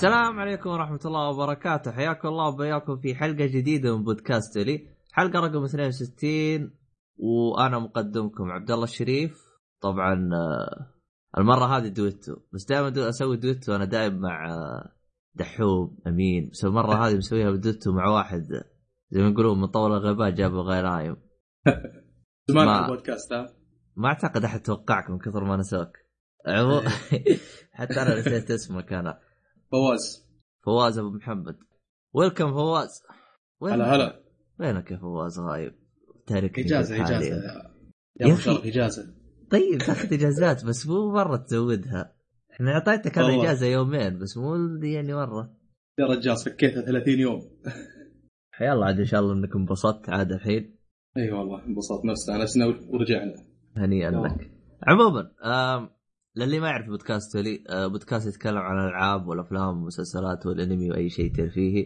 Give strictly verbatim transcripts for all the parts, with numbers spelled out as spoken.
السلام عليكم ورحمة الله وبركاته. حياكم الله وبياكم في حلقة جديدة من بودكاست لي، حلقة رقم اثنين وستين، وأنا مقدمكم عبد الله الشريف. طبعا المرة هذه دويتو، بس دائما دو أسوي دويتو أنا دائم مع دحوم أمين، بس المرة هذه مسويها بدويتو مع واحد زي ما يقولون من طول الغباء جابوا غير نايم. زمان ما البودكاست ها ما أعتقد أحد توقعك من كثر ما نسوك. عمو حتى أنا نسيت اسمك. أنا فواز فواز أبو محمد. ويلكم فواز. هلا هلا. وينك يا فواز؟ غايب تارك إجازة إجازة يا يا مشرف إجازة. طيب تاخذ إجازات بس مو مرة تزودها. إحنا أعطيتك هذا إجازة يومين بس مو يعني مرة. يا رجال سكيتها ثلاثين يوم. حيا الله عاد إن شاء الله إنكم انبسطت عاد الحين. أي أيوة والله انبسطنا استأنسنا ورجعنا. هنيئا لك. عموما للي ما يعرف بودكاست لي، بودكاست يتكلم عن الألعاب والأفلام والمسلسلات والأنمي وأي شيء ترفيهي.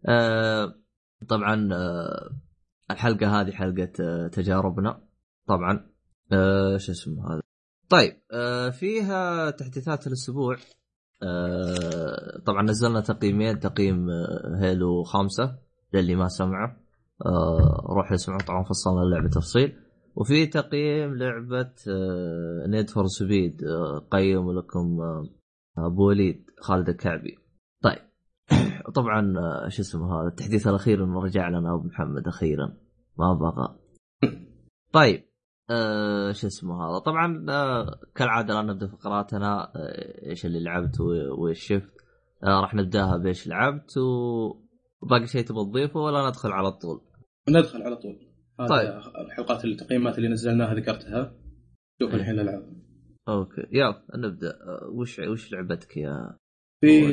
طبعا الحلقة هذه حلقة تجاربنا طبعا. شو اسمه هذا؟ طيب فيها تحديثات الأسبوع. طبعا نزلنا تقييمين، تقييم هيلو خمسة للي ما سمعه روح يسمعه، طبعا فصلنا اللعبة تفصيل. وفي تقييم لعبة نيد فور سبيد قيم لكم أبو وليد خالد الكعبي. طيب طبعا شو اسمه هذا التحديث الأخير إنه رجع لنا أبو محمد أخيرا ما بغى. طيب أه شو اسمه هذا طبعا أه كالعادة لا نبدأ فقراتنا أه إيش اللي لعبت وإيش شفت. أه راح نبدأها بإيش لعبت وباقي شيء تبغى تضيفه ولا ندخل على طول؟ ندخل على طول. طيب الحلقات التقييمات اللي نزلناها ذكرتها. شوف الحين الألعاب. أوكي يلا نبدأ. وش وش لعبتك يا في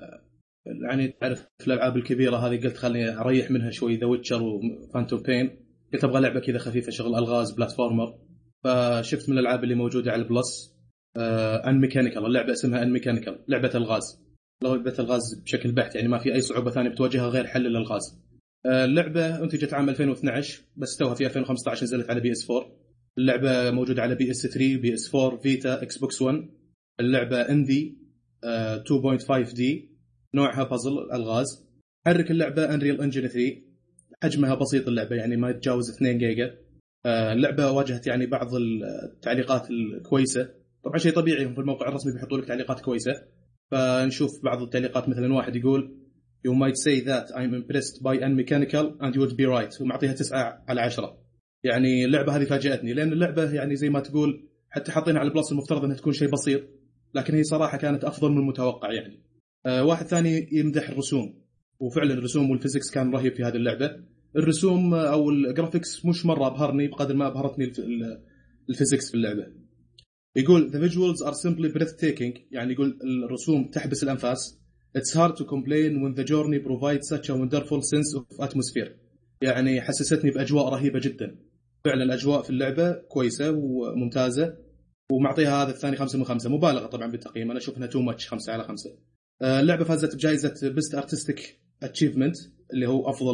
يعني تعرف الألعاب الكبيرة هذه قلت خلني أريح منها شوي، ذا ويتشر وفانتوم بين، قلت أبغى لعبة كذا خفيفة شغل ألغاز بلاتفورمر. فشفت من الألعاب اللي موجودة على البلس أن ميكانيكال. اللعبة اسمها أن ميكانيكال، لعبة الغاز. لعبة الغاز بشكل بحت يعني ما في أي صعوبة ثانية بتواجهها غير حل للغاز. اللعبة انتجت عام ألفين واثني عشر بس توها في ألفين وخمسة عشر نزلت على بي اس فور. اللعبة موجودة على بي اس ثري بي اس فور فيتا اكس بوكس ون. اللعبة اندي تو بوينت فايف دي، نوعها بازل الغاز. حرك اللعبة انريل انجن ثري، حجمها بسيط اللعبة يعني ما يتجاوز اثنين جيجا. اللعبة واجهت يعني بعض التعليقات الكويسة، طبعا شيء طبيعي في الموقع الرسمي بيحطوا لك تعليقات كويسة. فنشوف بعض التعليقات مثلا واحد يقول You might say that I'm impressed by N Mechanical and you would be right. ومعطيها تسعة على عشرة. يعني اللعبة هذه فاجأتني لأن اللعبة يعني زي ما تقول حتى حاطينها على البلس المفترض أنها تكون شيء بسيط، لكن هي صراحة كانت أفضل من المتوقع يعني. أه واحد ثاني يمدح الرسوم، وفعلا الرسوم والفيزيكس كان رهيب في هذه اللعبة. الرسوم أو الجرافيكس مش مرة أبهرني بقدر ما أبهرتني الفيزيكس في اللعبة. يقول The visuals are simply breathtaking، يعني يقول الرسوم تحبس الأنفاس. It's hard to complain when the journey provides such a wonderful sense of atmosphere. يعني حسستني بأجواء رهيبة جدا. فعلا الأجواء في اللعبة كويسة وممتازة، ومعطيها هذا الثاني خمسة من خمسة. مبالغة طبعا بالتقييم، أنا أشوف أنها too much خمسة على خمسة. اللعبة فازت بجائزة Best Artistic Achievement اللي هو أفضل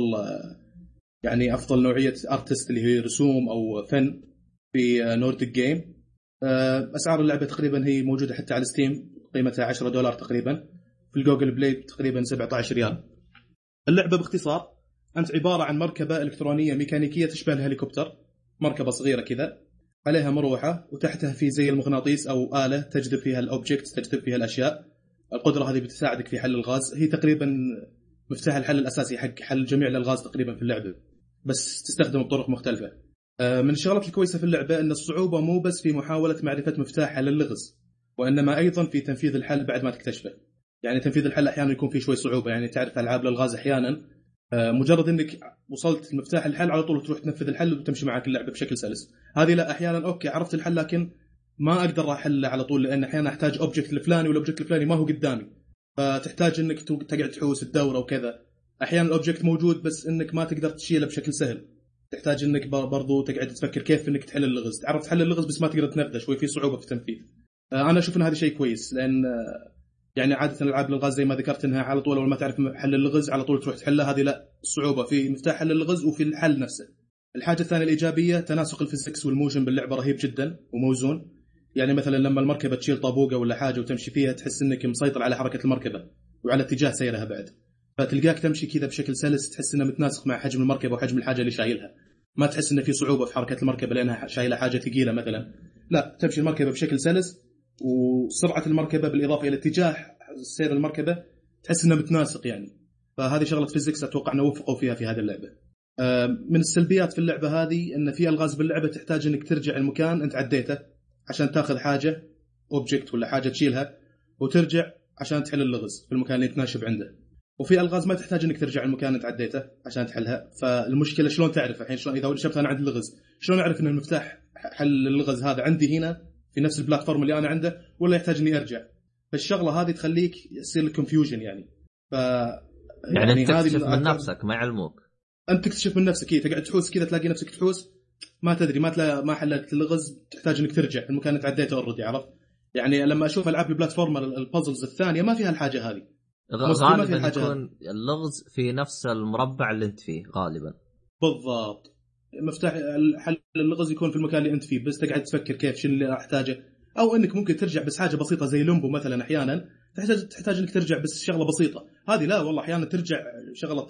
يعني أفضل نوعية artist اللي هي رسوم أو فن في Nordic Game. أسعار اللعبة تقريبا هي موجودة حتى على ستيم، قيمتها عشرة دولار تقريبا. في الجوجل بلاي تقريبا سبعة عشر ريال. اللعبة باختصار أنت عبارة عن مركبة إلكترونية ميكانيكية تشبه الهليكوبتر، مركبة صغيرة كذا عليها مروحة وتحتها في زي المغناطيس أو آلة تجذب فيها الأوبجكت، تجذب فيها الأشياء. القدرة هذه بتساعدك في حل الغاز، هي تقريبا مفتاح الحل الأساسي حق حل جميع الألغاز تقريبا في اللعبة، بس تستخدم بطرق مختلفة. من الشغلات الكويسة في اللعبة أن الصعوبة مو بس في محاولة معرفة مفتاح حل اللغز، وإنما أيضا في تنفيذ الحل بعد ما تكتشفه. يعني تنفيذ الحل أحيانا يكون فيه شوي صعوبة، يعني تعرف ألعاب الألغاز أحيانا مجرد أنك وصلت مفتاح الحل على طول تروح تنفذ الحل وتمشي معك اللعبة بشكل سلس. هذه لا، أحيانا أوكي عرفت الحل لكن ما أقدر أحل على طول، لأن أحيانا أحتاج أوبجكت الفلاني والأوبجكت الفلاني ما هو قدامي، فتحتاج أنك تقعد تحوس الدورة وكذا. أحيانا الأوبجكت موجود بس أنك ما تقدر تشيله بشكل سهل، تحتاج أنك برضو تقعد تفكر كيف أنك تحل اللغز. تعرف تحل اللغز بس ما تقدر تنفذه، شوي في صعوبة في التنفيذ. أنا أشوف أن هذا شيء كويس، لأن يعني عادة الألعاب الألغاز زي ما ذكرت أنها على طول أول ما تعرف حل اللغز على طول تروح تحلها. هذه لا، الصعوبة في مفتاح حل اللغز وفي الحل نفسه. الحاجة الثانية الإيجابية تناسق الفيزيكس والموشن باللعبة رهيب جدا وموزون. يعني مثلا لما المركبة تشيل طابوقة ولا حاجة وتمشي فيها تحس أنك مسيطر على حركة المركبة، وعلى اتجاه سيرها بعد، فتلقاك تمشي كذا بشكل سلس، تحس انه متناسق مع حجم المركبه وحجم الحاجه اللي شايلها، ما تحس انه في صعوبه في حركه المركبه لانها شايله حاجه ثقيله مثلا، لا تمشي المركبه بشكل سلس، وسرعه المركبه بالاضافه الى اتجاه سير المركبه تحس انه متناسق يعني. فهذه شغله فيزيكس اتوقع انه وفقوا فيها في هذه اللعبه. من السلبيات في اللعبه هذه ان في الغاز باللعبه تحتاج انك ترجع المكان انت عديته عشان تاخذ حاجه اوبجكت ولا حاجه تشيلها، وترجع عشان تحل اللغز في المكان اللي تناشب عنده. وفي الغاز ما تحتاج انك ترجع المكان انت عديته عشان تحلها. فالمشكله شلون تعرف الحين، شلون اذا شفت انا عند اللغز شلون اعرف ان المفتاح حل اللغز هذا عندي هنا في نفس البلاتفورم اللي انا عنده، ولا يحتاج اني ارجع؟ فالشغله هذه تخليك يصير لك كونفيوجن يعني. ف يعني, يعني انت تكتشف من نفسك ما يعلموك، انت تكتشف من نفسك. إيه تقعد تحوس كذا تلاقي نفسك تحوس ما تدري ما تلاقي ما حلت اللغز، تحتاج انك ترجع المكان اللي عديته اوريدي. عرفت يعني لما اشوف العاب البلاتفورم البازلز الثانيه ما فيها الحاجه هذه، غالبا يكون اللغز في نفس المربع اللي انت فيه غالبا. بالضبط، مفتاح حل اللغز يكون في المكان اللي انت فيه، بس تقعد تفكر كيف شنو اللي احتاجه، او انك ممكن ترجع بس حاجه بسيطه زي لومبو مثلا، احيانا تحتاج تحتاج انك ترجع بس شغله بسيطه. هذه لا والله احيانا ترجع شغله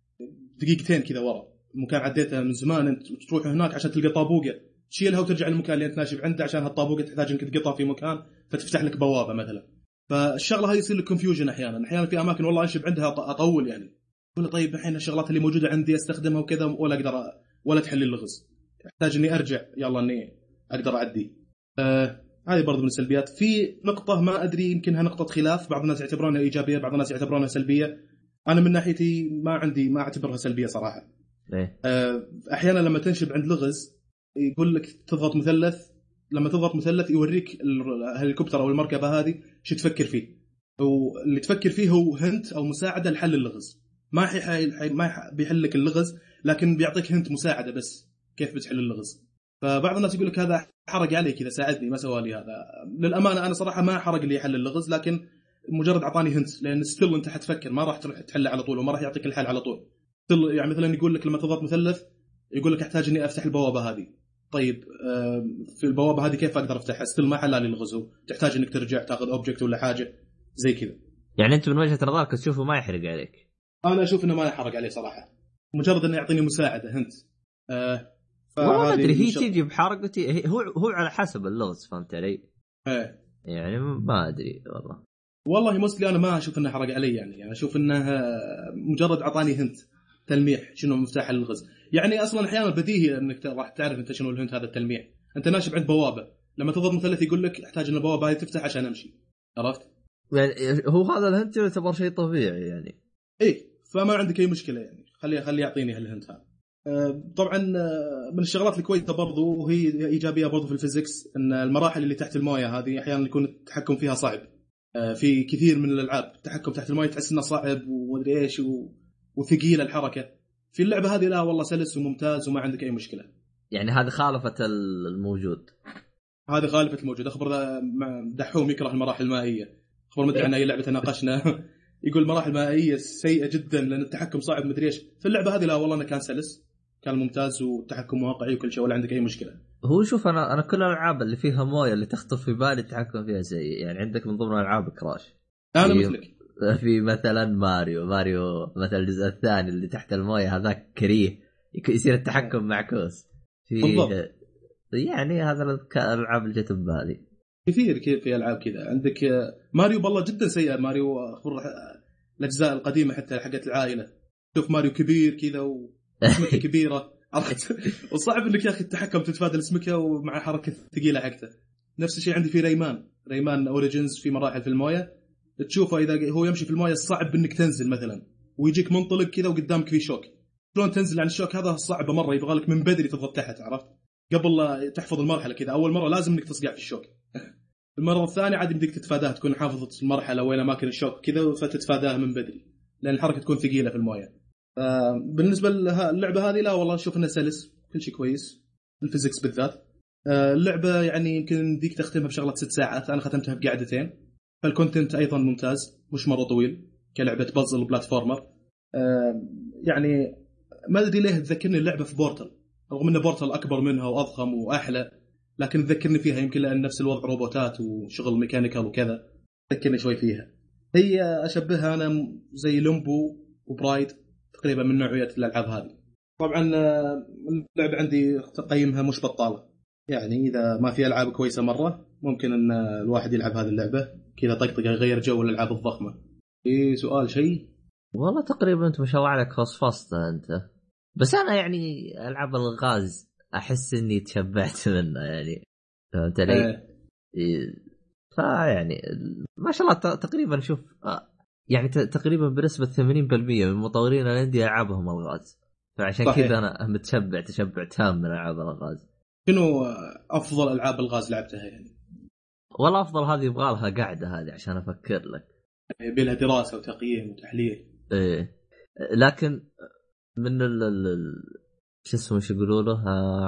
دقيقتين كذا ورا مكان عديته من زمان، انت تروح هناك عشان تلقى طابوقه تشيلها وترجع للمكان اللي انت ناشب عنده، عشان هالطابوقه تحتاج انك تقطها في مكان فتفتح لك بوابه مثلا. فالشغله هاي يصير لك كونفيوجن احيانا. احيانا في اماكن والله انشب عندها اطول يعني، ولا طيب الحين الشغلات اللي موجوده عندي استخدمها وكذا ولا اقدر ولا تحل اللغز، احتاج اني ارجع يلا اني اقدر اعدي. آه هذه برضو من السلبيات. في نقطه ما ادري يمكنها نقطه خلاف، بعض الناس يعتبرونها ايجابيه بعض الناس يعتبرونها سلبيه. انا من ناحيتي ما عندي ما اعتبرها سلبيه صراحه. ليه؟ آه احيانا لما تنشب عند لغز يقول لك تضغط مثلث، لما تضغط مثلث يوريك الهليكوبتر او المركبه هذه شو تفكر فيه، واللي تفكر فيه هو هنت او مساعده لحل اللغز. ما حي حي ما بيحل لك اللغز، لكن بيعطيك هنت مساعده بس كيف بتحل اللغز. فبعض الناس يقول لك هذا حرق علي كذا ساعدني ما سوى لي هذا. للامانه انا صراحه ما حرق لي حل اللغز، لكن مجرد اعطاني هنت، لان ستيل انت حتفكر ما راح تروح تحله على طول وما راح يعطيك الحل على طول. يعني مثلا يقول لك لما تضغط مثلث يقول لك احتاج اني افتح البوابه هذه، طيب في البوابه هذه كيف اقدر افتحها؟ ستيل ما حل لي الغزو، تحتاج انك ترجع تاخذ اوبجكت ولا حاجه زي كذا. يعني انت من وجهه نظرك تشوفه ما يحرق عليك؟ انا اشوف انه ما يحرق عليه صراحه، مجرد انه يعطيني مساعده هنت. آه والله ما ادري هي تيجي بحرقتي، هو هو على حسب اللغز، فهمت علي؟ ايه يعني ما ادري والله والله مسلي انا ما اشوف انه حرق علي يعني. انا اشوف انه مجرد اعطاني هنت تلميح شنو مفتاح اللغز. يعني اصلا احيانا بديهي انك راح تعرف انت شنو الهنت هذا التلميح. انت ناشب عند بوابه لما تضغط مثلث يقول لك احتاج ان البوابه هاي تفتح عشان امشي، عرفت؟ يعني هو هذا الهنت يعتبر شيء طبيعي يعني. ايه فما عندك اي مشكله يعني، خليه خليه يعطيني هالهنت هذا. طبعا من الشغلات الكويسه برضو وهي ايجابيه برضو في الفيزيكس ان المراحل اللي تحت المويه هذه احيانا يكون التحكم فيها صعب. في كثير من الالعاب التحكم تحت المويه تحس انه صعب ومدري ايش وثقيل الحركه. في اللعبه هذه لا والله سلس وممتاز وما عندك اي مشكله. يعني هذه خالفه الموجود، هذه خالفه الموجود. اخبر دحوم يكره المراحل المائيه، اخبر مدري عن اي لعبه ناقشنا يقول المراحل المائيه سيئه جدا لان التحكم صعب مدري ايش. في اللعبه هذه لا والله انا كان سلس كان ممتاز والتحكم واقعي وكل شيء ولا عندك اي مشكله. هو شوف انا انا كل الالعاب اللي فيها مويه اللي تخطر في بالي التحكم فيها سيء. يعني عندك من ضمن العاب كراش انا مثلك في مثلا ماريو ماريو مثلا الجزء الثاني اللي تحت المويه هذاك كريه يصير التحكم معكوس في بالضبط. يعني هذا الالعاب اللي جت ببالي كثير كيف في العاب كذا. عندك ماريو بالله جدا سيئه. ماريو الاجزاء القديمه حتى حقت العائله شوف ماريو كبير كذا واسمكه كبيره عرفت وصعب انك يا اخي التحكم تتفادى الاسمكه ومع حركه ثقيله حقته. نفس الشيء عندي في ريمان ريمان اوريجينز في مراحل في المويه تشوفه اذا هو يمشي في المويه صعب انك تنزل مثلا ويجيك منطلق كذا وقدامك في شوك. شلون تنزل عن الشوك هذا صعب مره، يبغى لك من بدري تضغط تحت عرفت قبل لا تحفظ المرحله كذا. اول مره لازم انك تصقع في الشوك المره الثانيه عادي بدك تتفاداها تكون حافظه المرحله وين اماكن الشوك كذا فتتفاداها من بدري لان الحركه تكون ثقيله في المويه. بالنسبه للعبه هذه لا والله اشوف انها سلس كل شيء كويس. الفيزيكس بالذات اللعبه يعني يمكن ديك تختمها بشغله ست ساعات انا ختمتها بقعدتين. فالكونتنت ايضا ممتاز مش مره طويل كلعبه بازل بلاتفورمر. يعني ما ادري ليه تذكرني اللعبه في بورتال رغم ان بورتال اكبر منها واضخم واحلى لكن تذكرني فيها يمكن لان نفس الوضع روبوتات وشغل ميكانيكال وكذا تذكرني شوي فيها. هي اشبهها انا زي لومبو وبرايد تقريبا من نوعيه الالعاب هذه. طبعا اللعبه عندي تقييمها مش بطاله، يعني اذا ما في العاب كويسه مره ممكن ان الواحد يلعب هذه اللعبه كذا طقطقه يغير جو الالعاب الضخمه. في سؤال شيء والله تقريبا انت ما شاء الله عليك فصفصت انت. بس انا يعني العاب الغاز احس اني تشبعت منها يعني، فهمت علي؟ آه. إيه. فيعني ما شاء الله تقريبا شوف يعني تقريبا بنسبه ثمانين بالمئة من مطورين الانديه العابهم الغاز، فعشان كذا انا متشبع تشبع تام من العاب الغاز. شنو افضل العاب الغاز لعبتها يعني؟ والله افضل هذه يبغى لها قاعده هذه عشان افكر لك، يبي لها دراسه وتقييم وتحليل. ايه لكن من ال شو اسمه شو يقولوا له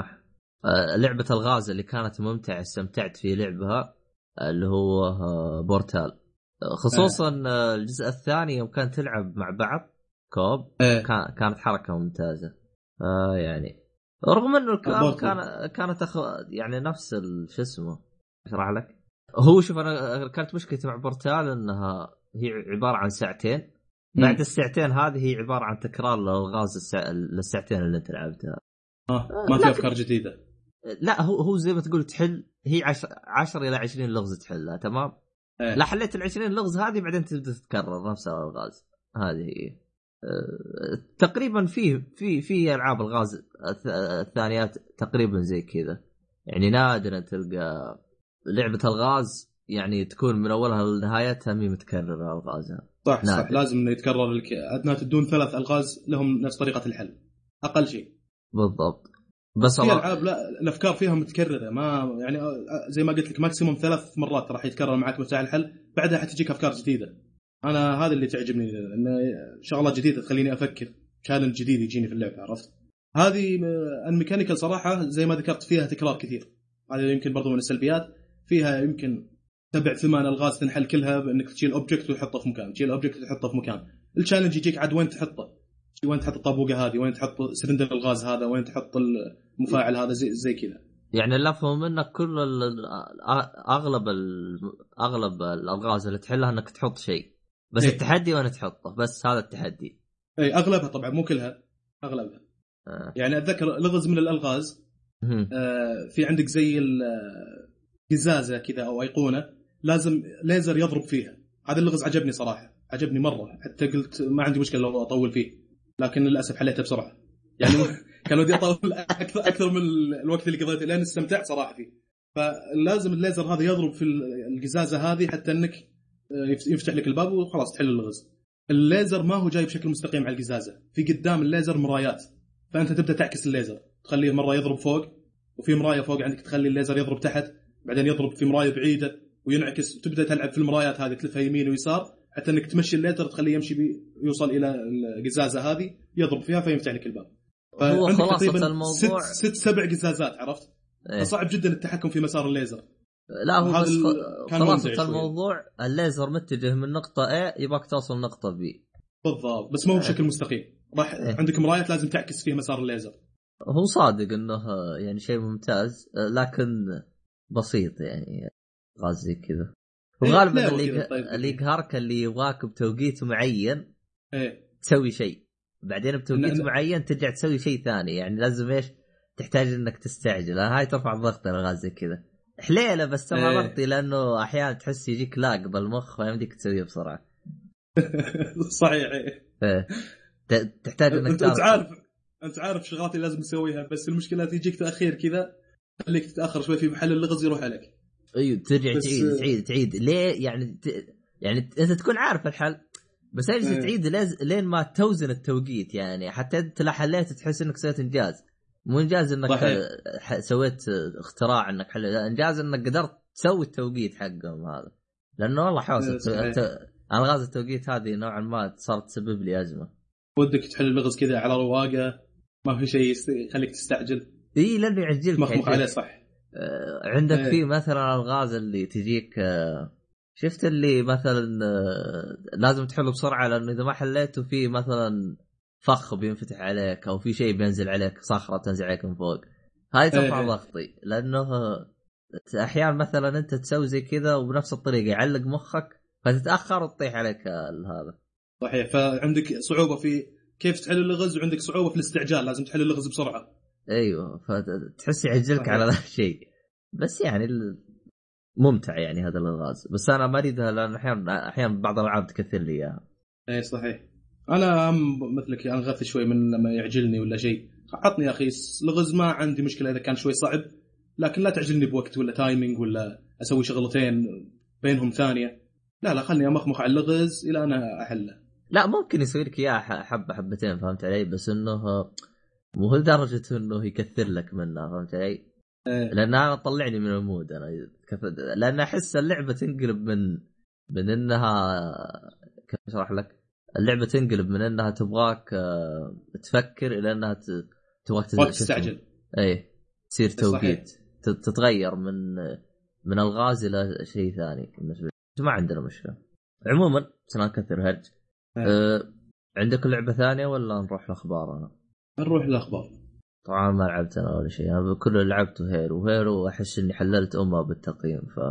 لعبه الغاز اللي كانت ممتعه استمتعت في لعبها اللي هو بورتال، خصوصا آه. الجزء الثاني يوم كانت تلعب مع بعض كوب آه. كانت حركه ممتازه. آه يعني رغم انه الكلام كان كانت أخ... يعني نفس شو اسمه اشرح لك. هو شوف انا كانت مشكلتي مع بورتال انها هي عباره عن ساعتين، بعد م. الساعتين هذه هي عباره عن تكرار للغاز الساعة... للساعتين اللي انت لعبتها. آه. ما في افكار جديده. لا هو هو زي ما تقول تحل هي عشر, عشر الى عشرين لغز تحلها تمام. إيه. لا حليت العشرين لغز هذه بعدين تبدا تتكرر نفس الغاز هذه هي. أه... تقريبا في في في العاب الغاز الثانيات تقريبا زي كذا، يعني نادرا تلقى لعبه الغاز يعني تكون من اولها لنهايتها مي متكرره الغازها. صح نادر. صح لازم انه يتكرر لك ادنى تدون ثلاث الغاز لهم نفس طريقه الحل اقل شيء. بالضبط. بس في العاب لا الافكار فيها متكرره، ما يعني زي ما قلت لك ماكسيموم ثلاث مرات راح يتكرر معك مفتاح الحل، بعدها حتجيك افكار جديده. انا هذا اللي تعجبني انه شغله جديده تخليني افكر، تشالنج جديد يجيني في اللعبه. عرفت هذه الميكانيكال صراحه زي ما ذكرت فيها تكرار كثير، هذا يمكن برضو من السلبيات فيها. يمكن سبع ثمان الغاز تنحل كلها بانك تشيل اوبجكت وتحطه في مكان، تشيل اوبجكت وتحطه في مكان. التشالنج يجيك عاد وين تحطه، وين تحط الطابوقه هذه، وين تحط سلندر الغاز هذا، وين تحط المفاعل هذا، زي زي كذا. يعني اللي افهم منك كل اغلب اغلب الالغاز اللي تحلها انك تحط شيء بس. إيه؟ التحدي وين تحطه بس، هذا التحدي. اي اغلبها طبعا مو كلها، اغلبها. آه. يعني اتذكر لغز من الالغاز آه في عندك زي القزازه كذا او ايقونه لازم ليزر يضرب فيها. هذا اللغز عجبني صراحه، عجبني مره، حتى قلت ما عندي مشكله لو اطول فيه، لكن للاسف حليته بسرعه. يعني كان ودي اطول اكثر اكثر من الوقت اللي قضيته لان استمتعت صراحه فيه. فلازم الليزر هذا يضرب في القزازه هذه حتى انك يفتح لك الباب وخلاص تحل اللغز. الليزر ما هو جاي بشكل مستقيم على القزازه، في قدام الليزر مرايات، فانت تبدا تعكس الليزر، تخليه مره يضرب فوق وفي مرايه فوق عندك تخلي الليزر يضرب تحت، بعدين يضرب في مرايه بعيده وينعكس، وتبدا تلعب في المرايات هذه تلفها يمين ويسار حتى انك تمشي الليزر تخليه يمشي بي يوصل الى القزازه هذه يضرب فيها فيفتح لك الباب. هو خلاصه الموضوع ست, ست سبع قزازات، عرفت؟ إيه؟ فصعب جدا التحكم في مسار الليزر. لا هو بس خلاصه الموضوع الليزر متجه من نقطه A يبغاك توصل نقطه B بالضبط، بس ما هو بشكل مستقيم. راح إيه؟ عندك مرايات لازم تعكس فيه مسار الليزر. هو صادق انه يعني شيء ممتاز لكن بسيط، يعني غاز زي كذا. وغالبا اللي طيب اللي يقهرك اللي يبغاك بتوقيت معين ايه تسوي شيء، بعدين بتوقيت معين ترجع تسوي شيء ثاني، يعني لازم ايش تحتاج انك تستعجل. هاي ترفع الضغط الغاز زي كذا حليله، بس ترفع إيه. ضغطي لانه احيانا تحس يجيك لاق بالمخ فيمديك تسويه بسرعه. صحيح ايه تحتاج انك انت عارف انت عارف شغلاتي لازم تسويها، بس المشكله تجيك تاخير كذا خليك تتاخر شوي في محل اللغز يروح عليك. ايوه ترجع تعيد تعيد تعيد ليه يعني ت... يعني انت تكون عارف الحل بس تجلس اه. تعيد لاز... لين ما توزن التوقيت، يعني حتى انت لا حليت تحس انك سويت انجاز، مو انجاز انك ح... سويت اختراع انك حل، انجاز انك قدرت تسوي التوقيت حقهم هذا. لانه والله حوسه اه. ت... الغاز التوقيت هذه نوعا ما صارت تسبب لي ازمه. ودك تحل اللغز كذا على رواقه ما في شيء يخليك تستعجل. اي لانه يعجلك مخمخ عليه صح. آه عندك ايه. في مثلا الغاز اللي تجيك آه شفت اللي مثلا آه لازم تحله بسرعه لانه اذا ما حليته في مثلا فخ بينفتح عليك او في شيء بينزل عليك، صخره تنزل عليك من فوق، هاي ترفع ايه. ضغطي لانه احيانا مثلا انت تسوي زي كذا وبنفس الطريقه يعلق مخك فتتاخر وتطيح عليك هذا. صحيح. فعندك صعوبه في كيف تحل اللغز، وعندك صعوبه في الاستعجال، لازم تحل اللغز بسرعه. ايوه فتحس يعجلك على ذا الشيء. بس يعني ممتع يعني هذا الالغاز، بس انا ما اريدها لان احيانا احيانا بعض الالعاب تكثر لي اياها. اي صحيح. انا مثلك انغث شوي من لما يعجلني ولا شيء. عطني يا اخي لغز، ما عندي مشكله اذا كان شوي صعب، لكن لا تعجلني بوقت ولا تايمينج ولا اسوي شغلتين بينهم ثانيه. لا لا خلني امخمخ على اللغز الى انا احله. لا ممكن يسوي لك اياه حبه حبتين، فهمت علي؟ بس انه مو لدرجه انه يكثر لك منها، فهمت علي؟ إيه. لان انا طلعني من المود انا كف... لان احس اللعبه تنقلب من من انها كيف اشرح لك، اللعبه تنقلب من انها تبغاك تفكر الى انها ت... تبغاك تستعجل. اي تصير توقيت، تتغير من من الغاز الى شيء ثاني. بالنسبه ما عندنا مشكله. عموما سنكثر هرج. أه... عندك لعبه ثانيه ولا نروح الاخبار؟ انا نروح الاخبار. طبعا ما لعبت انا ولا شيء، انا كل اللي لعبته هيرو وهيرو احس اني حللت امها بالتقييم ف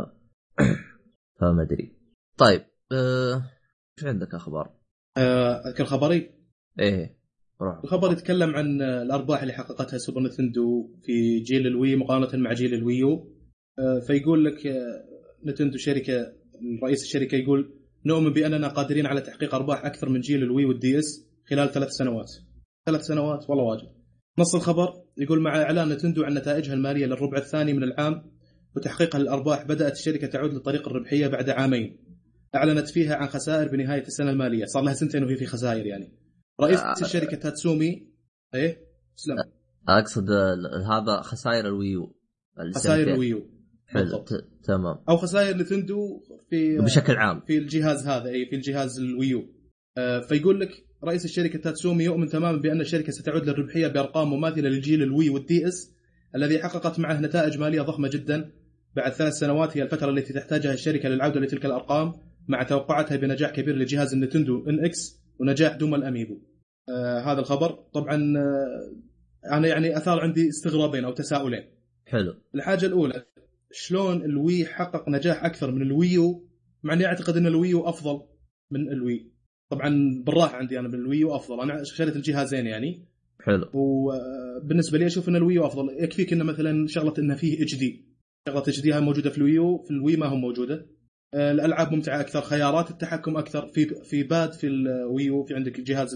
فما ادري. طيب أه... ايش عندك اخبار؟ اذكر خبري. ايه روح. الخبر يتكلم عن الارباح اللي حققتها سوبر نتندو في جيل الوي مقارنه مع جيل الويو. فيقول لك نتندو شركه، رئيس الشركه يقول نؤمن باننا قادرين على تحقيق ارباح اكثر من جيل الوي والدي اس خلال ثلاث سنوات. ثلاث سنوات والله واجد. نص الخبر يقول مع اعلان نتندو عن نتائجها الماليه للربع الثاني من العام وتحقيقها للارباح، بدات الشركه تعود لطريق الربحيه بعد عامين اعلنت فيها عن خسائر بنهايه السنه الماليه. صار لها سنتين وهي في خسائر يعني. رئيس آه الشركه تاتسومي ايه سلام اقصد هذا خسائر الويو، خسائر الويو حلو تمام، او خسائر نتندو في بشكل عام في الجهاز هذا، اي في الجهاز الويو. آه فيقول لك رئيس الشركه تاتسومي يؤمن تماما بان الشركه ستعود للربحيه بارقام مماثله للجيل الوي والدي اس الذي حققت معه نتائج ماليه ضخمه جدا بعد ثلاث سنوات، هي الفتره التي تحتاجها الشركه للعوده لتلك الارقام مع توقعاتها بنجاح كبير لجهاز النينتندو ان اكس ونجاح دوما الاميبو. آه هذا الخبر طبعا آه انا يعني اثار عندي استغرابين او تساؤلين. حلو. الحاجه الاولى، شلون الوي حقق نجاح اكثر من الويو مع اني اعتقد ان الويو افضل من الوي؟ طبعا بالراحه عندي انا بالويو افضل، انا شريت الجهازين يعني. حلو. وبالنسبه لي اشوف ان الويو افضل. يكفيك ان مثلا شغله انها فيه اتش دي، شغله اتش دي هاي موجوده في الويو، في الوي ما هو موجوده. الالعاب ممتعه اكثر، خيارات التحكم اكثر في في باد في الويو، في عندك جهاز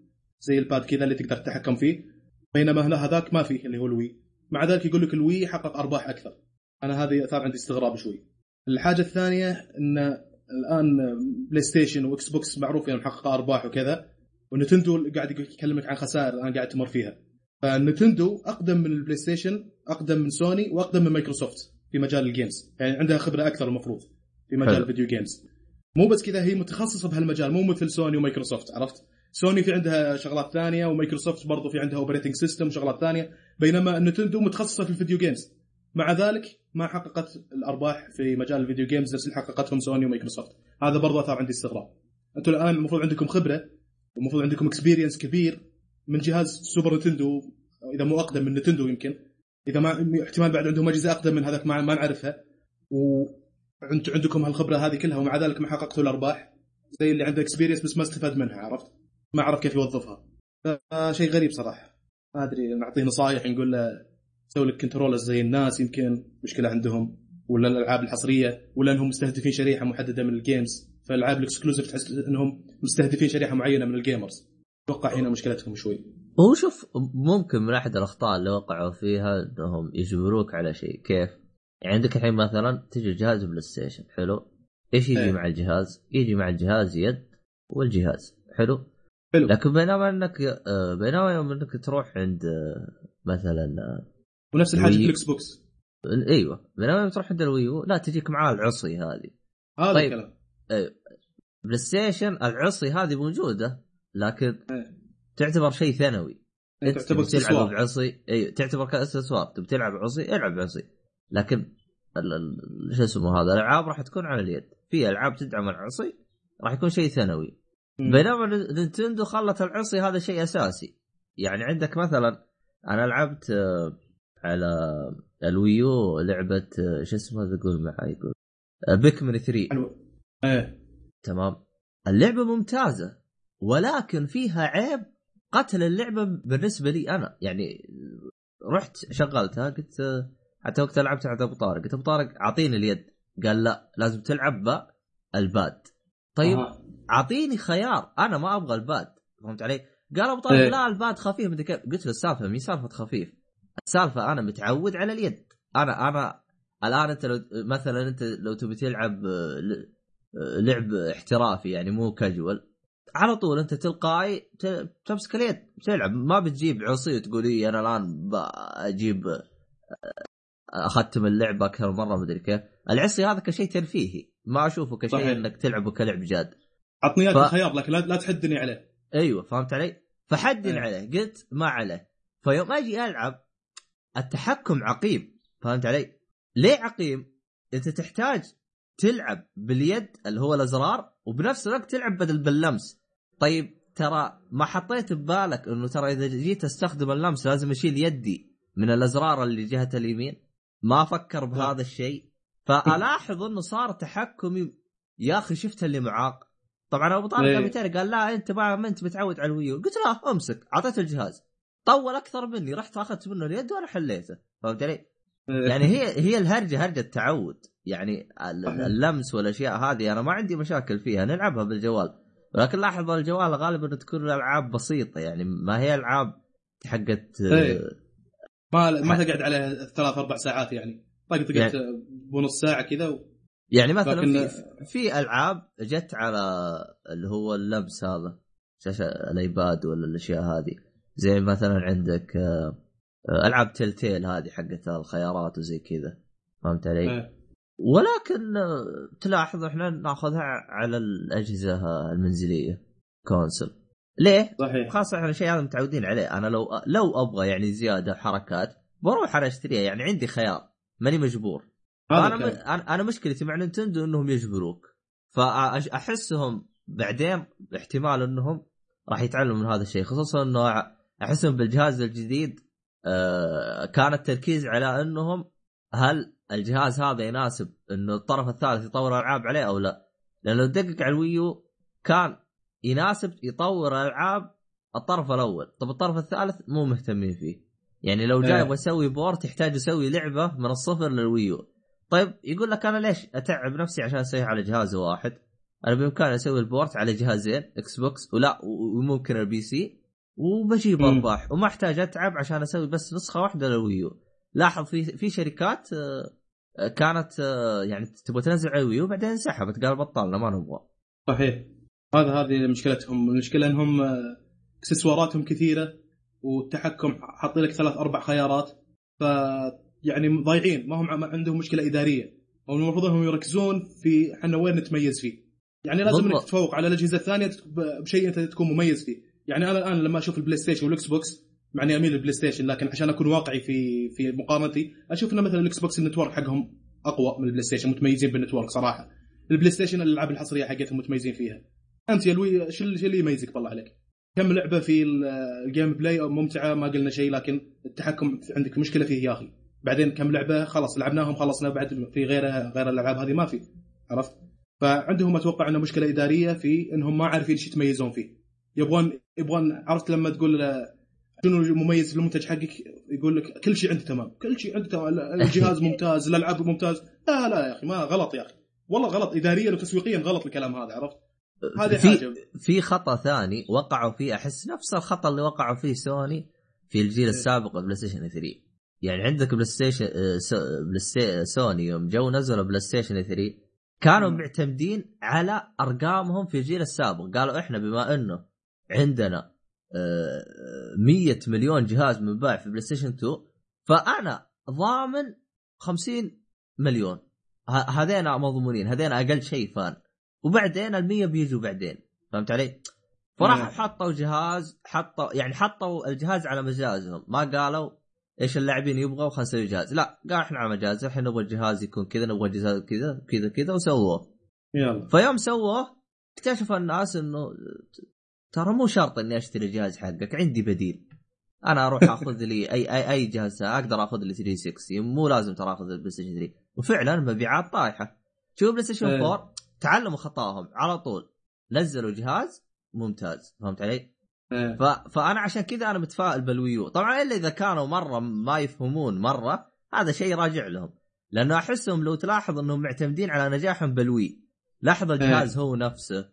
زي الباد كذا اللي تقدر تتحكم فيه، بينما هنا هذاك ما فيه اللي هو الوي. مع ذلك يقول لك الوي حقق ارباح اكثر. انا هذه اثار عندي استغراب شوي. الحاجه الثانيه ان الان بلاي ستيشن واكس بوكس معروف انهم محققه ارباح وكذا، ونتندو قاعد يكلمك عن خسائر الان قاعد تمر فيها. فنتندو اقدم من البلاي ستيشن، اقدم من سوني، واقدم من مايكروسوفت في مجال الجيمز، يعني عندها خبره اكثر المفروض في مجال الفيديو جيمز. مو بس كذا، هي متخصصه بهالمجال، مو مثل سوني ومايكروسوفت. عرفت؟ سوني في عندها شغلات ثانيه، ومايكروسوفت برضو في عندها اوبريتنج سيستم وشغلات ثانيه، بينما نتندو متخصصه في الفيديو جيمز. مع ذلك ما حققت الارباح في مجال الفيديو جيمز نفس اللي حققتهم سوني ومايكروسوفت. هذا برضو اثار عندي استغراب. انتم الان المفروض عندكم خبره ومفروض عندكم اكسبيرينس كبير من جهاز سوبر نتندو، اذا مو اقدم من نتندو يمكن، اذا ما احتمال بعد عندهم اجهزه اقدم من هذاك ما ما نعرفها، وانتم عندكم هالخبره هذه كلها ومع ذلك ما حققتوا الارباح زي اللي عنده اكسبيرينس بس ما استفاد منها. عرفت؟ ما عرف كيف يوظفها. شيء غريب صراحه. ما ادري، نعطيه نصايح نقول له سوي لك كنترولر زي الناس، يمكن مشكله عندهم، ولا الالعاب الحصريه، ولا انهم مستهدفين شريحه محدده من الجيمز. فالالعاب الاكسكلوزيف تحس انهم مستهدفين شريحه معينه من الجيمرز. اتوقع هنا مشكلتهم شوي. هو شوف، ممكن من احد الاخطاء اللي وقعوا فيها انهم يجبروك على شيء. كيف يعني؟ عندك الحين مثلا تجي جهاز بلاي ستيشن حلو، ايش يجي ايه؟ مع الجهاز يجي مع الجهاز يد والجهاز حلو حلو. لكن بينما انك بينما يوم انك تروح عند مثلا ونفس الحاجه في الاكس بوكس، ايوه بينما يوم تروح عند الويو لا تجيك معاه العصي هذه. هذا طيب الكلام. ايوه بلاي ستيشن العصي هذه موجوده لكن ايه؟ تعتبر شيء ثانوي. ايه انت تعتبر تلعب بعصي، ايوه تعتبر كاكسسوار. تبي تلعب عصي العب عصي، لكن شو اسمه هذا الالعاب راح تكون على اليد. في العاب تدعم العصي راح يكون شيء ثانوي. بينما نينتندو خلت العصي هذا شيء اساسي. يعني عندك مثلا انا لعبت على الويو لعبه شو اسمه، تقول معي يقول بيكمن ثلاثة. حلو. ايه تمام. اللعبة ممتازة ولكن فيها عيب قتل اللعبة بالنسبة لي أنا. يعني رحت شغلتها قلت حتى وقت لعبت على أبو طارق قلت أبو طارق أعطيني اليد، قال لا لازم تلعب بالباد. طيب أعطيني خيار، أنا ما أبغى الباد، فهمت علي؟ قال أبو طارق لا الباد خفيف. قلت له السالفة مي سالفة خفيف، السالفة أنا متعود على اليد. أنا أنا الآن أنت لو مثلا أنت لو تبي تلعب لعب احترافي يعني مو كاجوال، على طول أنت تلقائي تمسك اليد تلعب، ما بتجيب عصي وتقولي أنا الآن بجيب أختم اللعبة أكثر مرة مدري كيف. العصي هذا كشيء ترفيهي، ما أشوفه كشيء صحيح. إنك تلعبه كلعب جاد. عطني ف... الخيار لكن لا, لا تحدني عليه. أيوة فهمت علي؟ فحدني أيوة. عليه قلت ما عليه. فيوم أجي ألعب التحكم عقيم، فهمت علي؟ ليه عقيم؟ أنت تحتاج تلعب باليد اللي هو الأزرار وبنفس الوقت تلعب بدل باللمس. طيب ترى ما حطيت ببالك إنه ترى إذا جيت أستخدم اللمس لازم أشيل يدي من الأزرار اللي جهة اليمين. ما فكر بهذا الشيء. فألاحظ إنه صار تحكمي يا أخي شفت اللي معاق. طبعا أبو طارق قال قال لا أنت ما أنت متعود على الويو. قلت لا أمسك، عطيت الجهاز طول أكثر مني، رحت أخذت منه اليد وأنا حليته، فهمت علي؟ يعني هي هي الهرجة هرجة تعود. يعني اللمس والأشياء هذه أنا ما عندي مشاكل فيها، نلعبها بالجوال. ولكن لاحظ الجوال غالبا تكون الألعاب بسيطة، يعني ما هي ألعاب حقت ما ما تقعد عليها ثلاث أربع ساعات، يعني طقطقت يعني بنص ساعة كذا و... يعني مثلا في في ألعاب جت على اللي هو اللمس هذا شاشة الأيباد ولا الأشياء هذه، زي مثلا عندك ألعاب تلتيل هذه حقت الخيارات وزي كذا، فهمت علي؟ أه. ولكن تلاحظ احنا ناخذها على الأجهزة المنزلية كونسول. ليه؟ صحيح. خاصة احنا شيء هذا متعودين عليه. أنا لو لو أبغى يعني زيادة حركات بروح أنا أشتريها، يعني عندي خيار ماني مجبور. أنا م... أنا مشكلتي مع نينتندو إنهم يجبروك، فأحسهم بعدين احتمال إنهم راح يتعلموا من هذا الشيء، خصوصا إنه أحسهم بالجهاز الجديد آه كان التركيز على إنهم هل الجهاز هذا يناسب إنه الطرف الثالث يطور ألعاب عليه أو لا. لأنه لو دقق على الويو كان يناسب يطور ألعاب الطرف الأول، طب الطرف الثالث مو مهتمين فيه. يعني لو جاي بسوي بورت يحتاج يسوي لعبة من الصفر للويو. طيب يقول لك أنا ليش أتعب نفسي عشان أسوي على جهاز واحد؟ أنا بإمكاني أسوي البورت على جهازين إكس بوكس ولا وممكن البي سي وبجيب أرباح، وما أحتاج أتعب عشان أسوي بس نسخة واحدة للويو. لاحظ في في شركات كانت يعني تبغى تنزل على الويو بعدين انسحبت قال بطلنا ما نبغى. صحيح. هذا هذه مشكلتهم. المشكلة أنهم اكسسواراتهم كثيرة والتحكم حاطين لك ثلاث أربع خيارات، ف يعني ضايعين. ما هم عندهم مشكلة إدارية، هم المفروض انهم يركزون في احنا وين نتميز فيه. يعني لازم انك تتفوق على الاجهزه الثانيه بشيء انت تكون مميز فيه. يعني انا الان لما اشوف البلاي ستيشن والاكس بوكس، مع اني اميل للبلاي ستيشن لكن عشان اكون واقعي في في مقارنتي، اشوف ان مثلا الاكس بوكس النتورك حقهم اقوى من البلاي ستيشن، متميزين بالنتورك صراحه. البلاي ستيشن الالعاب الحصريه حقتهم متميزين فيها. انت يا لوي شو اللي يميزك بالله عليك؟ كم لعبه في الجيم بلاي ممتعه ما قلنا شيء، لكن التحكم عندك مشكله فيه يا اخي. بعدين كم لعبه خلاص لعبناهم خلصنا، بعد في غيرها غير الالعاب هذه ما في، عرفت؟ فعندهم اتوقع انه مشكله اداريه في انهم ما عارفين ايش يتميزون فيه. يبغون يبغون عرفت لما تقول شنو المميز في المنتج حقك يقول لك كل شيء عنده تمام، كل شيء عنده تمام، الجهاز ممتاز، الالعاب ممتاز. لا لا يا اخي ما غلط يا اخي، والله غلط اداريا وتسويقيا غلط الكلام هذا، عرفت؟ هذه حاجه. في خطا ثاني وقعوا فيه، احس نفس الخطا اللي وقعوا فيه سوني في الجيل السابق بلاي ستيشن ثلاثة. يعني عندك بلاي ستيشن بلاي سوني يوم جو نزلوا بلاي ستيشن ثلاثة كانوا م. معتمدين على ارقامهم في الجيل السابق. قالوا احنا بما انه عندنا مية مليون جهاز منباع في بلاي ستيشن اثنين فانا ضامن خمسين مليون، هذين مضمونين، هذين اقل شيء فان، وبعدين المية بيجوا بعدين، فهمت علي؟ فراح حطوا جهاز، حطوا يعني حطوا الجهاز على مجازهم، ما قالوا ايش اللاعبين يبغوا خلينا نسوي جهاز، لا قال احنا على مجاز، احنا نبغى الجهاز يكون كذا، نبغى جهاز كذا كذا كذا، وسووه. يلا فيوم سووه اكتشف الناس انه ترى مو شرط اني اشتري جهاز حقك، عندي بديل، انا اروح اخذ لي اي اي اي جهاز اقدر اخذ لي ثلاثمية وستين، مو لازم ترى اخذ البلاي ستيشن ثلاثة. وفعلا مبيعات طايحه. شوف بلاي ستيشن أربعة تعلموا خطاهم على طول نزلوا جهاز ممتاز. فهمت علي؟ أه. ف... فانا عشان كذا انا متفائل بالويو. طبعا الا اذا كانوا مره ما يفهمون مره، هذا شيء راجع لهم، لانه احسهم لو تلاحظ انهم معتمدين على نجاحهم بالوي. لاحظ الجهاز أه. هو نفسه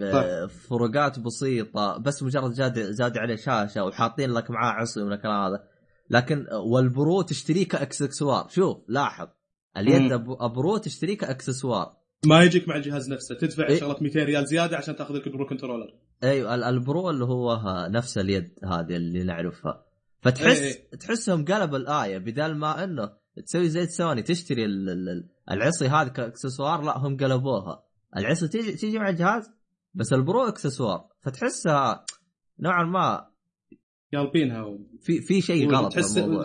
فروقات بسيطه، بس مجرد زاد زاد عليه شاشه وحاطين لك معاه عصي من الكلام هذا. لكن والبرو تشتريه كاكسسوار. شوف لاحظ اليد برو تشتريه كاكسسوار، ما يجيك مع الجهاز نفسه، تدفع إيه؟ شغلة مئتين ريال زياده عشان تاخذ لك البرو كنترولر. ايوه البرو اللي هو نفس اليد هذه اللي نعرفها. فتحس إيه؟ تحسهم قلب الايه، بدل ما انه تسوي زي سوني تشتري العصي هذا كاكسسوار، لا هم قلبوها العصي تيجي تيجي مع الجهاز بس البرو اكسسوار. فتحسها نوعا ما قالبينها و... في في شيء غلط وتحس بالموضوع.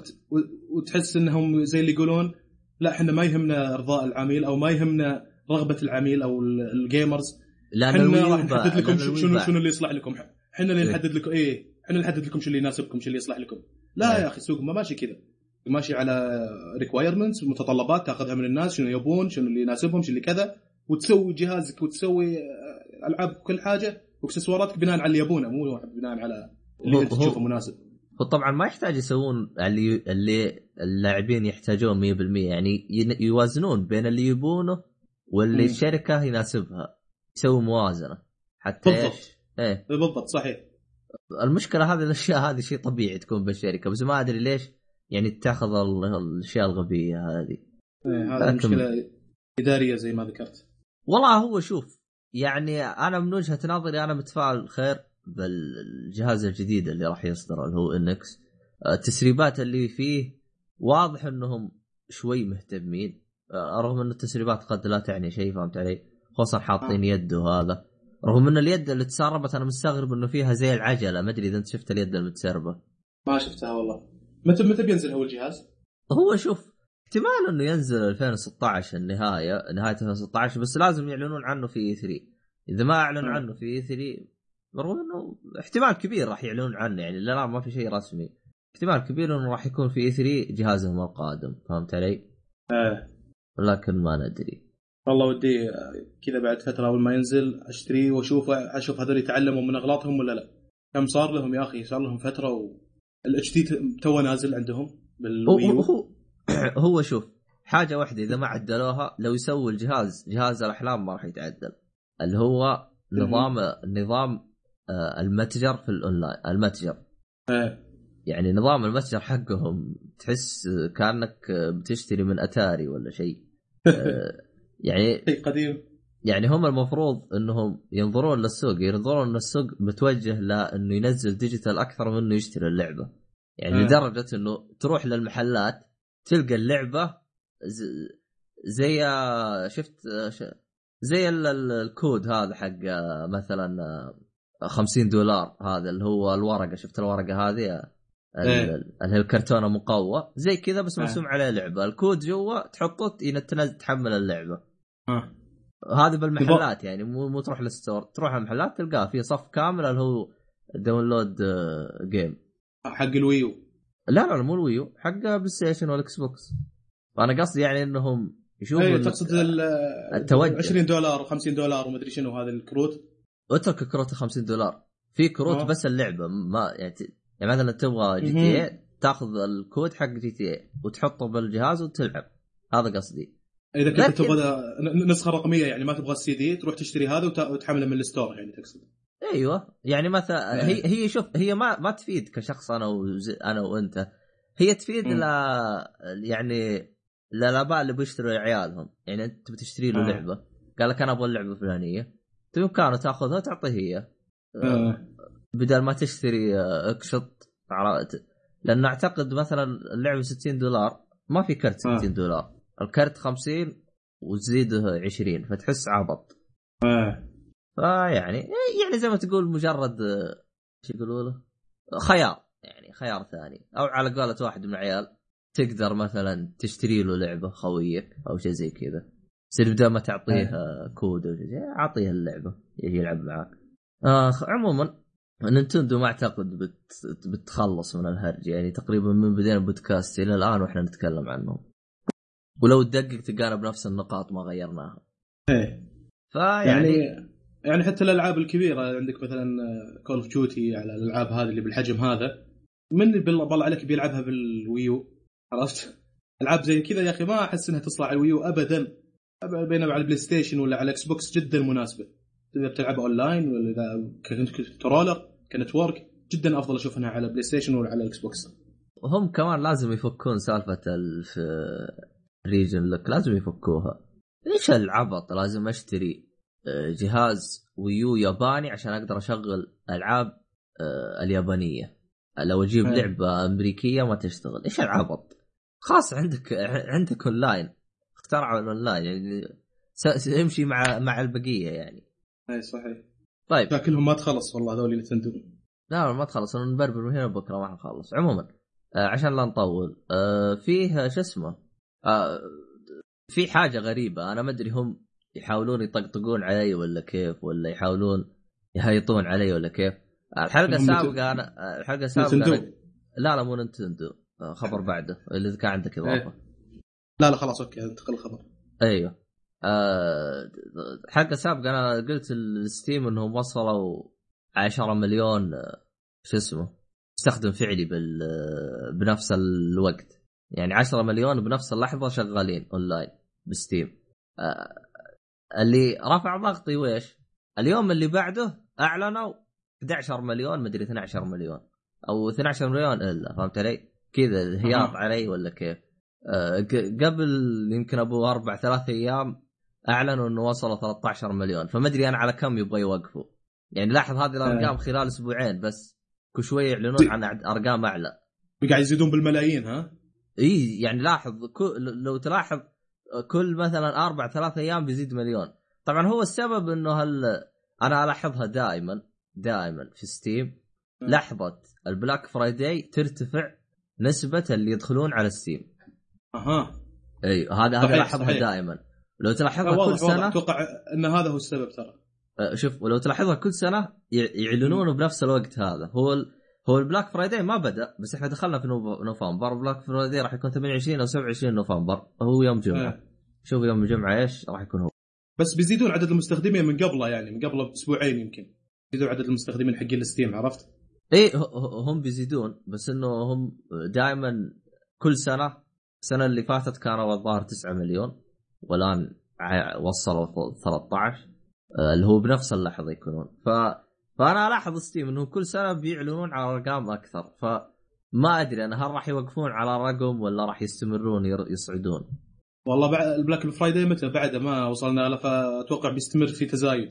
وتحس انهم زي اللي يقولون لا احنا ما يهمنا ارضاء العميل او ما يهمنا رغبه العميل او الجيمرز، احنا راح نحدد لكم شنو شنو اللي يصلح لكم، احنا اللي نحدد لكم ايه احنا اللي نحدد لكم شو اللي يناسبكم شو اللي يصلح لكم. لا يا اخي السوق ما ماشي كذا، ماشي على ريكوايرمنتس متطلبات تاخذها من الناس، شنو يبون شنو اللي يناسبهم شو اللي كذا، وتسوي جهازك وتسوي العاب كل حاجه واكسسواراتك بناء على اللي يبونه، مو بناء على اللي انت تشوفه مناسب. وطبعا ما يحتاج يسوون اللي اللي اللاعبين يحتاجون مية بالمية، يعني يوازنون بين اللي يبونه واللي م. الشركه يناسبها، يسوي موازنه حتى بالضبط. ايه بالضبط صحيح. المشكله هذه الاشياء هذه شيء طبيعي تكون بالشركه، بس ما ادري ليش يعني تاخذ الاشياء الغبيه هذه. ايه هذه مشكله اداريه زي ما ذكرت. والله هو شوف يعني انا من وجهه نظري انا متفائل خير بالجهاز الجديد اللي راح يصدر اللي هو انكس. التسريبات اللي فيه واضح انهم شوي مهتمين، رغم ان التسريبات قد لا تعني شيء. فهمت علي؟ خصوصا حاطين آه. يده هذا، رغم ان اليد اللي تسربت انا مستغرب انه فيها زي العجله. ما ادري اذا انت شفت اليد المتسربه. ما شفتها والله. متى متى بينزل هو الجهاز؟ هو شوف احتمال انه ينزل ألفين وستة عشر النهايه نهايه ألفين وستة عشر، بس لازم يعلنون عنه في إي ثري. اذا ما اعلنوا عنه في إي ثري رغم انه احتمال كبير راح يعلنون عنه، يعني لا, لا ما في شيء رسمي، احتمال كبير انه راح يكون في إي ثري جهازهم القادم. فهمت علي؟ اه لكن ما ندري والله. ودي كذا بعد فتره اول ما ينزل اشتريه واشوف اشوف هذول يتعلموا من اغلاطهم ولا لا. كم صار لهم يا اخي؟ صار لهم فتره والاتش تي تو نازل عندهم بالويو. هو, هو شوف حاجه واحده اذا ما عدلوها، لو يسوي الجهاز جهاز الاحلام ما راح يتعدل، اللي هو نظام نظام المتجر في الاونلاين. المتجر أه. يعني نظام المتجر حقهم تحس كأنك بتشتري من أتاري ولا شيء. يعني قديم. يعني هم المفروض انهم ينظرون للسوق، ينظرون ان السوق متوجه لانه ينزل ديجيتال اكثر من انه يشتري اللعبه. يعني أه. لدرجه انه تروح للمحلات تلقى اللعبه زي شفت زي الكود هذا حق مثلا خمسين دولار، هذا اللي هو الورقه، شفت الورقه هذه اللي هي الكرتونه مقوى زي كذا بس مرسوم عليه لعبه، الكود جوا تحطه تنزل تحمل اللعبه. اه هذه بالمحلات يعني مو مو تروح للستور، تروح المحلات تلقاه في صف كامل اللي هو داونلود جيم حق الويو. لا لا مو الويو، حق بلاي ستيشن والاكس بوكس. وانا قصدي يعني انهم يشوفوا ايه تقصد التوجه عشرين دولار وخمسين دولار وما ادري شنو هذا الكروت. اترك كروت خمسين دولار في كروت أوه. بس اللعبه ما يعني, يعني مثلا تبغى جي تي اي تاخذ الكود حق جي تي اي وتحطه بالجهاز وتلعب. هذا قصدي اذا كنت لكن... تبغى نسخه رقميه يعني ما تبغى السي دي تروح تشتري هذا وتحمله من الستور يعني تقصد. ايوه يعني مثلا هي هي شوف هي ما ما تفيد كشخص انا وز... انا وانت، هي تفيد ل يعني للاباء اللي بيشتروا لعيالهم. يعني انت بتشتري له آه. لعبه قال لك انا ابغى اللعبه الفلانيه بامكانه تاخذها تعطيه هي آه. بدل ما تشتري اكشط. لان اعتقد مثلا اللعبه ستين دولار ما في كرت ستين دولار، الكرت خمسين وتزيده عشرين فتحس عبط. اه فيعني يعني زي ما تقول مجرد شو يقولوا له خيار، يعني خيار ثاني. او على قولة واحد من العيال تقدر مثلا تشتري له لعبه خويك او شيء زي كذا، تصير بدل ما تعطيه آه. كود او شيء اعطيه اللعبه يجي يلعب معك. آه عموما نينتندو ما اعتقد بت... بتخلص من الهرج، يعني تقريبا من بدينا بودكاست الى الان واحنا نتكلم عنهم، ولو تدقق تلقانا بنفس النقاط ما غيرناها. ايه فيعني يعني يعني حتى الالعاب الكبيره عندك مثلا كول اوف ديوتي على الالعاب هذه اللي بالحجم هذا، من اللي بالله عليك بيلعبها بالويو؟ عرفت العاب زي كذا يا اخي ما احس انها تصلح على الويو ابدا، بينما على البلاي ستيشن ولا على الاكس بوكس جدا مناسبه، اذا بتلعب اونلاين ولا اذا كنت كنترولر كنتورك جدا افضل اشوفها على البلاي ستيشن ولا على الاكس بوكس. وهم كمان لازم يفكون سالفه الريجن لك، لازم يفكوها. ايش العبط لازم اشتري جهاز ويو ياباني عشان اقدر اشغل العاب اليابانيه، لو اجيب لعبه امريكيه ما تشتغل؟ ايش العبط؟ خاص عندك عندك اونلاين، اخترعوا الاونلاين يعني يمشي مع مع البقيه يعني. اي صحيح. طيب لكنهم ما تخلص والله هذول نتندو. لا ما تخلص، نبربر من هنا بكره ما حنخلص. عموما آه عشان لا نطول، آه فيه شو اسمه، آه في حاجه غريبه انا ما ادري هم يحاولون يطقطقون علي ولا كيف، ولا يحاولون يهيطون علي ولا كيف. الحلقه السابقه انا الحلقه السابقه أنا... لا لا مو نينتندو، خبر بعده اللي كان عندك اضافه. إيه. لا لا خلاص اوكي انتقل الخبر. ايوه أه... الحلقه السابقه انا قلت الستيم انهم وصلوا عشرة مليون شو اسمه استخدم فعلي بال... بنفس الوقت، يعني عشرة مليون بنفس اللحظه شغالين اونلاين بستيم. أه... اللي رفع ضغطي ويش اليوم اللي بعده اعلنوا احد عشر مليون مدري اثنا عشر مليون او اثنا عشر مليون الا، فهمت علي كذا هياط أه. علي ولا كيف؟ أه قبل يمكن ابو اربع ثلاث ايام اعلنوا انه وصلوا ثلاثة عشر مليون، فما ادري انا على كم يبغى يوقفوا يعني. لاحظ هذه الارقام أه. خلال اسبوعين بس كل شويه يعلنون عن ارقام اعلى، قاعد يزيدون بالملايين. ها اي يعني لاحظ لو تلاحظ كل مثلا اربع ثلاث ايام بيزيد مليون. طبعا هو السبب انه هل انا الاحظها دائما دائما في ستيم، لحظه البلاك فرايداي ترتفع نسبه اللي يدخلون على ستيم. اها اي هذا هذا لاحظها دائما لو تلاحظها كل سنه. اتوقع ان هذا هو السبب ترى. شوف ولو تلاحظها كل سنه يعلنونه بنفس الوقت هذا. هو ال... هو البلاك فرايداي ما بدا بس احنا دخلنا في نوفمبر. بلاك فرايداي راح يكون ثمانية وعشرين او سبعة وعشرين نوفمبر، هو يوم جمعه. أه. شوف يوم الجمعه ايش راح يكون هو. بس بيزيدون عدد المستخدمين من قبله، يعني من قبله باسبوعين يمكن بيزيدون عدد المستخدمين حقين الستيم. عرفت ايه هم بيزيدون بس انه هم دائما كل سنه. السنه اللي فاتت كانوا الظاهر تسعة مليون والان وصلوا ثلاثة عشر اللي هو بنفس اللحظه يكونون. ف فانا الاحظ ستيم انه كل سنه بيعلنون على ارقام اكثر، فما ادري انا هل راح يوقفون على رقم ولا راح يستمرون يصعدون. والله بعد البلاك فرايداي متى بعد ما وصلنا له، فاتوقع بيستمر في تزايد.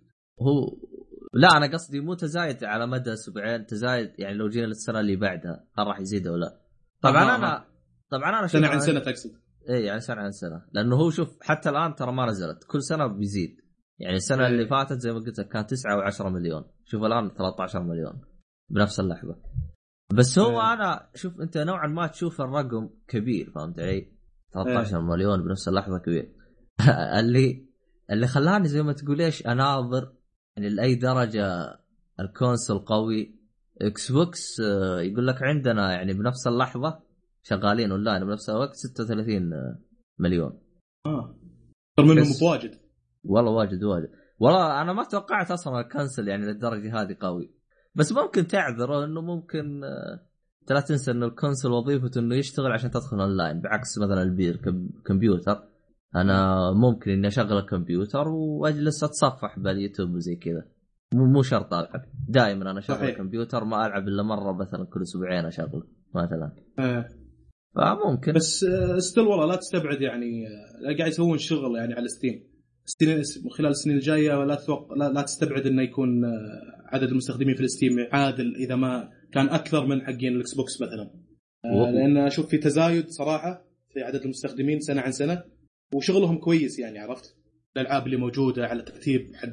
هو لا انا قصدي مو تزايد على مدى اسبوعين، تزايد يعني لو جينا للسنه اللي بعدها هل راح يزيد او لا. طبعا آه انا آه. طبعا انا سنه عن سنه تقصد. اي يعني سنه عن سنه، لانه هو شوف حتى الان ترى ما نزلت، كل سنه بيزيد. يعني السنه اللي فاتت زي ما قلت لك كان تسعة وعشرة مليون، شوف الان ثلاثة عشر مليون بنفس اللحظه. بس هو أه. انا شوف انت نوعا ما تشوف الرقم كبير، فهمت علي؟ ثلاثة عشر أه. مليون بنفس اللحظه كبير. اللي اللي خلاني زي ما تقول ايش اناظر يعني لاي درجه الكونسول قوي. اكس بوكس يقول لك عندنا يعني بنفس اللحظه شغالين اونلاين بنفس الوقت ستة وثلاثين مليون. اه اكثر منهم بواجد والله، واجد واجد والله. انا ما توقعت اصلا الكنسل يعني للدرجه هذه قوي، بس ممكن تعذره انه ممكن لا تنسى انه الكونسل وظيفته انه يشتغل عشان تدخل اونلاين، بعكس مثلا البير كمبيوتر. انا ممكن اني اشغل الكمبيوتر واجلس اتصفح باليوتيوب وزي كذا، مو مو شرط العب دائما. انا اشغل الكمبيوتر ما العب الا مره مثلا كل اسبوعين اشغل مثلا. أه. فممكن بس ستيل والله لا تستبعد يعني قاعد يسوون شغل يعني على ستيم خلال السنين الجايه، ولا تتوقع لا, لا تستبعد انه يكون عدد المستخدمين في الستيم عادل اذا ما كان اكثر من حقين الاكس بوكس مثلا. أه لان اشوف في تزايد صراحه في عدد المستخدمين سنه عن سنه، وشغلهم كويس يعني. عرفت الالعاب اللي موجوده على الترتيب حق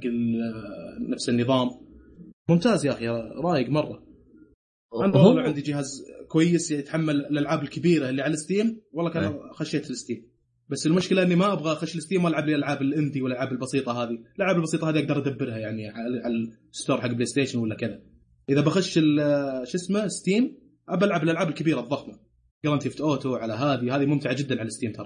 نفس النظام ممتاز يا اخي، رايق مره. انا والله عندي جهاز كويس يتحمل الالعاب الكبيره اللي على ستيم، والله كان أه. خشيت الستيم. بس المشكله اني ما ابغى اخش الستيم والعب لي الالعاب الاندي والالعاب البسيطه هذه. الالعاب البسيطه هذه اقدر ادبرها يعني على الستور حق بلاي ستيشن ولا كذا. اذا بخش شو اسمه ستيم ابى العب الالعاب الكبيره الضخمه، جراند ثيفت اوتو على هذه هذه ممتعه جدا على ستيم ترى.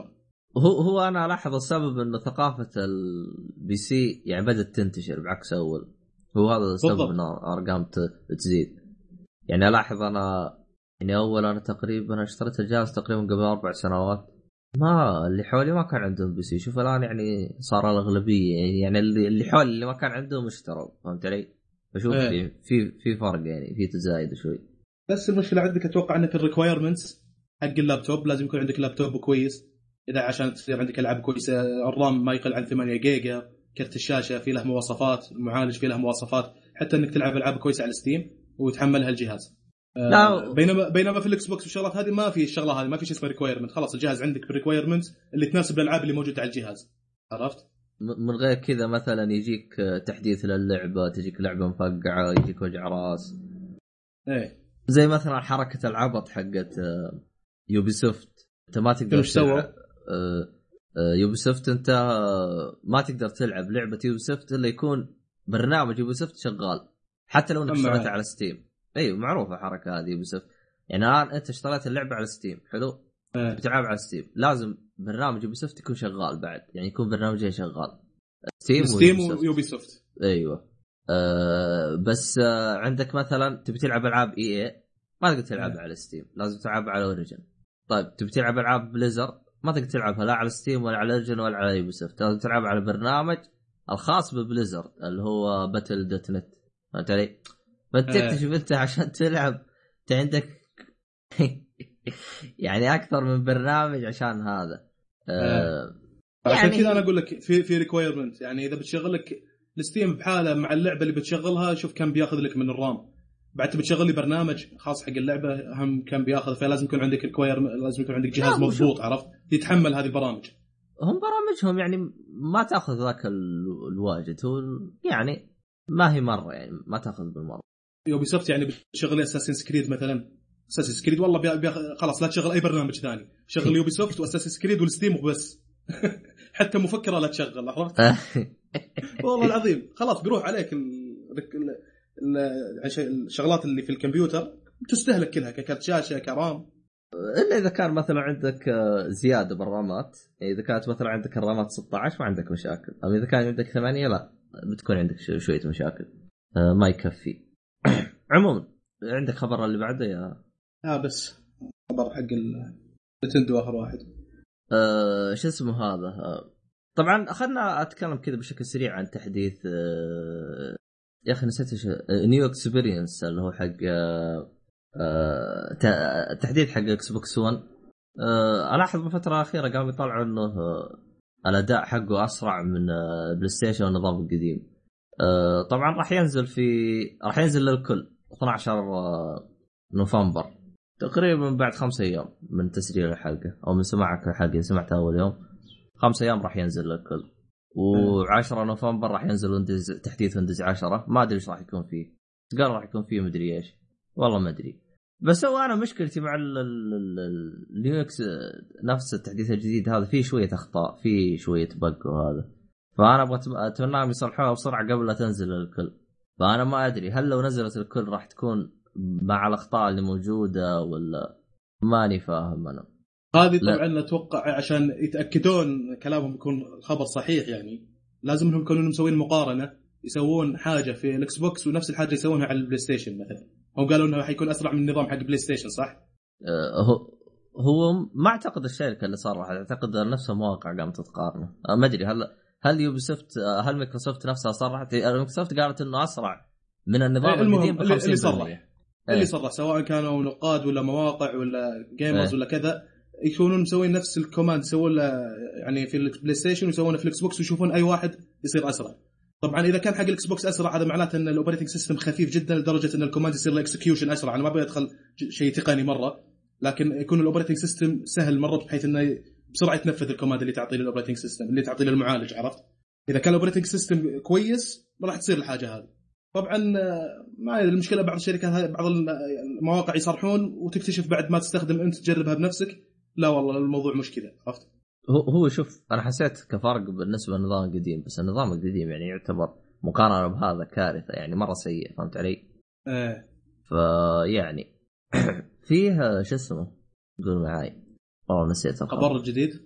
هو هو انا الاحظ السبب انه ثقافه البي سي يعني بدات تنتشر بعكس اول. هو هذا السبب ان بالضبط. ارقام ت- تزيد. يعني الاحظ انا يعني اول انا تقريبا اشتريت الجهاز تقريبا قبل اربع سنوات، ما اللي حولي ما كان عندهم بي سي. شوف الان يعني صار الاغلبيه يعني اللي اللي حولي اللي ما كان عندهم اشتروا، فهمت علي؟ فشوف ايه في في في فرق يعني في تزايد شوي. بس المشكله عندك اتوقع ان في الريكوايرمنتس حق اللابتوب لازم يكون عندك لابتوب كويس، اذا عشان تصير عندك العاب كويسه. الرام ما يقل عن ثمانية جيجا، كرت الشاشه في له مواصفات، المعالج في له مواصفات، حتى انك تلعب العاب كويسه على ستيم ويتحملها الجهاز. لا آه، بينما بينما في الاكس بوكس والشغلات هذه ما في الشغله هذه، ما في شيء اسمه ريكوايرمنت. خلاص الجهاز عندك بالريكوايرمنت اللي تناسب الالعاب اللي موجوده على الجهاز، عرفت؟ م- من غير كذا مثلا يجيك تحديث للعبه، تجيك لعبه مفقعه، يجيك وجع راس. ايه زي مثلا حركه العبط حقت يوبي سوفت، انت ما شنو تقدر ايش سووا؟ تلعب يوبي سوفت، انت ما تقدر تلعب لعبه يوبي سوفت الا يكون برنامج يوبي سوفت شغال، حتى لو انك اما اشتريتها عاد. على ستيم. ايوه معروفه الحركه هذه يوبي سوفت. يعني الان انت اشتريت اللعبه على ستيم، حلو، ايه بتلعب على ستيم، لازم برنامج يوبي سوفت يكون شغال بعد، يعني يكون برنامجين شغال، ستيم الستيم ويوبي سوفت. ويوبي سوفت. ايوه. أه بس أه عندك مثلا تبي تلعب العاب اي اي ما تقدر تلعبها ايه على ستيم، لازم تلعبها على اوريجن. طيب تبي تلعب العاب بليزر ما تقدر تلعبها لا على ستيم ولا على اوريجن ولا على يوبيسوفت، لازم تلعبها على برنامج الخاص ببليزر اللي هو باتل دوت نت، فهمت علي؟ فانت ايه تكتشف انت عشان تلعب انت عندك يعني اكثر من برنامج عشان هذا. ايه أه عشان يعني كذا انا هي اقول لك في في ريكويرمنت. يعني اذا بتشغل لك الستيم بحاله مع اللعبه اللي بتشغلها، شوف كم بياخذ لك من الرام. بعد تبي تشغل لي برنامج خاص حق اللعبه هم كم بياخذ. فلازم يكون عندك ريكويرمنت، لازم يكون عندك لا جهاز هو شوف، مضبوط، عرفت، يتحمل هذه البرامج. هم برامجهم يعني ما تاخذ ذاك ال- الواجد، هو يعني ما هي مره يعني ما تاخذ بالمره. يوبي سوفت يعني بتشغل لي اساسن سكريد مثلا، اساسن سكريد والله بيا بيا خلاص لا تشغل اي برنامج ثاني، شغل يوبي سوفت واساسن سكريد والستيم وبس. حتى مفكره لا تشغل، عرفت؟ والله العظيم خلاص بيروح عليك ال... ال... ال... الشغلات اللي في الكمبيوتر تستهلك كلها، ككرت شاشه كرام. الا اذا كان مثلا عندك آه، زياده بالرامات، يعني اذا كانت مثلا عندك الرامات ستة عشر ما عندك مشاكل، اما اذا كان عندك ثمانية لا بتكون عندك شو- شويه مشاكل، آه، ما يكفي. عموما عندك خبر اللي بعده يا اه بس خبر حق النتندو اخر واحد. أه شو اسمه هذا. أه طبعا اخذنا اتكلم كذا بشكل سريع عن تحديث أه يا اخي نسيت ايش نيو اكسبيرينس اللي هو حق أه أه ت- تحديث حق اكس بوكس ون. أه الاحظ بالفتره الاخيره قاموا يطلعوا انه أه الاداء حقه اسرع من أه بلاي ستيشن والنظام القديم. أه طبعا راح ينزل في راح ينزل للكل اثنا عشر نوفمبر تقريبا بعد خمسة ايام من تسجيل الحلقه او من سماعك الحلقه، سمعتها اول يوم. خمسة ايام راح ينزل للكل. آه. و10 نوفمبر راح ينزل ويندوز تحديث ويندوز عشرة، ما ادري ايش راح يكون فيه، قال راح يكون فيه مدري ايش، والله ما ادري. بس هو انا مشكلتي مع اللينكس نفس التحديث الجديد هذا فيه شويه اخطاء، فيه شويه بق وهذا، فانا ابغى اتمناهم يصلحوها بسرعه قبل لا تنزل للكل. فانا ما ادري هل لو نزلت الكل راح تكون مع الاخطاء اللي موجوده ولا، ماني فاهم انا. هذه لا طبعا اتوقع عشان يتاكدون كلامهم يكون الخبر صحيح، يعني لازم انهم يكونوا مسوين مقارنه، يسوون حاجه في الاكس بوكس ونفس الحاجه يسوونها على البلاي ستيشن مثلا. هم قالوا انه حيكون اسرع من النظام حق بلاي ستيشن صح؟ آه، هو هو ما اعتقد الشركه اللي صرحت، اعتقد نفس المواقع قامت تقارنه. آه، ما ادري هل هل يوبيسوفت آه، هل مايكروسوفت نفسها صرحت. مايكروسوفت قالت انه اسرع من النظام إيه القديم المهم ب اللي, اللي خمسين بالمية. صرح اللي ايه صرح سواء كانوا نقاد ولا مواقع ولا جيمرز ايه ولا كذا، يكونون مسوين نفس الكوماند يسوون له يعني في البلاي ستيشن ويسوونه في الاكس بوكس ويشوفون اي واحد يصير اسرع. طبعا اذا كان حق الاكس بوكس اسرع هذا معناته ان الاوبريتنج سيستم خفيف جدا لدرجه ان الكوماند يصير له اكسكيوشن اسرع. انا ما ابغى ادخل شيء تقني مره، لكن يكون الاوبريتنج سيستم سهل مره بحيث انه بسرعه يتنفذ الكوماند اللي تعطيه للاوبريتنج سيستم اللي تعطيه للمعالج، عرفت؟ اذا كان الاوبريتنج سيستم كويس ما راح تصير الحاجه هذه. طبعا ما المشكله بعض الشركات بعض المواقع يصرحون وتكتشف بعد ما تستخدم انت تجربها بنفسك لا والله الموضوع مش كذا، عرفت؟ هو هو شوف انا حسيت كفرق بالنسبه للنظام القديم، بس النظام القديم يعني يعتبر مقارنه بهذا كارثه، يعني مره سيء، فهمت علي؟ ايه فيعني فيها شو اسمه، قول معاي والله نسيت الخبر. خبر الجديد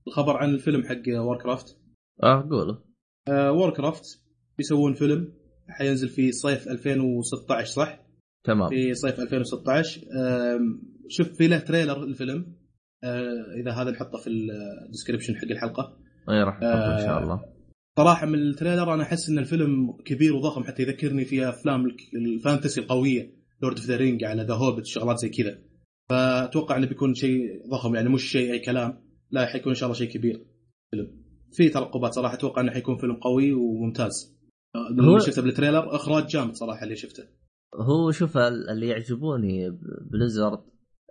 الخبر عن الفيلم حق واركرافت. اه قوله. آه واركرافت بيسوون فيلم حينزل في صيف ألفين وستة عشر صح؟ تمام. في صيف ألفين وستة عشر. شوف في له تريلر الفيلم، آه اذا هذا نحطه في الديسكريبشن حق الحلقه. اي راح نحطه آه ان شاء الله. صراحه من التريلر انا احس ان الفيلم كبير وضخم، حتى يذكرني في افلام الفانتسي القويه، لورد اوف ذا رينج على ذا هوبت شغلات زي كذا. فاتوقع انه بيكون شيء ضخم، يعني مش شيء اي كلام، لا حيكون ان شاء الله شيء كبير. فيلم في ترقبات صراحه، اتوقع انه حيكون فيلم قوي وممتاز. هو اللي شفته بالتريلر اخراج جامد صراحه اللي شفته. هو شوف اللي يعجبوني بليزرد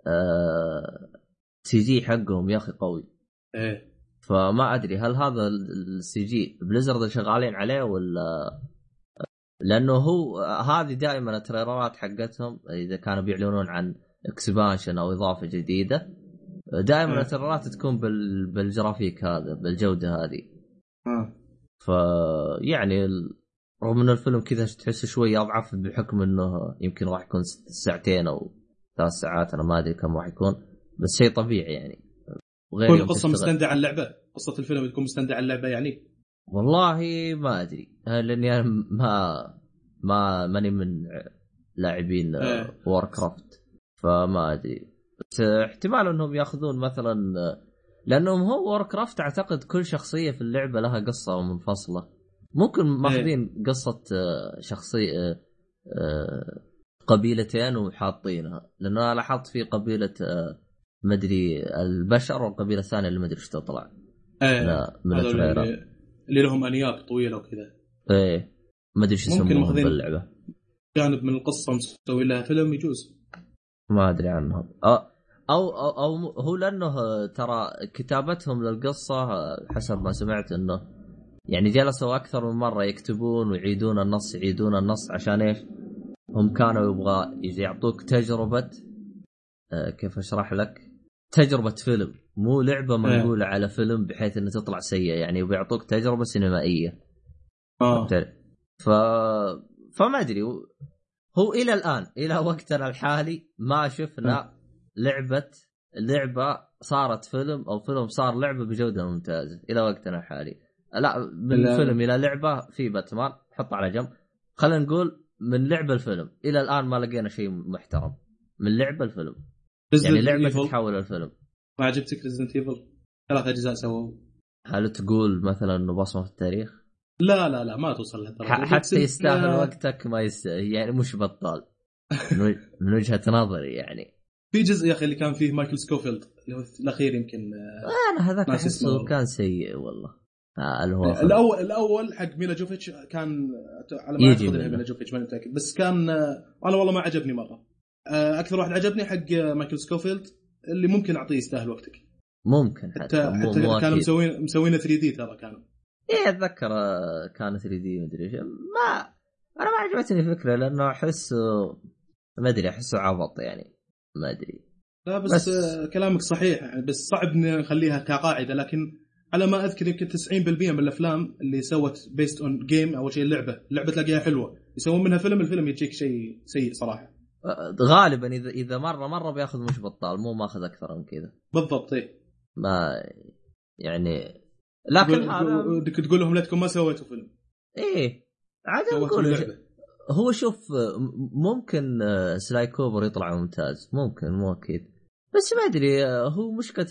آه سي جي حقهم يا اخي قوي. ايه فما ادري هل هذا السي جي بليزرد شغالين عليه ولا، لانه هو هذه دائما التريلرات حقتهم اذا كانوا بيعلنون عن اكسبانشن او اضافه جديده دائما إيه. التريلرات تكون بال... بالجرافيك هذا بالجوده هذه. اه ف يعني رغم ان الفيلم كذا تحس شوي اضعف بحكم انه يمكن راح يكون ساعتين او ثلاث ساعات، انا ما ادري كم راح يكون، بس شيء طبيعي يعني. وغير كل قصه مستندة عن اللعبه، قصه الفيلم تكون مستندة عن اللعبه يعني. والله ما ادري لاني انا ما ما ماني من لاعبين إيه. واركرافت، فما ادري. بس احتمال انهم ياخذون مثلا، لانهم هو واركرافت اعتقد كل شخصيه في اللعبه لها قصه منفصله، ممكن ماخذين إيه. قصه شخصيه قبيلتين وحاطينها، لانه انا لاحظت في قبيله مدري البشر والقبيله الثانيه اللي مدري ايش تطلع ايه من التريلر اللي, اللي لهم انياب طويله وكذا. ايه ما ادري ايش يسمونهم باللعبه، جانب من القصه مسوي لها فيلم يجوز، ما ادري عنهم. أو, او او او هو لانه ترى كتابتهم للقصه حسب ما سمعت انه يعني جلسوا اكثر من مره يكتبون ويعيدون النص يعيدون النص عشان ايش؟ هم كانوا يبغى يعطوك تجربه، آه كيف اشرح لك، تجربه فيلم مو لعبه منقوله إيه. على فيلم بحيث انه تطلع سيئه، يعني بيعطوك تجربه سينمائيه. اه ف فما ادري هو الى الان الى وقتنا الحالي ما شفنا لعبه لعبه صارت فيلم او فيلم صار لعبه بجوده ممتازه الى وقتنا الحالي. لا من فيلم الى لعبه في باتمان حط على جنب، خلينا نقول من لعبه الفيلم الى الان ما لقينا شيء محترم من لعبه الفيلم، يعني لعبه تتحول الفيلم. ما عجبتك ريزيدنت ايفل؟ ثلاث اجزاء سووا. هل تقول مثلا انه بصمه في التاريخ؟ لا لا لا ما توصل لهالدرجه، حتى يستاهل وقتك ما يستاهل يعني، مش بطال من وجهه نظري يعني. في جزء يا اخي اللي كان فيه مايكل سكوفيلد اللي هو الاخير يمكن، انا هذاك احسه كان سيء والله. آه هو الاول الاول حق ميلا جوفيتش كان على ما اعتقد انه ميلا جوفيتش ماني متاكد، بس كان انا والله ما عجبني مره. اكثر واحد عجبني حق مايكل سكوفيلد اللي ممكن اعطيه يستاهل وقتك، ممكن حتى, حتى, مو حتى مو كانوا مسوين مسوينه ثري دي ترى كانوا. ايه اتذكر كان ثري دي مدري ايش. ما انا ما عجبتني الفكره لانه احس ما ادري احسه عبط يعني ما ادري. لا بس, بس كلامك صحيح يعني، بس صعب نخليها كقاعده، لكن على ما اذكر يمكن تسعين بالمئة من الافلام اللي سوت بيست اون جيم او شيء اللعبه اللعبه تلاقيها حلوه يسوون منها فيلم، الفيلم يجيك شيء سيء صراحه. غالبا اذا اذا مره مره بياخذ مش بطال، مو ماخذ اكثر من كذا بالضبط. ايه ما يعني لكن هذا بدك تقول لهم لا تكون ما سويتوا فيلم. ايه عاد نقول هو شوف ممكن سلاي كوبر يطلع ممتاز، ممكن مو اكيد، بس ما ادري هو مشكله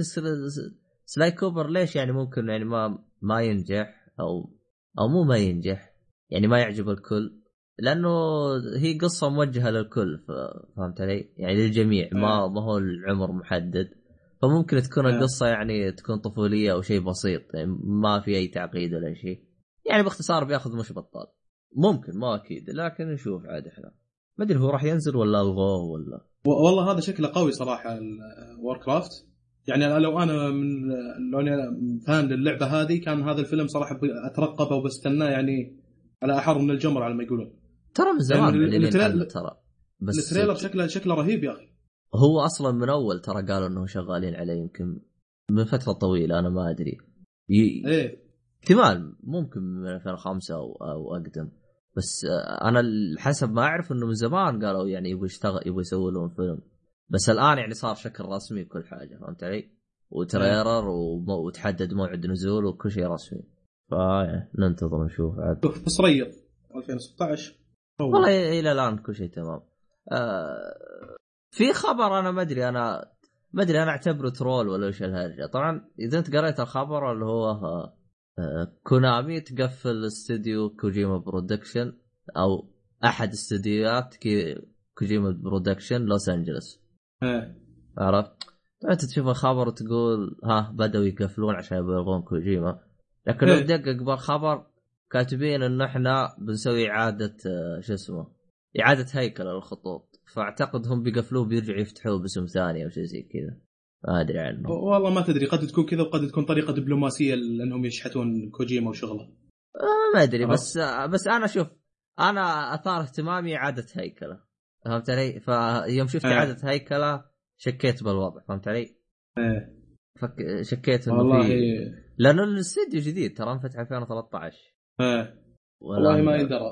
سلاي كوبر ليش يعني ممكن يعني ما ما ينجح او او مو ما ينجح يعني ما يعجب الكل، لانه هي قصه موجهه للكل، فهمت علي يعني للجميع، ما ما هو العمر محدد، فممكن تكون القصه يعني تكون طفوليه او شيء بسيط يعني ما في اي تعقيد ولا شيء، يعني باختصار بياخذ مش بطال، ممكن ما اكيد لكن نشوف عاد. احنا ما ادري هو راح ينزل ولا الغوه ولا والله هذا شكله قوي صراحه واركرافت، يعني لو انا من لو انا فان للعبه هذه كان هذا الفيلم صراحه اترقبه وبستناه يعني على احر من الجمر على ما يقولون. ترى من زمان يعني التريلر ترى، بس التريلر شكله شكله رهيب يا اخي. هو اصلا من اول ترى قالوا انه شغالين عليه يمكن من فتره طويله، انا ما ادري ي... ايه احتمال ممكن من ألفين وخمسة او او اقدم، بس انا حسب ما اعرف انه من زمان قالوا يعني يبغوا يشتغل يبغوا يسووا لهم فيلم، بس الان يعني صار شكل رسمي وكل حاجه، فهمت علي؟ وتريلر وتحدد موعد نزول وكل شيء رسمي. فننتظر نشوف عاد. بس ريض ألفين وستة عشر والله الى الان كل شيء تمام. آه في خبر انا ما ادري انا ما ادري انا اعتبره ترول ولا ايش الهرجه. طبعا اذا انت قريت الخبر اللي هو آه كونامي تقفل استوديو كوجيما برودكشن او احد استديوهات كوجيما برودكشن لوس انجلوس. اه عرفت؟ انت تشوف الخبر وتقول ها بدأوا يقفلون عشان يبغون كوجيما، لكن لو دقق بالخبر كاتبين انه احنا بنسوي اعاده شو اسمه اعاده هيكل للخطوط، فاعتقد هم بيقفلوه بيرجعوا يفتحوه باسم ثاني او شيء زي كذا. ما ادري عنه والله، ما تدري، قد تكون كذا وقد تكون طريقه دبلوماسيه لانهم يشحتون كوجيما وشغله. آه ما ادري. بس آه بس انا شوف انا اثار اهتمامي اعاده هيكله، فهمت علي؟ فيوم شفت آه. اعاده هيكله شكيت بالوضع، فهمت علي؟ ايه فك... شكيت انه والله في لانه الاستديو جديد ترى انفتح ألفين وثلاثة عشر. ايه والله ما يدرى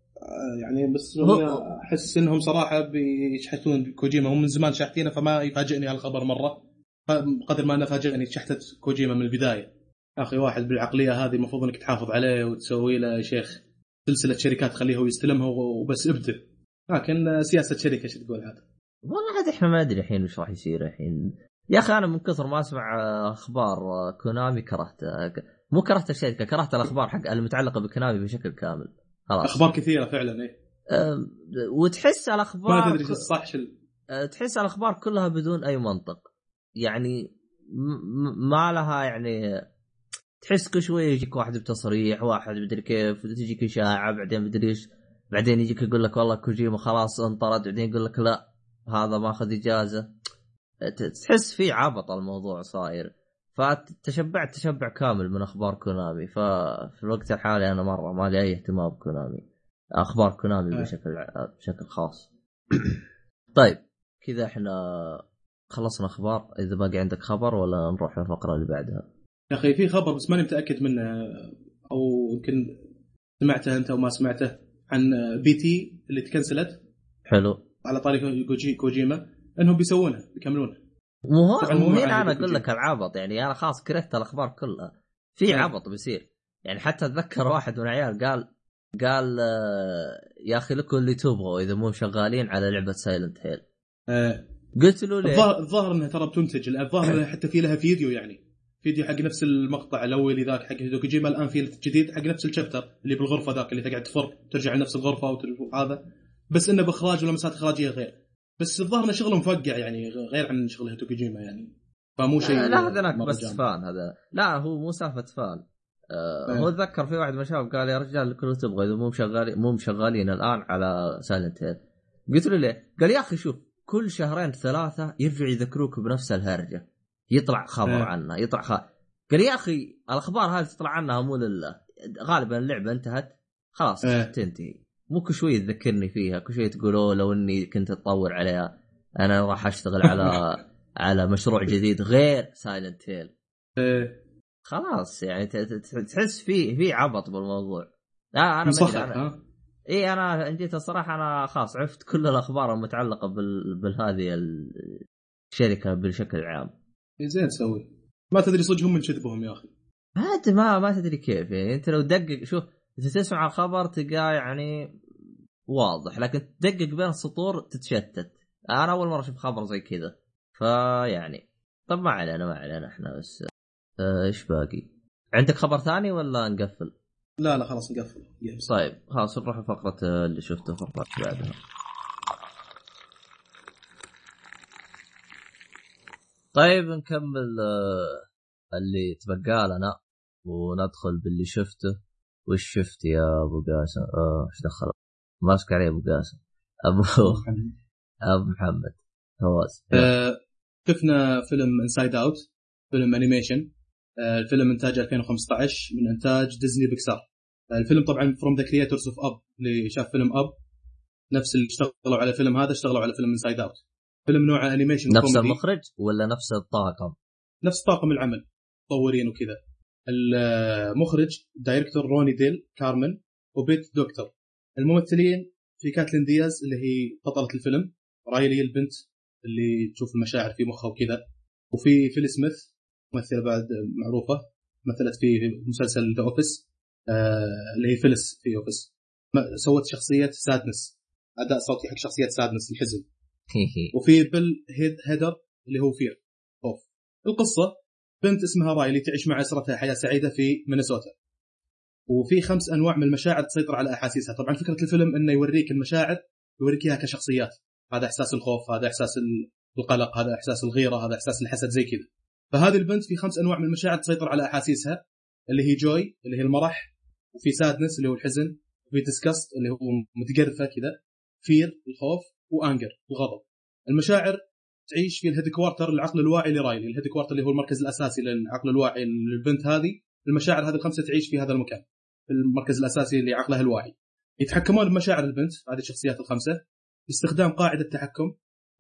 يعني، بس احس انهم صراحه بيشحتون كوجيما. هم من زمان شاحتينه، فما يفاجئني هالخبر مره قدر ما انا فاجئني شحتت كوجيما من البدايه. اخي واحد بالعقليه هذه المفروض انك تحافظ عليه وتسوي له يا شيخ سلسله شركات تخليه هو يستلمها وبس ابدع، لكن سياسه شركه ايش تقول هذا؟ والله عاد احنا ما ادري الحين وش راح يصير الحين يا اخي. انا من كثر ما اسمع اخبار كونامي كرهت، مو كرهت الشركه، كرهت الاخبار حق المتعلقه بكونامي بشكل كامل. خلاص اخبار كثيره فعلا. ايه أه وتحس الاخبار ما تدري ايش الصح شل... أه تحس الاخبار كلها بدون اي منطق يعني، م- ما لها يعني. تحس كل شويه يجيك واحد بتصريح، واحد مدري كيف، تجيك اشاعه، بعدين مدري ايش، بعدين يجيك يقول لك والله كوجيما خلاص انطرد، بعدين يقول لك لا هذا ماخذ اجازه. تحس في عبط الموضوع صاير، فتشبعت تشبع كامل من اخبار كونامي. ففي الوقت الحالي انا مره ما لي اي اهتمام بكونامي، اخبار كونامي بشكل بشكل خاص. طيب كذا احنا خلصنا اخبار. اذا باقي عندك خبر ولا نروح للفقره اللي بعدها؟ يا اخي في خبر بس ماني متاكد منه، او يمكن سمعته انت وما سمعته، عن بي تي اللي تكنسلت. حلو. على طريق كوجيما انهم بيسوونها بيكملونها. مو مو هنا انا اقول لك العبط يعني، انا خلاص كرهت الاخبار كلها. في عبط بيصير يعني. حتى اتذكر واحد من عيال قال قال يا اخي لكم اللي تبغوا اذا مو شغالين على لعبه سايلنت هيل. آه. قلت له ليه؟ الظاهر انها ترى بتنتج، الظاهر حتى في لها فيديو، يعني فيديو حق نفس المقطع الاولي ذاك حق هيدو كوجيما. الان في الجديد حق نفس الشابتر اللي بالغرفه ذاك اللي تقعد تفر ترجع لنفس الغرفه وهذا، بس انه باخراج ولمسات اخراجيه غير. بس الظاهر انه شغله مفقع يعني، غير عن شغل هيدو كوجيما يعني، فمو شيء. لا هذاك بس جامد. فان هذا لا هو مو سالفه فان. آه هو ذكر في واحد من الشباب قال يا رجال كله تبغى اذا مو مشغالين مو مشغالين الان على سايلنت هيل. قلت له ليه؟ قال يا اخي شوف كل شهرين ثلاثه يرجعوا يذكروك بنفس الهرجه، يطلع خبر عنه يطلع خ... قال يا اخي الاخبار هذه تطلع عنها مو لله، غالبا اللعبه انتهت خلاص تنتهي، مو كل شوي تذكرني فيها، كل شوي تقولوا لو اني كنت اطور عليها انا راح اشتغل على على مشروع جديد غير سايلنت هيل. خلاص يعني تحس في في عبط بالموضوع. لا انا ما انا اي انا جيت الصراحه انا خلاص عرفت كل الاخبار المتعلقه بال بالهذه الشركه بشكل عام. زين تسوي ما تدري صدقهم من شذبهم يا اخي. ما ما ما تدري كيف يعني. انت لو دقق شوف انت تسمع الخبر تلقاه يعني واضح، لكن تدقق بين السطور تتشتت. انا اول مره اشوف خبر زي كذا، فيعني طب ما علينا ما علينا احنا بس. ايش آه باقي عندك خبر ثاني ولا نقفل؟ لا لا خلاص نقفل. طيب خلاص نروح لفقره اللي شفته فقره بعدها. طيب نكمل اللي تبقى لنا وندخل باللي شفته. وش شفت يا ابو قاسم؟ اه ايش دخل ماسك عليه ابو قاسم ابو ابو محمد فواز. آه شفنا فيلم انسايد اوت، فيلم انيميشن. آه الفيلم انتاج ألفين وخمسة عشر من انتاج ديزني بيكسار. آه الفيلم طبعا فروم ذا كرييتورز اوف اب، اللي شاف فيلم اب نفس اللي اشتغلوا على فيلم هذا اشتغلوا على فيلم انسايد اوت. فيلم نوعه انيميشن نفس كوميدي. المخرج ولا نفس الطاقم؟ نفس طاقم العمل مطورين وكذا. المخرج دايركتور روني ديل كارمن وبيت دوكتور. الممثلين في كاتلين دياز اللي هي بطلة الفيلم، رايلي البنت اللي تشوف المشاعر في مخها وكذا، وفي فيل سميث ممثلة بعد معروفة، مثلت في مسلسل ذا أوفيس آه اللي هي فيلس في أوفيس، سوت شخصية سادنس، أداء صوتي حق شخصية سادنس الحزن. وفي بيل هيدر اللي هو فير خوف. القصة بنت اسمها رايلي تعيش مع أسرتها حياة سعيدة في مينيسوتا، وفي خمس أنواع من المشاعر تسيطر على أحاسيسها. طبعا فكرة الفيلم إنه يوريك المشاعر، يوريك إياها كشخصيات، هذا إحساس الخوف، هذا إحساس القلق، هذا إحساس الغيرة، هذا إحساس الحسد، زي كذا. فهذه البنت في خمس أنواع من المشاعر تسيطر على أحاسيسها، اللي هي جوي اللي هي المرح، وفي سادنس اللي هو الحزن، وفي ديسكاست اللي هو متقرفة كذا، فير الخوف، وأنجر الغضب. المشاعر تعيش في الهيدكوارتر العقل الواعي لرايلي، الهيدكوارتر اللي هو المركز الأساسي للعقل الواعي للبنت هذه. المشاعر هذه الخمسة تعيش في هذا المكان، في المركز الأساسي لعقلها الواعي. يتحكمون بمشاعر البنت هذه الشخصيات الخمسة باستخدام قاعدة تحكم.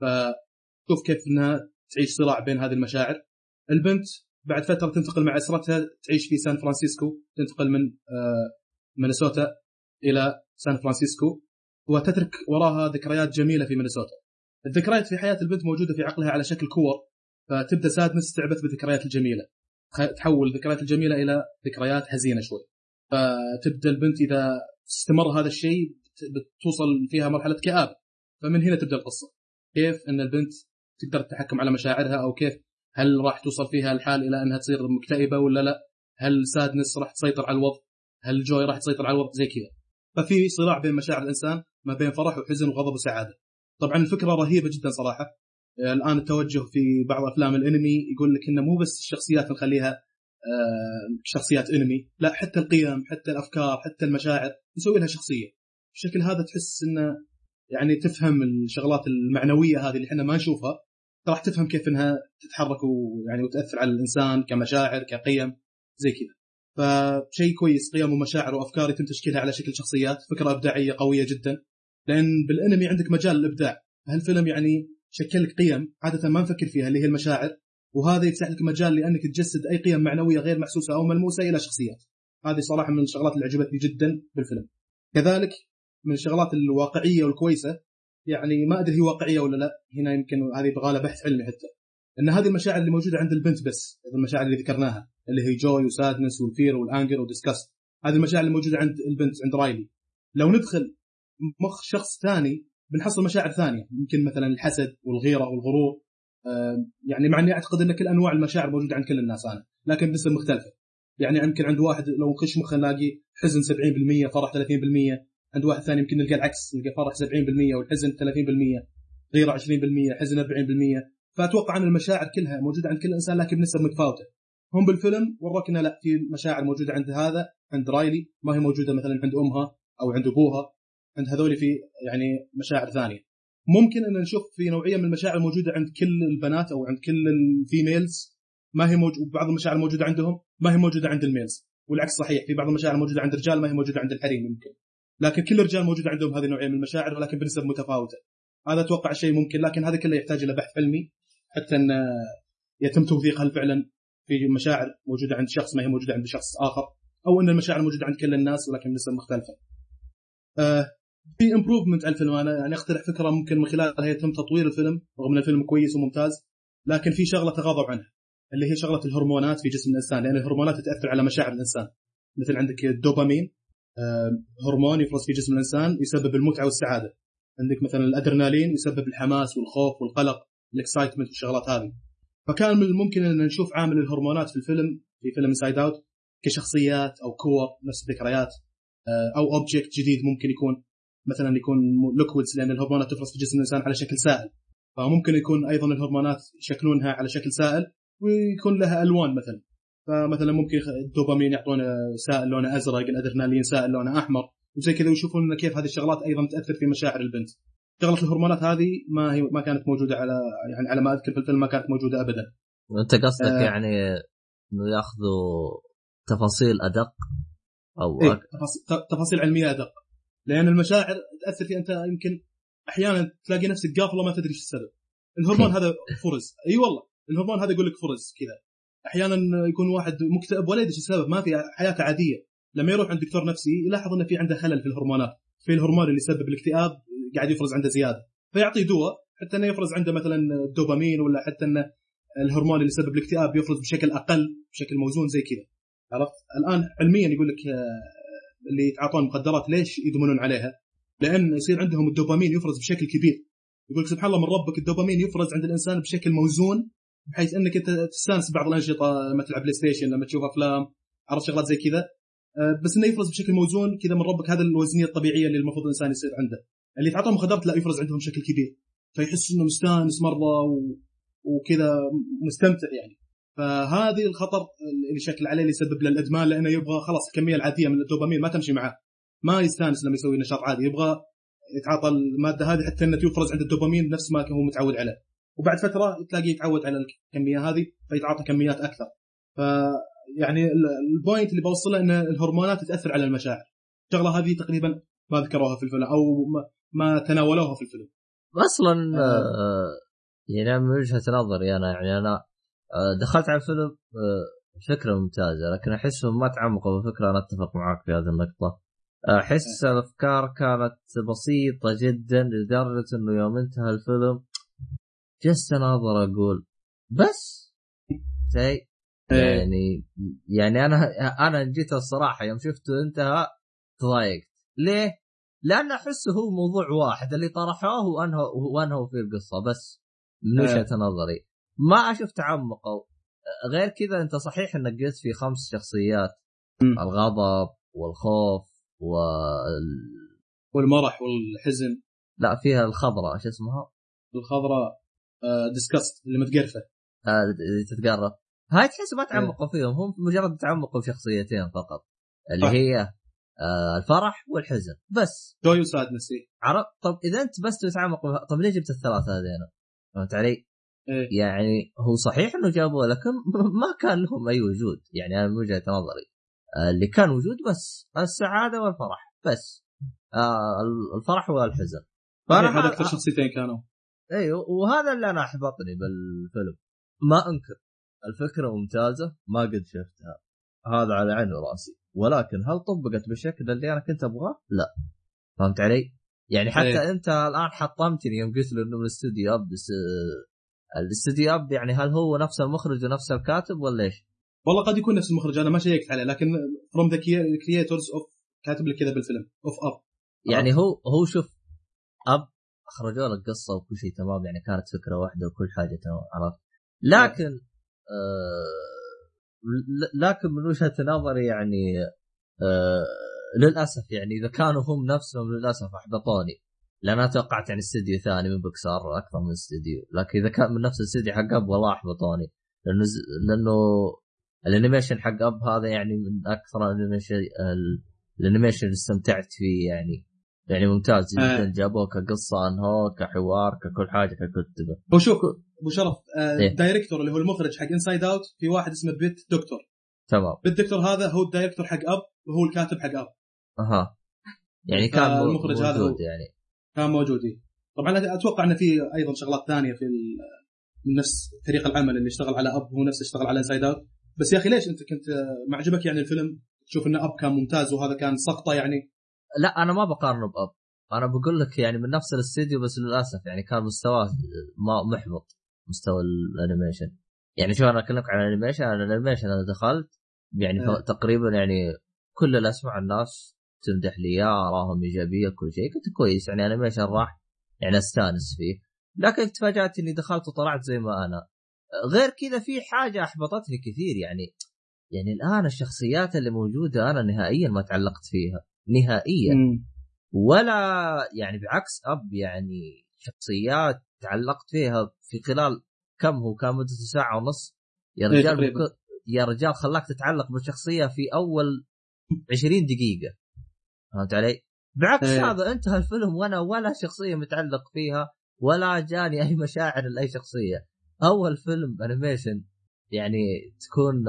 فشوف كيف أنها تعيش صراع بين هذه المشاعر. البنت بعد فترة تنتقل مع أسرتها، تعيش في سان فرانسيسكو، تنتقل من مينيسوتا إلى سان فرانسيسكو، وتترك وراها ذكريات جميلة في مينيسوتا. الذكريات في حياة البنت موجودة في عقلها على شكل كور، فتبدأ سادنس تعبث بالذكريات الجميلة، تحول الذكريات الجميلة إلى ذكريات حزينة شوي. فتبدأ البنت إذا استمر هذا الشيء بتوصل فيها مرحلة كآبة. فمن هنا تبدأ القصة، كيف أن البنت تقدر تتحكم على مشاعرها، أو كيف هل راح توصل فيها الحال إلى أنها تصير مكتئبة ولا لا، هل سادنس راح تسيطر على الوضع، هل جوي راح تسيطر على الوضع، زي كذا. ففي صراع بين مشاعر الإنسان ما بين فرح وحزن وغضب وسعادة. طبعا الفكرة رهيبة جدا صراحة. الآن التوجه في بعض أفلام الأنمي يقول لك إنه مو بس الشخصيات نخليها شخصيات أنمي، لا حتى القيم، حتى الأفكار، حتى المشاعر نسوي لها شخصية. بشكل هذا تحس إنه يعني تفهم الشغلات المعنوية هذه اللي إحنا ما نشوفها، راح تفهم كيف إنها تتحرك ويعني وتأثر على الإنسان كمشاعر كقيم زي كذا. فشيء كويس، قيم ومشاعر وأفكار يتم تشكيلها على شكل شخصيات. فكرة إبداعية قوية جدا، لأن بالأنمي عندك مجال الإبداع. هالفيلم يعني شكل لك قيم عادة ما نفكر فيها اللي هي المشاعر، وهذا يفتح لك مجال لأنك تجسد أي قيم معنوية غير محسوسة أو ملموسة إلى شخصيات. هذه صراحة من الشغلات اللي عجبتني جدا بالفيلم. كذلك من الشغلات الواقعية والكويسة، يعني ما أدري هي واقعية ولا لا، هنا يمكن هذه بغالة بحث علمي حتى، أن هذه المشاعر اللي موجودة عند البنت بس، هذه المشاعر اللي ذكرناها اللي هي جوي وسادنس والفير والأنجر وديسكاست، هذه المشاعر اللي موجودة عند البنت عند رايلي. لو ندخل مخ شخص ثاني بنحصل مشاعر ثانية، يمكن مثلا الحسد والغيرة والغرور. آه يعني مع أني أعتقد أن كل أنواع المشاعر موجودة عند كل الناس أنا، لكن بنسبة مختلفة. يعني يمكن عند واحد لو نخش مخه نلاقي حزن سبعين بالمية، فرح ثلاثين بالمية. عند واحد ثاني يمكن نلقى العكس، نلقى فرح سبعين بالمية والحزن ثلاثين بالمية، غيرة عشرين بالمية، حزن أربعين بالمية. فأتوقع أن المشاعر كلها موجودة عند كل إنسان لكن بنسبة متفاوتة. هم بالفيلم وروكنا لا، في مشاعر موجودة عند هذا عند رايلي ما هي موجودة مثلا عند أمها أو عند أبوها، عند هذول في يعني مشاعر ثانية. ممكن أن نشوف في نوعية من المشاعر الموجودة عند كل البنات أو عند كل الفيميلز ما هي موجودة، بعض المشاعر الموجودة عندهم ما هي موجودة عند الميلز، والعكس صحيح، في بعض المشاعر الموجودة عند الرجال ما هي موجودة عند الحريم ممكن. لكن كل الرجال موجود عندهم هذه النوعية من المشاعر ولكن بنسب متفاوتة. هذا أتوقع شيء ممكن، لكن هذا كله يحتاج إلى بحث علمي حتى أن يتم توثيق هل فعلا في مشاعر موجودة عند شخص ما هي موجودة عند شخص آخر، أو أن المشاعر موجودة عند كل الناس ولكن بنسب مختلفة. آه في امبروفمنت على الفيلم. أنا يعني أقترح فكرة ممكن من خلالها يتم تطوير الفيلم، رغم أن الفيلم كويس وممتاز لكن في شغلة تغاضوا عنها اللي هي شغلة الهرمونات في جسم الإنسان، لأن الهرمونات تتأثر على مشاعر الإنسان. مثل عندك الدوبامين هرمون يفرز في جسم الإنسان يسبب المتعة والسعادة. عندك مثلا الأدرينالين يسبب الحماس والخوف والقلق الاكسايتمنت والشغلات هذه. فكان من الممكن أن نشوف عامل الهرمونات في الفيلم في فيلم إنسايد أوت كشخصيات أو كور نفس الذكريات، أو أوبجكت جديد ممكن يكون مثلا يكون ليكويدز، لأن الهرمونات تفرز في جسم الإنسان على شكل سائل، فممكن يكون أيضا الهرمونات يشكلونها على شكل سائل ويكون لها ألوان. مثلا فمثلا ممكن الدوبامين يعطونا سائل لونه أزرق، الأدرينالين سائل لونه أحمر، وزي كذا، ويشوفون كيف هذه الشغلات أيضا تأثر في مشاعر البنت. شغلة الهرمونات هذه ما هي ما كانت موجودة على يعني على ما أذكر في الفيلم ما كانت موجودة أبدا. وأنت قصدك آه يعني إنه يأخذوا تفاصيل أدق أو إيه تفاصيل, تفاصيل علمية أدق، لأن المشاعر تأثر في أنت يمكن أحيانا تلاقي نفسك قافلة ما تدري إيش السبب. الهرمون هذا فرز، أي أيوة والله الهرمون هذا يقول لك فرز كذا. أحيانا يكون واحد مكتئب ولا يدري السبب، ما في حياته عادية، لما يروح عند دكتور نفسي يلاحظ أن في عنده خلل في الهرمونات، في الهرمون اللي يسبب الاكتئاب قاعد يفرز عنده زيادة، فيعطيه دواء حتى أنه يفرز عنده مثلا الدوبامين، ولا حتى أنه الهرمون اللي يسبب الاكتئاب يفرز بشكل اقل بشكل موزون زي كذا. عرفت الان علميا يقول لك اللي يتعاطون مخدرات ليش يدمنون عليها؟ لان يصير عندهم الدوبامين يفرز بشكل كبير. يقول لك سبحان الله من ربك الدوبامين يفرز عند الانسان بشكل موزون بحيث انك انت تستانس بعض الانشطه لما تلعب بلاي ستيشن لما تشوف افلام عرفت شغلات زي كذا، بس انه يفرز بشكل موزون كذا من ربك. هذا الوزنيه الطبيعيه اللي المفروض الانسان يصير عنده. اللي يتعاطون مخدرات لا يفرز عندهم بشكل كبير فيحس انه مستانس مره و... وكذا مستمتع يعني. فهذه الخطر اللي شكل عليه اللي يسبب له الادمان، لانه يبغى خلاص الكميه العاديه من الدوبامين ما تمشي معه، ما يستانس لما يسوي نشاط عادي، يبغى يتعاطى الماده هذه حتى انه يفرز عند الدوبامين نفس ما هو متعود عليه. وبعد فتره تلاقيه يتعود على الكميه هذه فيتعاطى كميات اكثر. ف يعني البوينت اللي بوصله ان الهرمونات تاثر على المشاعر. الشغله هذه تقريبا ما ذكروها في الفيلم او ما تناولوها في الفيلم اصلا. آه يعني من وجهه نظري انا يعني انا دخلت على الفيلم فكره ممتازه، لكن احسهم ما تعمقوا بالفكره. انا اتفق معك في هذه النقطه. احس الافكار كانت بسيطه جدا لدرجه انه يوم انتهى الفيلم جلست اناظر اقول بس زي يعني يعني انا انا جيت الصراحه يوم شفته انتهى تضايقت. ليه؟ لان احسه هو موضوع واحد اللي طرحوه وانهوا وانهوا في القصه بس من وجهه نظري. ما اشوف تعمقوا غير كذا. انت صحيح انك قلت في خمس شخصيات، م. الغضب والخوف وال... والمرح والحزن. لا فيها الخضراء ايش اسمها؟ الخضراء آه ديسكاست اللي متقرفه آه تتقرف. هاي تحس ما تعمقوا فيهم، هم مجرد تعمقوا في شخصيتين فقط اللي صح. هي آه الفرح والحزن بس. جوي وسادنسي. عرفت؟ طب اذا انت بس تتعمق، طب ليه جبت الثلاثه هذين؟ فهمت علي؟ إيه؟ يعني هو صحيح انه جابوه لكن ما كان لهم اي وجود. يعني انا من وجهه نظري اللي كان وجود بس السعاده والفرح بس. آه الفرح والحزن. فانا هذا اكثر شخصيتين كانوا. ايوه وهذا اللي انا احبطني بالفيلم. ما انكر الفكره ممتازه ما قد شفتها، هذا على عيني وراسي، ولكن هل طبقت بالشكل اللي انا كنت ابغاه؟ لا. فهمت علي؟ يعني حتى أيه. انت الان حطمتني يوم قلت له انه من الاستوديو اب. بس الاستوديو اب يعني هل هو نفس المخرج ونفس الكاتب ولا ايش؟ والله قد يكون نفس المخرج، انا ما شيكت عليه، لكن from the creators of كاتب لك كذا بالفيلم اوف اب. يعني هو هو شوف اب اخرجوا لك قصه وكل شيء تمام، يعني كانت فكره واحده وكل حاجه تمام عرفت. لكن آه لكن من وجهه نظري يعني آه للاسف يعني اذا كانوا هم نفسهم للاسف احبطوني، لأن أنا توقعت يعني استديو ثاني من بكسار أكثر من استديو، لكن إذا كان من نفس الاستديو حق أب والله أحبطوني. لأنه ز... لأنه الانيميشن حق أب هذا يعني من أكثر الانيميشن ال... الانيميشن اللي استمتعت فيه يعني يعني ممتاز جدا. آه. جابوه كقصة أنهو كحوار ككل حاجة ككتبه. وشوف أبو شرف آه إيه؟ الدايركتور اللي هو المخرج حق إنسايد أوت في واحد اسمه بيت دكتور. تمام. بيت دكتور هذا هو الدايركتور حق أب وهو الكاتب حق أب. أها يعني كان المخرج موجود هذا يعني كان موجودين. طبعا اتوقع ان في ايضا شغلات ثانيه في نفس فريق العمل اللي اشتغل على اب هو نفسه اشتغل على انسايد اوت. بس يا اخي ليش انت كنت معجبك يعني الفيلم تشوف ان اب كان ممتاز وهذا كان سقطه يعني؟ لا انا ما بقارنه باب، انا بقول لك يعني من نفس الاستديو بس للاسف يعني كان مستواه ما محبط مستوى الانيميشن. يعني شو انا اكلمك عن الانيميشن، انا الانيميشن انا دخلت يعني أه. تقريبا يعني كل اللي اسمع الناس تمدح لي اراهم ايجابيه كل شيء كنت كويس يعني انيميشن راح يعني استانس فيه. لكن تفاجأت اني دخلت وطلعت زي ما انا. غير كذا في حاجه احبطتني كثير يعني يعني الان الشخصيات اللي موجوده انا نهائيا ما تعلقت فيها نهائيا م. ولا يعني بعكس اب يعني شخصيات تعلقت فيها في خلال كم هو كان مدته ساعه ونص يا رجال. إيه بك... يا رجال خلاك تتعلق بالشخصيه في اول عشرين دقيقه. فهمت علي؟ بعكس إيه. هذا انتهى الفيلم وانا ولا شخصيه متعلق فيها ولا جاني اي مشاعر لاي شخصيه. اول فيلم انيميشن يعني تكون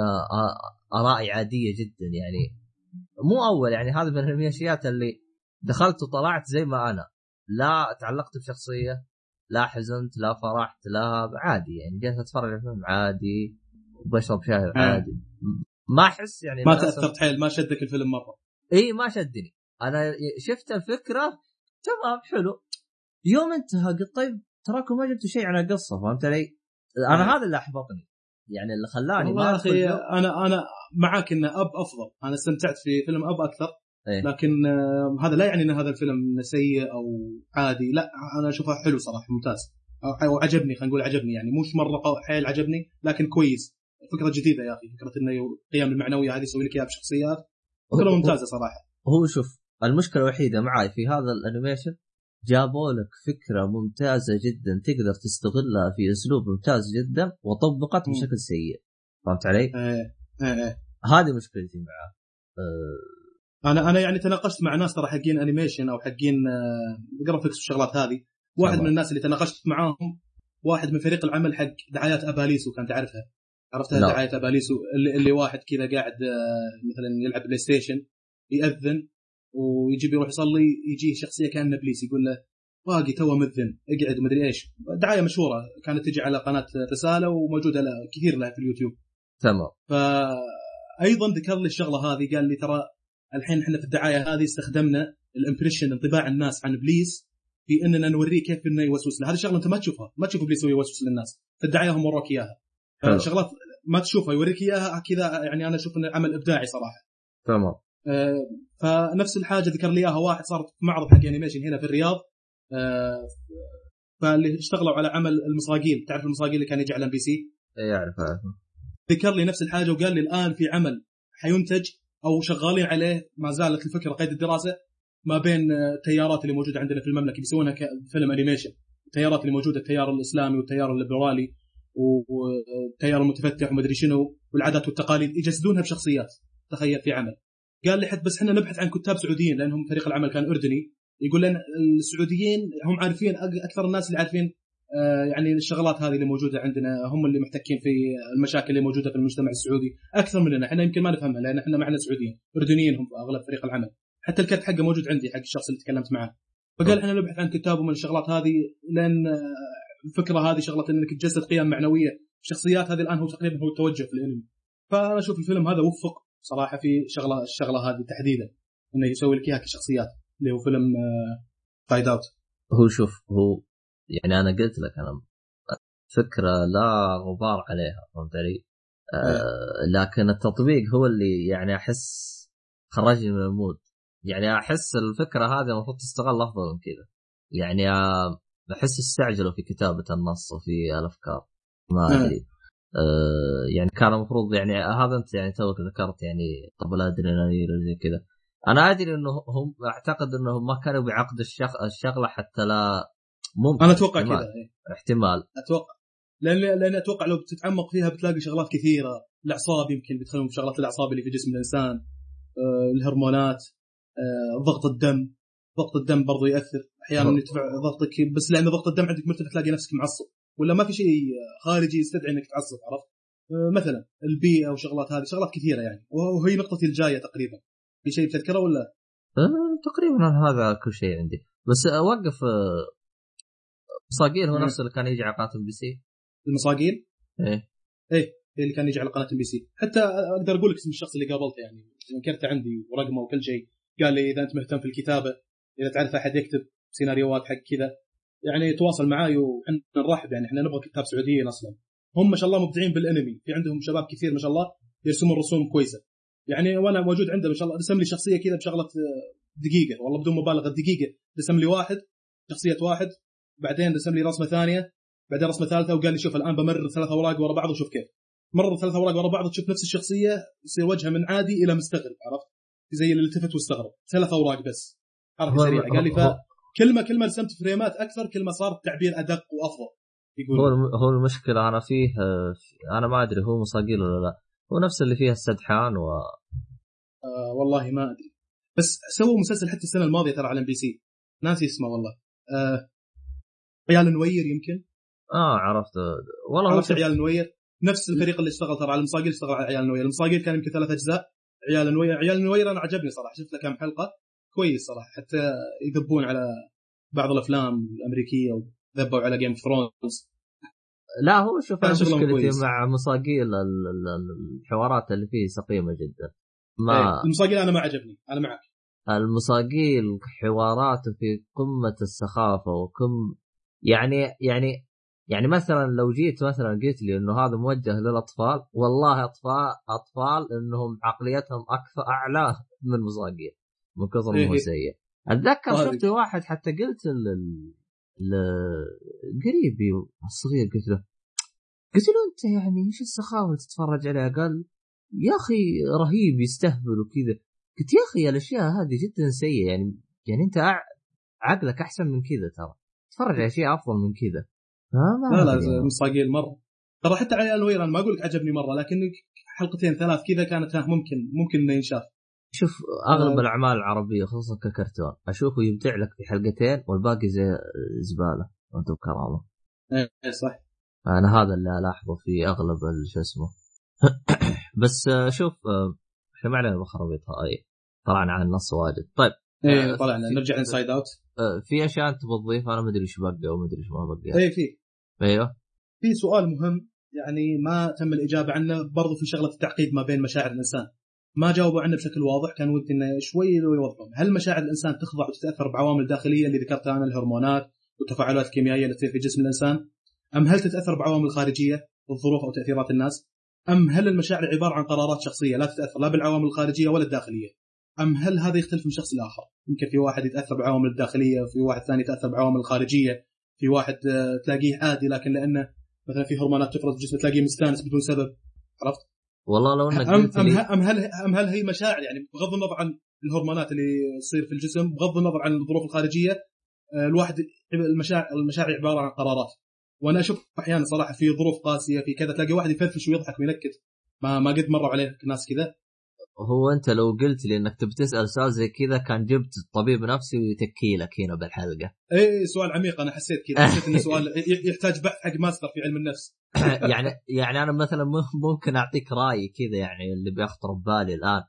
آرائي عاديه جدا يعني مو اول يعني هذا من الانيميشنات اللي دخلت وطلعت زي ما انا، لا تعلقت بشخصيه لا حزنت لا فرحت لا عادي يعني جالس اتفرج على الفيلم عادي وبشرب شاي عادي. ما احس يعني ما تاثرت حيل ما شدك الفيلم مره؟ اي ما شدني. انا شفت الفكره تمام حلو يوم انتهى قلت طيب تراكم ما جبتوا شيء عن القصه. فهمت علي؟ انا آه. هذا اللي احبطني يعني اللي خلاني ما اخي انا انا معك ان اب افضل. انا استمتعت في فيلم اب اكثر. إيه؟ لكن آه هذا لا يعني ان هذا الفيلم سيء او عادي. لا انا اشوفه حلو صراحه ممتاز او عجبني. خلينا نقول عجبني يعني مش مره حيل عجبني لكن كويس. فكره جديده يا اخي. فكره انه القيم المعنويه هذه يسوي لك اياها بشخصيات فكره ممتازه صراحه. هو شوف المشكله الوحيده معاي في هذا الانيميشن جابوا لك فكره ممتازه جدا تقدر تستغلها في اسلوب ممتاز جدا وطبقت بشكل سيء. فهمت علي؟ ايه ايه هذه مشكلتي معه. أه... انا انا يعني تناقشت مع ناس ترى حقين انيميشن او حقين جرافيكس والشغلات هذه. واحد طبعا. من الناس اللي تناقشت معاهم واحد من فريق العمل حق دعايات اباليسو. كان تعرفها؟ عرفتها لا. دعايه اباليسو اللي, اللي واحد كذا قاعد مثلا يلعب بلاي ستيشن يأذن ويجي بيروح يصلي يجيه شخصيه كانه ابليس يقول له باقي تو مذن اقعد ومدري ايش. دعايه مشهوره كانت تجي على قناه رساله وموجوده لها كثير لها في اليوتيوب. تمام. فايضا ذكر لي الشغله هذه قال لي ترى الحين احنا في الدعايه هذه استخدمنا الامبريشن انطباع الناس عن ابليس في اننا نوريه كيف انه يوسوس له. هذه شغله انت ما تشوفها. ما تشوف ابليس يوسوس للناس في الدعايه هم وروك اياها. شغلات ما تشوفها يوريك اياها كذا يعني. انا اشوف انه عمل ابداعي صراحه. تمام. آه فنفس الحاجه ذكر لي اياها واحد صارت في معرض حق انيميشن هنا في الرياض. آه فاللي اشتغلوا على عمل المصاقيل. تعرف المصاقيل اللي كان يجي على ام بي سي؟ اي اعرفها. ذكر لي نفس الحاجه وقال لي الان في عمل حينتج او شغالين عليه ما زالت الفكره قيد الدراسه ما بين التيارات اللي موجوده عندنا في المملكه بيسوونها كفيلم انيميشن. التيارات اللي موجوده التيار الاسلامي والتيار الليبرالي والتيار المتفتح ومدري شنو والعادات والتقاليد يجسدونها بشخصيات. تخيل في عمل. قال لي حتى بس احنا نبحث عن كتاب سعوديين لانهم فريق العمل كان اردني. يقول لنا السعوديين هم عارفين اكثر الناس اللي عارفين آه يعني الشغلات هذه اللي موجوده عندنا. هم اللي محتكين في المشاكل اللي موجوده في المجتمع السعودي اكثر مننا. احنا يمكن ما نفهمها لان احنا معنا سعوديين. اردنيين هم اغلب فريق العمل. حتى الكت حقه موجود عندي حق الشخص اللي تكلمت معه. فقال احنا نبحث عن كتاب ومن الشغلات هذه لان الفكره هذه شغله انك تجسد قيم معنويه الشخصيات هذه الان هو تقريبا هو التوجه في الانمي. فانا اشوف الفيلم هذا وفق صراحه في شغله الشغله هذه تحديدا انه يسوي لك اياها كشخصيات اللي هو فيلم فايد اوت. هو شوف هو يعني انا قلت لك انا فكره لا غبار عليها. فهمت علي؟ آه لكن التطبيق هو اللي يعني احس خرجني من المود. يعني احس الفكره هذه المفروض تستغل افضل من كذا. يعني احس استعجلوا في كتابه النص وفي الافكار ما ادري. آه يعني كان المفروض يعني هذا انت يعني توك ذكرت يعني قبل ادرينالين زي كذا. انا ادري انه هم اعتقد انهم ما كانوا بعقد الشغ... الشغله حتى لا ممكن. انا اتوقع كذا احتمال. اتوقع لان لان اتوقع لو بتتعمق فيها بتلاقي شغلات كثيره. الاعصاب يمكن بيدخلون في شغلات الاعصاب اللي في جسم الانسان. آه الهرمونات. آه ضغط الدم. ضغط الدم برضو ياثر احيانا يرتفع ضغطك بس لان ضغط الدم عندك مرتفع تلاقي نفسك معصب ولا ما في شيء خارجي يستدعي انك تعصب. عرفت؟ آه مثلا البيئه وشغلات هذه شغلات كثيره يعني. وهي نقطتي الجايه تقريبا. في شيء بتذكره ولا؟ أه تقريبا هذا كل شيء عندي. بس اوقف أه مصاقيل هو نفسه اللي كان يجي على قناه ام بي سي. المصاقيل ايه ايه اللي كان يجي على قناه ام بي سي. حتى اقدر اقول لك اسم الشخص اللي قابلته يعني ذكرته عندي ورقمه وكل شيء. قال لي اذا انت مهتم في الكتابه اذا تعرف احد يكتب سيناريوهات حق كذا يعني تواصل معاي وحنا نرحب. يعني احنا نبغى كتاب سعوديين اصلا. هم ما شاء الله مبدعين بالانمي. في عندهم شباب كثير ما شاء الله يرسمون رسوم كويسه يعني. وانا موجود عنده ما شاء الله رسم لي شخصيه كذا بشغله دقيقه والله بدون مبالغه دقيقه. رسم لي واحد شخصيه واحد بعدين رسم لي رسمه ثانيه بعدين رسمه ثالثه وقال لي شوف الان بمرر ثلاث اوراق ورا بعض وشوف كيف مرر ثلاث اوراق ورا بعض تشوف نفس الشخصيه يصير وجهها من عادي الى مستغرب. عرفت؟ زي اللي التفت واستغرب. ثلاث اوراق بس حركه سريعه. قال لي فكلمه كلمه رسمت فريمات اكثر كل ما صار التعبير ادق وافضل. يقول هو هو المشكله انا فيه انا ما ادري هو مصاقيل ولا لا. هو نفس اللي فيها السدحان و آه والله ما ادري. بس سووا مسلسل حتى السنه الماضيه ترى على ام بي سي ناسي اسمه والله. آه عيال نوير يمكن. اه عرفت والله. عرفت عيال نوير نفس الفريق اللي اشتغل ترى على المصاقيل اشتغل على عيال نوير. المصاقيل كان يمكن ثلاث اجزاء. عيال نوير عيال نوير انا عجبني صراحه. شفت له كم حلقه كويس صراحه. حتى يذبون على بعض الافلام الامريكيه وذبوا على جيم اوف ثرونز. لا هو شوف مشكلتي مع مصاقيل الحوارات اللي فيه سقيمه جدا. ما ايه المصاقيل انا ما عجبني. انا معك. المصاقيل حواراته في قمه السخافه وكم يعني يعني يعني مثلا لو جيت مثلا قلت لي انه هذا موجه للاطفال، والله اطفال اطفال انهم عقليتهم اكثر اعلى من مصاقير من كثر ما هو سيء. اتذكر شفت واحد حتى قلت ل قريبي الصغير قلت له قلت له انت يعني ايش السخافه تتفرج عليها؟ قال يا اخي رهيب يستهبل وكذا. قلت يا اخي الاشياء هذه جدا سيئه، يعني يعني انت عقلك احسن من كذا، ترى تتفرج على شيء افضل من كذا. لا لا مصاقيل مره ترى، حتى عيال وير انا ما اقول لك عجبني مره، لكن حلقتين ثلاث كذا كانت ممكن ممكن انه ينشاف. شوف اغلب أه الاعمال العربيه خصوصا ككرتون اشوفه يبدع لك في حلقتين والباقي زي زباله وانتم كرامه. ايه صح، انا هذا اللي الاحظه في اغلب شو اسمه. بس شوف احنا ما علينا بخربيطها، اي طلعنا عن النص واجد. طيب ايه طلعنا نرجع انسايد اوت. في اشياء انت بتضيف انا ما ادري ايش بقى او ما ادري ايش ما بقى. ايه في ايوه في سؤال مهم يعني ما تم الاجابه عنه، برضو في شغله التعقيد ما بين مشاعر الانسان ما جاوبوا عنه بشكل واضح، كان ودي انه شوي لو يوضحون. هل مشاعر الانسان تخضع وتتاثر بعوامل داخليه اللي ذكرتها انا، الهرمونات والتفاعلات الكيميائيه اللي تصير في جسم الانسان، ام هل تتاثر بعوامل خارجيه الظروف او تاثيرات الناس، ام هل المشاعر عباره عن قرارات شخصيه لا تتاثر لا بالعوامل الخارجيه ولا الداخليه، ام هل هذا يختلف من شخص لاخر؟ يمكن في واحد يتاثر بعوامل الداخليه وفي واحد ثاني يتاثر بعوامل خارجيه، في واحد تلاقيه عادي لكن لانه مثلا في هرمونات تفرز في جسمه تلاقيه مستانس بدون سبب. عرفت؟ والله لو انك قلت لي أم هل أم هل هي مشاعر يعني بغض النظر عن الهرمونات اللي تصير في الجسم، بغض النظر عن الظروف الخارجيه، الواحد المشاعر المشاعر عباره عن قرارات. وانا اشوف احيانا صراحه في ظروف قاسيه في كذا تلاقي واحد يفرفش ويضحك وينكت، ما ما قد مروا عليه ناس كذا. هو انت لو قلت لي انك تبي تسال سؤال زي كذا كان جبت طبيب نفسي ويتكي لك هنا بالحلقه. اي سؤال عميق، انا حسيت كذا، حسيت انه سؤال يحتاج بحث حق ماستر في علم النفس. يعني يعني انا مثلا ممكن اعطيك راي كذا يعني اللي بيخطر ببالي الان،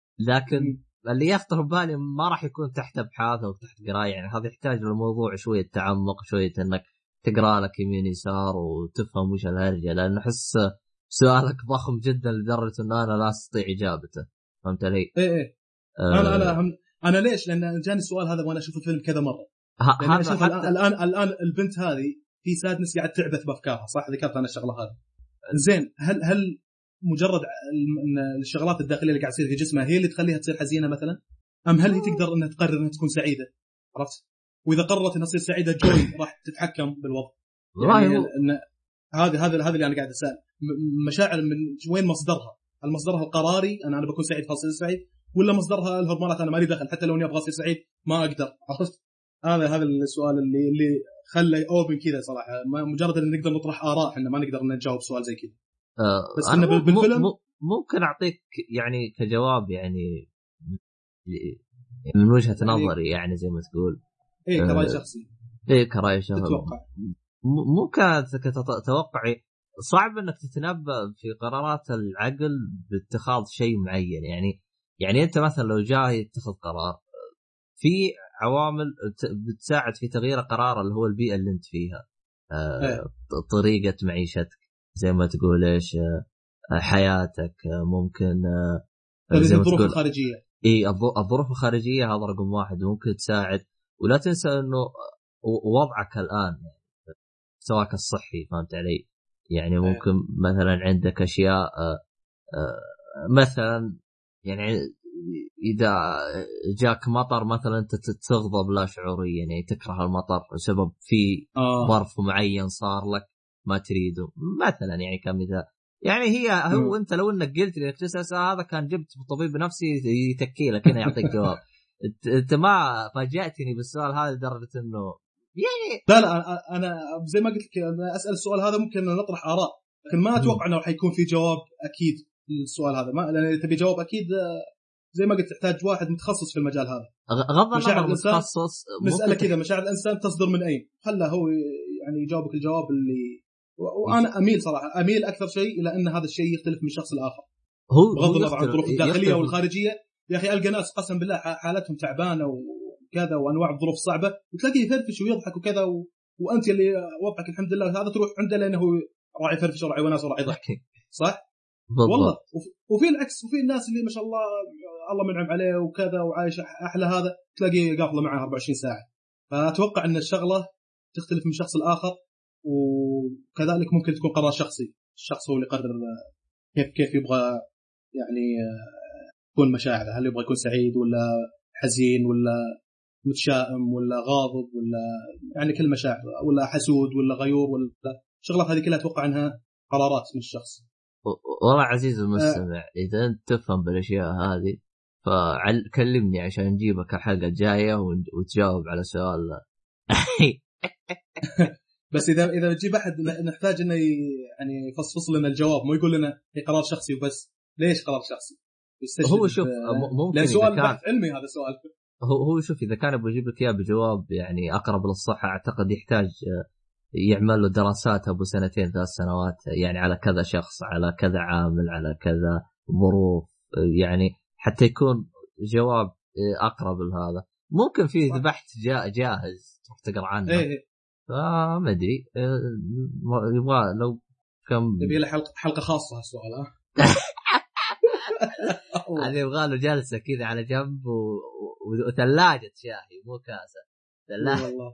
لكن اللي يخطر ببالي ما راح يكون تحت ابحاث او تحت قرايه، يعني هذا يحتاج للموضوع شويه تعمق، شويه انك تقرا لك يمين يسار وتفهم وش الهرجه، لانه احس سؤالك ضخم جدا لدرجه ان انا لا استطيع اجابته. فهمت علي؟ ايه ايه أه انا انا هم... انا ليش؟ لان جاني السؤال هذا وانا اشوف الفيلم كذا مره. لان اشوف حتى... الان الان البنت هذه في سادنس قاعد تعبث بافكارها، صح ذكرت انا الشغله هذه. زين هل هل مجرد الشغلات الداخليه اللي قاعد تصير في جسمها هي اللي تخليها تصير حزينه مثلا، ام هل هي تقدر انها تقرر انها تكون سعيده؟ عرفت؟ واذا قررت انها تصير سعيده جوي راح تتحكم بالوضع. يعني ان هذا هذا هذا اللي انا قاعد اسال، مشاعر من وين مصدرها؟ هل مصدرها القراري انا انا بكون سعيد فاصير سعيد، ولا مصدرها الهرمونات انا ما لي دخل حتى لو اني ابغى اصير سعيد ما اقدر؟ عرفت؟ هذا هذا السؤال اللي اللي خلى اوبن كذا صراحه، مجرد ان نقدر نطرح اراء احنا ما نقدر نجاوب سؤال زي كذا. أه بس انه بالفيلم ممكن اعطيك يعني كجواب يعني من وجهه يعني نظري يعني زي ما تقول ايه كراي شخصي. ايه كراي شخصي تتوقع ممكن تتوقعي صعب انك تتنبأ في قرارات العقل باتخاذ شيء معين. يعني يعني انت مثلا لو جاي يتخذ قرار في عوامل بتساعد في تغيير قرار اللي هو البيئة اللي انت فيها، آه طريقة معيشتك زي ما تقول ايش، آه حياتك، آه ممكن آه زي الظروف الخارجية. اي الظروف الخارجية هذا رقم واحد ممكن تساعد. ولا تنسى انه وضعك الان سواء الصحي، فهمت علي؟ يعني ممكن مثلا عندك اشياء آه آه مثلا يعني إذا جاك مطر مثلا أنت تغضب لا شعوريا، يعني تكره المطر بسبب في آه. ظرف معين صار لك ما تريده مثلا، يعني كمثال. يعني هي هو م. أنت لو أنك قلت لي تسأل هذا كان جبت طبيب نفسي يتكي لك هنا يعطيك جواب. أنت ما فاجأتني بالسؤال هذا لدرجة إنه يعني لا لا أنا زي ما قلت لك أنا أسأل السؤال هذا ممكن نطرح آراء، لكن ما أتوقع أنه حيكون في جواب أكيد للسؤال هذا. ما لأن تبي جواب أكيد زي ما قلت تحتاج واحد متخصص في المجال هذا. غض النظر متخصص نسأله كذا مشاعر الإنسان تصدر من أين، خله هو يعني يجاوبك الجواب اللي وأنا أميل صراحة أميل أكثر شيء إلى أن هذا الشيء يختلف من شخص لآخر هو بغض النظر عن الظروف الداخلية والخارجية. يا أخي ألقى ناس قسم بالله حالتهم تعبانة وكذا وأنواع الظروف صعبة وتلاقيه يفرفش ويضحك وكذا و... وأنت اللي وضعك الحمد لله هذا تروح عنده لأنه راعي يفرفش وراعي وناس وراعي ضحك، صح؟ بالضبط. والله وفي العكس وفي الناس اللي ما شاء الله الله منعم عليه وكذا وعايش أحلى هذا تلاقيه قافله معه أربعة وعشرين ساعة. فأتوقع أن الشغلة تختلف من شخص لآخر وكذلك ممكن تكون قرار شخصي، الشخص هو اللي يقرر كيف كيف يبغى يعني يكون مشاعره، هل يبغى يكون سعيد ولا حزين ولا متشائم ولا غاضب ولا يعني كل مشاعر، ولا حسود ولا غيور ولا شغلات هذه كلها أتوقع عنها قرارات من الشخص. والله عزيز المستمع أه إذا أنت تفهم بالأشياء هذه فكلمني عشان نجيبك الحلقة الجاية وتجاوب على سؤال. بس إذا إذا بتجيب أحد نحتاج إنه يعني يفصفص لنا الجواب، مو يقول لنا هي قرار شخصي وبس. ليش قرار شخصي؟ هو شوف ممكن إذا سؤال بحث علمي هذا سؤال. هو هو شوف إذا كان يبغى يجيب لك إياه بجواب يعني أقرب للصحة أعتقد يحتاج يعمل له دراسات أبو سنتين ثلاث سنوات يعني على كذا شخص على كذا عامل على كذا ظروف يعني حتى يكون جواب أقرب لهذا. ممكن فيه بحث جا جاهز تروح تقرأ عنه. إيه فما أدري يبغى لو كم يبي له حلقة حلقة خاصة السؤال ها. هذا يبغى له جلسة كذا على جنب و... وثلاجة شاهي مو كاسة ثلاجة. والله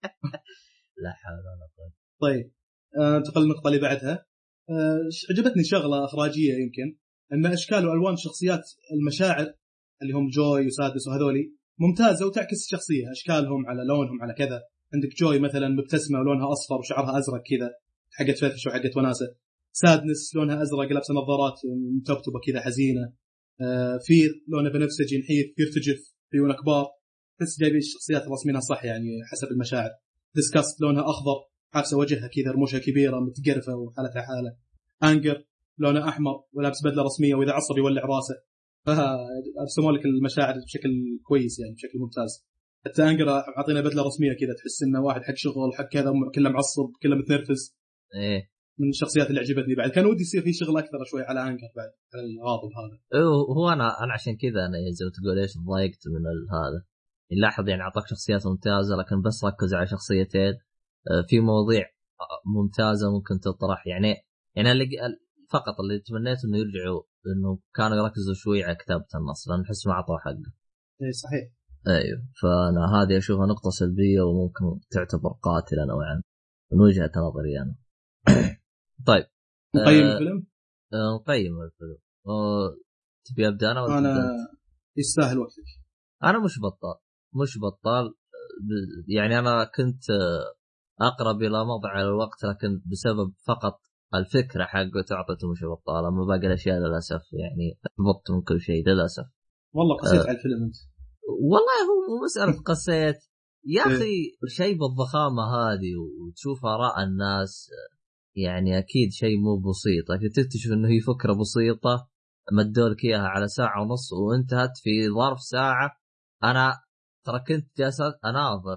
لا حول ولا قوة. طيب انتقل النقطة اللي بعدها. أه عجبتني شغلة إخراجية يمكن أن أشكال وألوان شخصيات المشاعر اللي هم جوي وسادس وهذولي ممتازة وتعكس الشخصية، أشكالهم على لونهم على كذا. عندك جوي مثلا مبتسمة ولونها أصفر وشعرها أزرق كذا حقت فرفش وحقت وناسة. سادنس لونها أزرق لابسة نظارات متبتبة كذا حزينة. أه فير لونه بنفسجي نحيف يرتجف عيون كبار، بس جايبين الشخصيات رسمينها صح يعني حسب المشاعر. ديسكاست لونها أخضر حابسة وجهها كذا رموشها كبيرة متقرفة وحالتها حالة. أنجر لونه أحمر ولابس بدلة رسمية وإذا عصب يولع راسه. فأرسموا لك المشاعر بشكل كويس يعني بشكل ممتاز. حتى أنجر عطينا بدلة رسمية كذا تحس إنه واحد حق شغل حق كذا كله معصب كله متنرفز. إيه من الشخصيات اللي عجبتني. بعد كان ودي يصير في شغل أكثر شوي على أنجر بعد على الغاضب هذا. هو أنا أنا عشان كذا أنا زي ما تقول إيش ضايقت من هذا. نلاحظ يعني أعطاك شخصيات ممتازة لكن بس ركز على شخصيتين في مواضيع ممتازة ممكن تطرح يعني يعني اللي فقط اللي تمنيت إنه يرجعوا إنه كانوا يركزوا شوي على كتابة النص لأن نحس ما عطوا حقه. إيه صحيح. أيوه فأنا هذه أشوفها نقطة سلبية وممكن تعتبر قاتلة نوعا من وجهة نظري أنا. طيب نقيم آه الفيلم. آه نقيم الفيلم. آه تبي أبدأ أنا ولا أنا يستاهل وقتك. أنا مش بطال مش بطال يعني أنا كنت أقرب إلى مضيع الوقت لكن بسبب فقط الفكرة حقه تعطته مش بطال. أما باقي الأشياء للأسف يعني أحبطت من كل شيء للأسف. والله قسيت أه على الفيلم أنت. والله هو مو مسألة قسيت يا أخي شيء بالضخامة هذه وتشوف آراء الناس يعني أكيد شيء مو بسيط. لكن تكتشف إنه هي فكرة بسيطة مدولك إياها على ساعة ونص وانتهت في ظرف ساعة. أنا ترى كنت جالس أناظر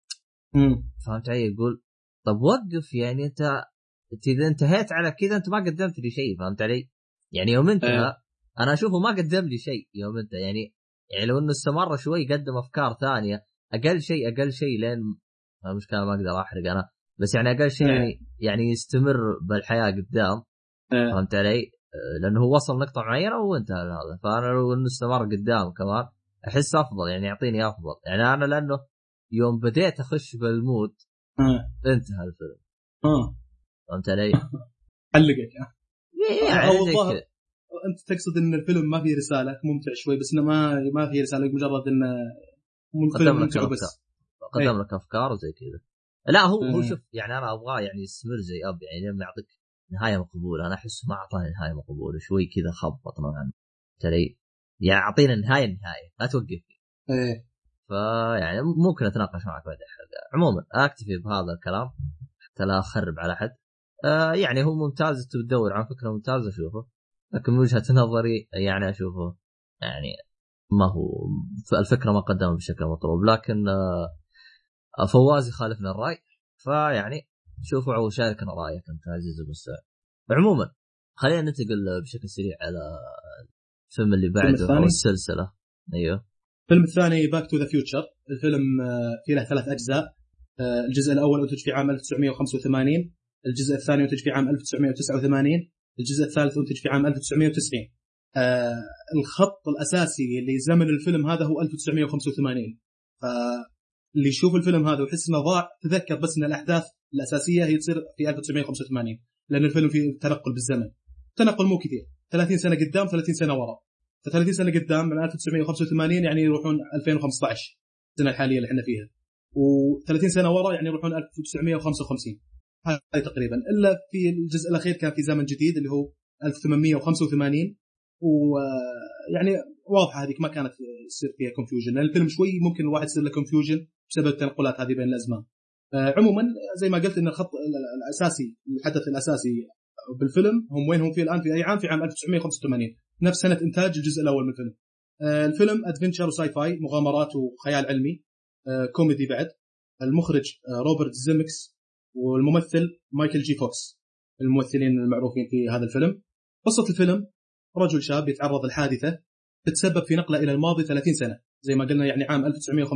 فهمت علي يقول طب وقف يعني أنت إذا انتهيت على كذا أنت ما قدمت لي شيء فهمت علي يعني يوم انتهى أه. أنا أشوفه ما قدم لي شيء يوم انتهى يعني يعني لو إنه استمر شوي قدم أفكار ثانية أقل شيء أقل شيء لين مش كان ما أقدر أحرق أنا بس يعني أقل شيء أه. يعني يعني يستمر بالحياة قدام أه. فهمت علي لأنه هو وصل نقطة معينة وانتهى هذا. فأنا لو إنه استمر قدام كمان أحس أفضل يعني يعطيني أفضل يعني أنا لأنه يوم بديت أخش بالمود أه. انتهى الفيلم. أه. فهمت علي؟ علقك يعني أو الظاهر أنت تقصد إن الفيلم ما فيه رسالة ممتع شوي بس إنه ما ما فيه رسالة مجرد إنه قدم لك أفكار قدم لك أفكار وزي كذا. لا هو أه. هو شوف يعني أنا أبغاه يعني يستمر زي أب يعني لما يعطيك نهاية مقبولة. أنا أحس ما أعطاني نهاية مقبولة شوي كذا خبط نوعا ترى يعني أعطينا نهاية نهاية لا توقف إيه. فيعني ممكن أتناقش معك بعد الحلقة. عموما أكتفي بهذا الكلام حتى لا أخرب على حد. آه يعني هو ممتاز تدور عن فكرة ممتازة أشوفه لكن من وجهة نظري يعني أشوفه يعني ما هو الفكرة ما قدمها بشكل مطلوب. لكن آه فواز يخالفنا الرأي فيعني شوفوا أو شاركنا رأيك أنت عزيز المستمع. عموما خلينا ننتقل بشكل سريع على الفيلم اللي بعده أو السلسلة. أيوه الفيلم الثاني باك تو ذا فيوتشر. الفيلم فيه له ثلاث أجزاء. الجزء الأول أنتج في عام ألف وتسعمائة وخمسة وثمانين. الجزء الثاني أنتج في عام ألف وتسعمائة وتسعة وثمانين. الجزء الثالث أنتج في عام ألف وتسعمائة وتسعين. الخط الأساسي اللي زمن الفيلم هذا هو ألف وتسعمائة وخمسة وثمانين. اللي يشوف الفيلم هذا ويحس انه ضاع تذكر بس ان الاحداث الاساسيه هي تصير في ألف وتسعمية وخمسة وثمانين، لان الفيلم فيه تنقل بالزمن، تنقل مو كثير، ثلاثين سنه قدام ثلاثين سنه ورا. ف30 سنه قدام من ألف وتسعمية وخمسة وثمانين يعني يروحون ألفين وخمسة عشر السنه الحاليه اللي احنا فيها، و30 سنه ورا يعني يروحون ألف وتسعمية وخمسة وخمسين هاي تقريبا. الا في الجزء الاخير كان في زمن جديد اللي هو ألف وثمانمية وخمسة وثمانين، ويعني واضحه هذيك ما كانت يصير فيها كونفيوجن، لان الفيلم شوي ممكن الواحد يصير له كونفيوجن بسبب التنقلات هذه بين الازمان. عموما زي ما قلت ان الخط الاساسي الحدث الاساسي بالفيلم هم وين هم فيه الان، في اي عام؟ في عام ألف وتسعمية وخمسة وثمانين، نفس سنه انتاج الجزء الاول من الفيلم. الفيلم ادفنتشر وساي فاي، مغامرات وخيال علمي، كوميدي بعد. المخرج روبرت زيمكس، والممثل مايكل جي فوكس، الممثلين المعروفين في هذا الفيلم. قصة الفيلم: رجل شاب يتعرض لحادثة تتسبب في نقله إلى الماضي ثلاثين سنة زي ما قلنا، يعني عام ألف وتسعمية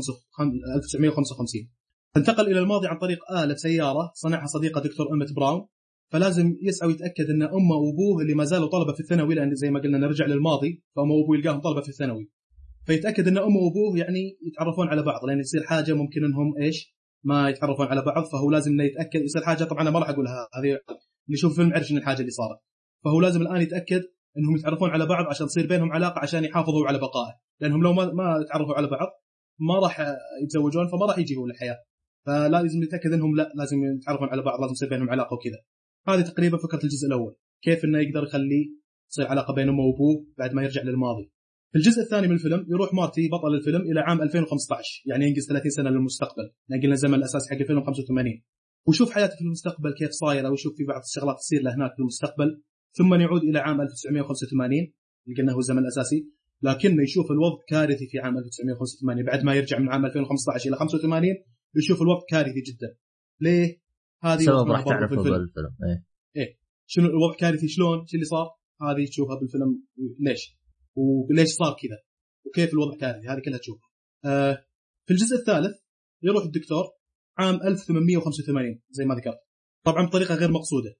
وخمسة وخمسين. انتقل إلى الماضي عن طريق آلة سيارة صنعها صديقة دكتور إمت براون، فلازم يسعى ويتأكد أن أمه وأبوه اللي ما زالوا طلبة في الثانوي، لأن زي ما قلنا نرجع للماضي فأمه وأبوه يلقاهم طلبة في الثانوي، فيتأكد أن أمه وأبوه يعني يتعرفون على بعض، لأن يصير حاجة ممكن أنهم إيش ما يتعرفون على بعض، فهو لازم إنه يتأكد. يصير حاجة طبعا أنا ما راح أقولها، هذه اللي يشوف الفيلم يعرف إن الحاجة اللي صارت، فهو لازم الآن يتأكد أنهم يتعرفون على بعض عشان تصير بينهم علاقة، عشان يحافظوا على بقائه، لأنهم لو ما ما يتعرفوا على بعض ما راح يتزوجون، فما راح يجيبوا للحياة، فلازم يتأكد أنهم لا لازم يتعرفون على بعض، لازم يصير بينهم علاقة وكذا. هذه تقريبا فكرة الجزء الأول، كيف إنه يقدر يخليه تصير علاقة بين أمه وأبوه بعد ما يرجع للماضي. في الجزء الثاني من الفيلم يروح مارتي بطل الفيلم إلى عام ألفين وخمسة عشر، يعني ينقز ثلاثين سنة للمستقبل، نقلنا الزمن الأساسي حق ألفين وخمسة وثمانين، ويشوف حياته في المستقبل كيف صايرة، ويشوف في بعض الشغلات تصير له هناك في المستقبل. ثم يعود إلى عام ألف وتسعمية وخمسة وثمانين اللي قلنا هو الزمن الأساسي، لكنه يشوف الوضع كارثي في عام ألف وتسعمية وخمسة وثمانين. بعد ما يرجع من عام ألفين وخمسة عشر إلى خمسة وثمانين يشوف الوضع كارثي جدا. ليه؟ هذه سبب راح تعرفه بالفيلم. إيه إيه شنو الوضع كارثي، شلون، شو اللي صار، هذه تشوفها بالفيلم، ليش وليش صار كذا وكيف الوضع كارثي، هذه كلها تشوفها. آه في الجزء الثالث يروح الدكتور عام ألف وثمانمية وخمسة وثمانين زي ما ذكرت، طبعا بطريقة غير مقصودة،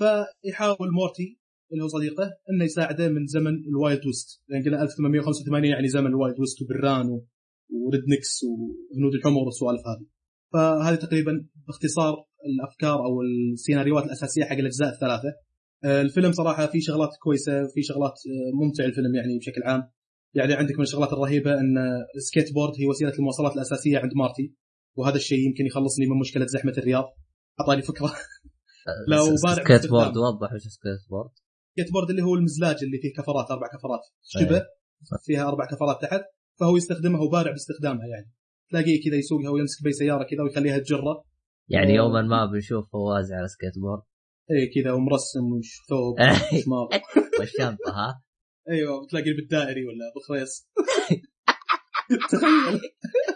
فيحاول مورتي اللي هو صديقه انه يساعده من زمن الوايلد ويست، لان قلنا ألف وثمانمية وخمسة وثمانين يعني زمن الوايلد ويست وبران وريدنكس وهنود الحمر والسوالف هذه. فهذه تقريبا باختصار الافكار او السيناريوهات الاساسيه حق الاجزاء الثلاثه. الفيلم صراحه في شغلات كويسه، في شغلات ممتع الفيلم يعني بشكل عام. يعني عندك من الشغلات الرهيبه ان السكيت بورد هي وسيله المواصلات الاساسيه عند مارتي، وهذا الشيء يمكن يخلصني من مشكله زحمه الرياض. اعطاني فكره. لو بارع سكيت بورد، وضح وش سكيت بورد. سكيت بورد اللي هو المزلاج اللي فيه كفرات، اربع كفرات شبه فيها اربع كفرات تحت، فهو يستخدمها وبارع باستخدامها، يعني تلاقيه كذا يسوقها ويمسك بي سياره كذا ويخليها تجره. يعني يوما ما بنشوف فواز على سكيت بورد اي كذا ومرسم وثوب وشماغ والشنطه ها ايوه، بتلاقي بالدائري ولا بخريص. تخيل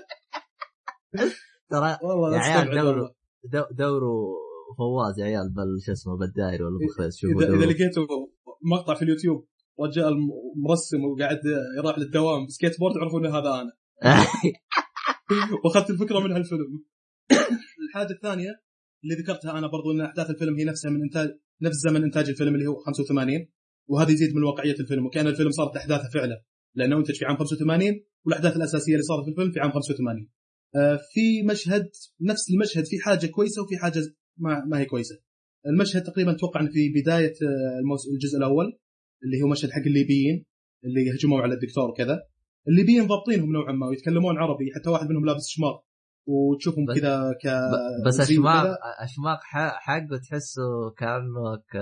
ترى يا عيال دوروا دوروا فواز يا عيال بل شو اسمه بالدائري ولا بخريص. شوفوا اذا, إذا لقيتوا مقطع في اليوتيوب رجال مرسم وقاعد يروح للدوام بسكيت بورد عرفوا ان هذا انا. واخذت الفكره من هالفيلم. الحاجه الثانيه اللي ذكرتها انا برضو ان احداث الفيلم هي نفسها من انتاج نفس زمن انتاج الفيلم اللي هو خمسة وثمانين، وهذا يزيد من واقعيه الفيلم، وكان الفيلم صارت احداثه فعلا لانه انتج في عام خمسة وثمانين، والاحداث الاساسيه اللي صارت في الفيلم في عام خمسة وثمانين. آه في مشهد نفس المشهد في حاجه كويسه وفي حاجه ما, ما هي كويسه. المشهد تقريبا توقع في بدايه الجزء الاول اللي هو مشهد حق الليبيين اللي هجموا على الدكتور وكذا. الليبيين ضابطينهم نوعا ما ويتكلمون عربي، حتى واحد منهم لابس شماغ وتشوفهم كذا ك بس اشماغ اشماغ حقه تحسه كانه ك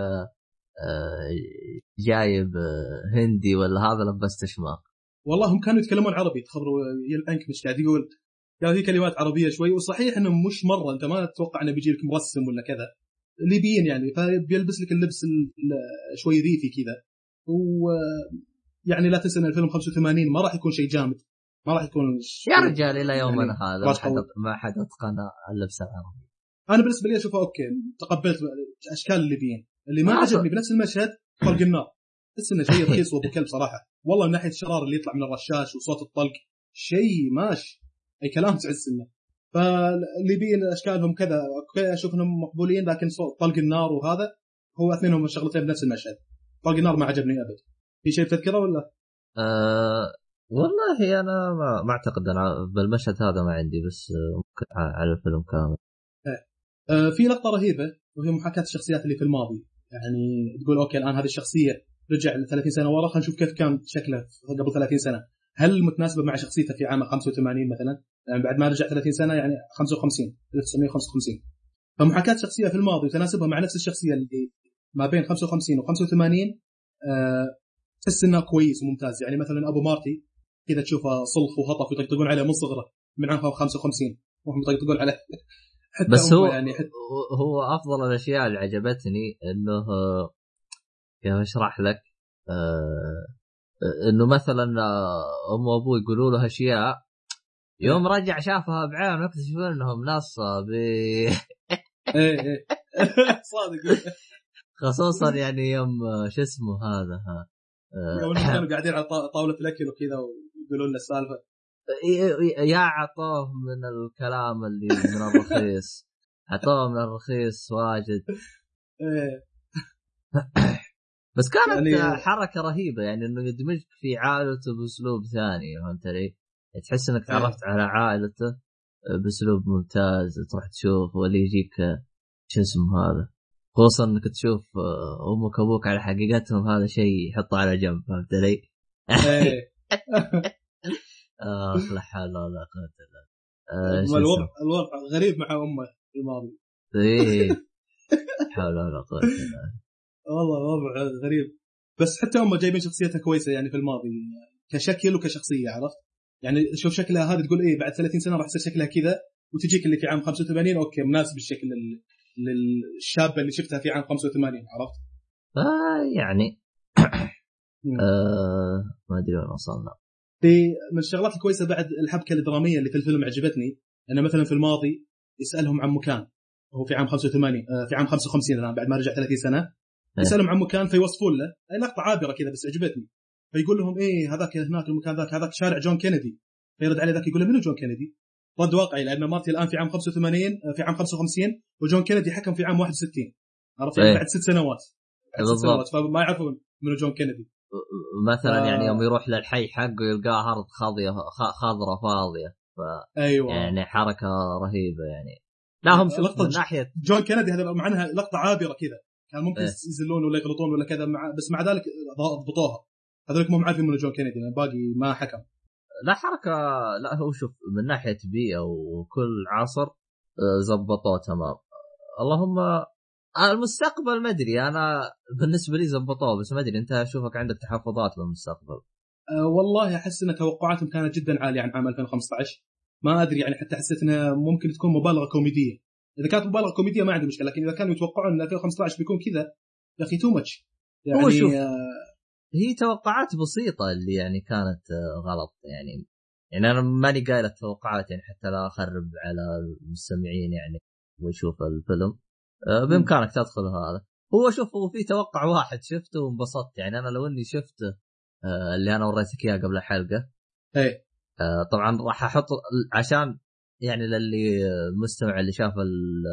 جايب هندي ولا هذا لبست شماغ. والله هم كانوا يتكلمون عربي، تخبروا الانك مش قاعد يقول قال في كلمات عربية شوي، وصحيح انه مش مره انت ما تتوقع انه بيجي لك مرسم ولا كذا، ليبيين يعني، فبيلبس لك اللبس شوي ريفي كذا. ويعني لا تنسى ان الفيلم خمسة وثمانين ما راح يكون شيء جامد، ما راح يكون يا رجال الى يومنا يعني هذا ما حد ما حد اتقن اللبس العربي. انا بالنسبه لي اشوفه اوكي، تقبلت اشكال الليبيين. اللي ما عجبني بنفس المشهد طلق النار، بس انه شيء رخيص وابو كلب صراحه والله، من ناحيه الشرار اللي يطلع من الرشاش وصوت الطلق شيء ماشي اي كلام تعس انه. فالليبيين اشكالهم كذا اوكي اشوف انهم مقبولين، لكن صوت طلق النار وهذا هو اثنينهم شغلتين بنفس المشهد. طلق النار ما عجبني ابد. في شيء تذكره ولا؟ أه والله انا ما, ما اعتقد انا بالمشهد هذا ما عندي، بس ممكن على الفيلم كامل. آه في لقطه رهيبه وهي محاكاه الشخصيات اللي في الماضي. يعني تقول اوكي الان هذه الشخصيه رجع ل ثلاثين سنه ورا، خلينا نشوف كيف كان شكله قبل ثلاثين سنه، هل متناسبه مع شخصيته في عام خمسة وثمانين مثلا، يعني بعد ما رجع ثلاثين سنه يعني خمسة وخمسين ألف وتسعمية وخمسة وخمسين. فمحاكاه شخصيه في الماضي وتناسبها مع نفس الشخصيه اللي ما بين خمسة وخمسين وخمسة وثمانين، آه تحس انه كويس وممتاز. يعني مثلا ابو مارتي كذا تشوفه صلخ وهطف ويطقطقون عليه من صغره من عام خمسة وخمسين وهم يطقطقون عليه. حتى بس هو يعني حتى هو افضل الاشياء اللي عجبتني انه كيف اشرح لك، آه انه مثلا ام وابوه يقولوا له اشياء، يوم رجع شافها بعينه اكتشف انهم ناس ب ايه ايه صادق. خصوصا يعني يوم شو اسمه هذا يوم انهم كانوا قاعدين على طاوله الاكل وكذا ويقولوا لنا السالفه، يا عطوه من الكلام اللي من الرخيص، عطوه من الرخيص واجد. بس كانت يعني حركة رهيبة، يعني انه يدمجك في عائلته باسلوب ثاني، فهمت علي؟ تحس انك تعرفت على عائلته باسلوب ممتاز. تروح تشوف واللي يجيك شو اسمه هذا، خصوصا انك تشوف امك وابوك على حقيقتهم، هذا شيء يحطه على جنب، فهمت علي؟ اخ لا حول ولا قوه الا بالله. الوضع الوضع غريب مع امه في الماضي. ايه حول ولا قوه الا بالله. والله وضع غريب. بس حتى هم جايبين شخصيتها كويسه يعني في الماضي كشكل وكشخصيه، عرفت؟ يعني شوف شكلها هذا تقول ايه بعد ثلاثين سنه راح يصير شكلها كذا، وتجيك اللي في عام خمسة وثمانين اوكي مناسب الشكل للشابه اللي شفتها في عام خمسة وثمانين، عرفت؟ آه يعني آه ما ادري وين وصلنا. في من الشغلات الكويسه بعد الحبكه الدراميه اللي في الفيلم عجبتني، انه مثلا في الماضي يسالهم عن مكان هو في عام خمسة وثمانين آه في عام خمسة وخمسين الان بعد ما رجع ثلاثين سنه، يسالهم عن مكان فيوصفون له، اي لقطه عابره كذا بس عجبتني. فيقول لهم ايه هذاك هناك المكان ذاك هذاك شارع جون كينيدي، فيرد عليه ذاك يقول له منو جون كينيدي؟ رد واقعي لان مارتي الان في عام خمسة وثمانين في عام خمسة وخمسين وجون كينيدي حكم في عام واحد وستين، عرفت؟ يعني بعد ست سنوات بعد ست سنوات فما يعرفون منو جون كينيدي مثلا. ف... يعني يوم يروح للحي حقه يلقاه ارض خاضيه خضراء فاضيه، ف... ايوه يعني حركه رهيبه يعني. لا هم شوف من ناحيه جون كينيدي هذا معناها لقطه عابره كذا، كان ممكن إيه؟ يزلون ولا يغلطون ولا كذا مع... بس مع ذلك ضبطوها. هذولك مو عارفين منو جون كينيدي، باقي ما حكم. لا حركه، لا هو شوف من ناحيه بيئه وكل عصر زبطوه تمام. اللهم المستقبل ما ادري، انا بالنسبه لي زبطوه، بس ما ادري انت اشوفك عندك تحفظات للمستقبل. أه والله احس ان توقعاتهم كانت جدا عاليه عن عام ألفين وخمسة عشر، ما ادري يعني حتى حسيت انها ممكن تكون مبالغه كوميديه. اذا كانت مبالغه كوميديه ما عندي مشكله، لكن اذا كانوا يتوقعون ان ألفين وخمسة عشر بيكون كذا يا اخي تو ماتش يعني. هو شوف آه هي توقعات بسيطه اللي يعني كانت آه غلط يعني. يعني انا ماني قايل التوقعات يعني حتى لا اخرب على المستمعين يعني ويشوف الفيلم. آه بامكانك تدخل هذا. هو شوف هو في توقع واحد شفته وانبسطت، يعني انا لو اني شفته آه اللي انا وريتك اياه قبل الحلقه ايه آه طبعا راح احط عشان يعني للي مستمع اللي شاف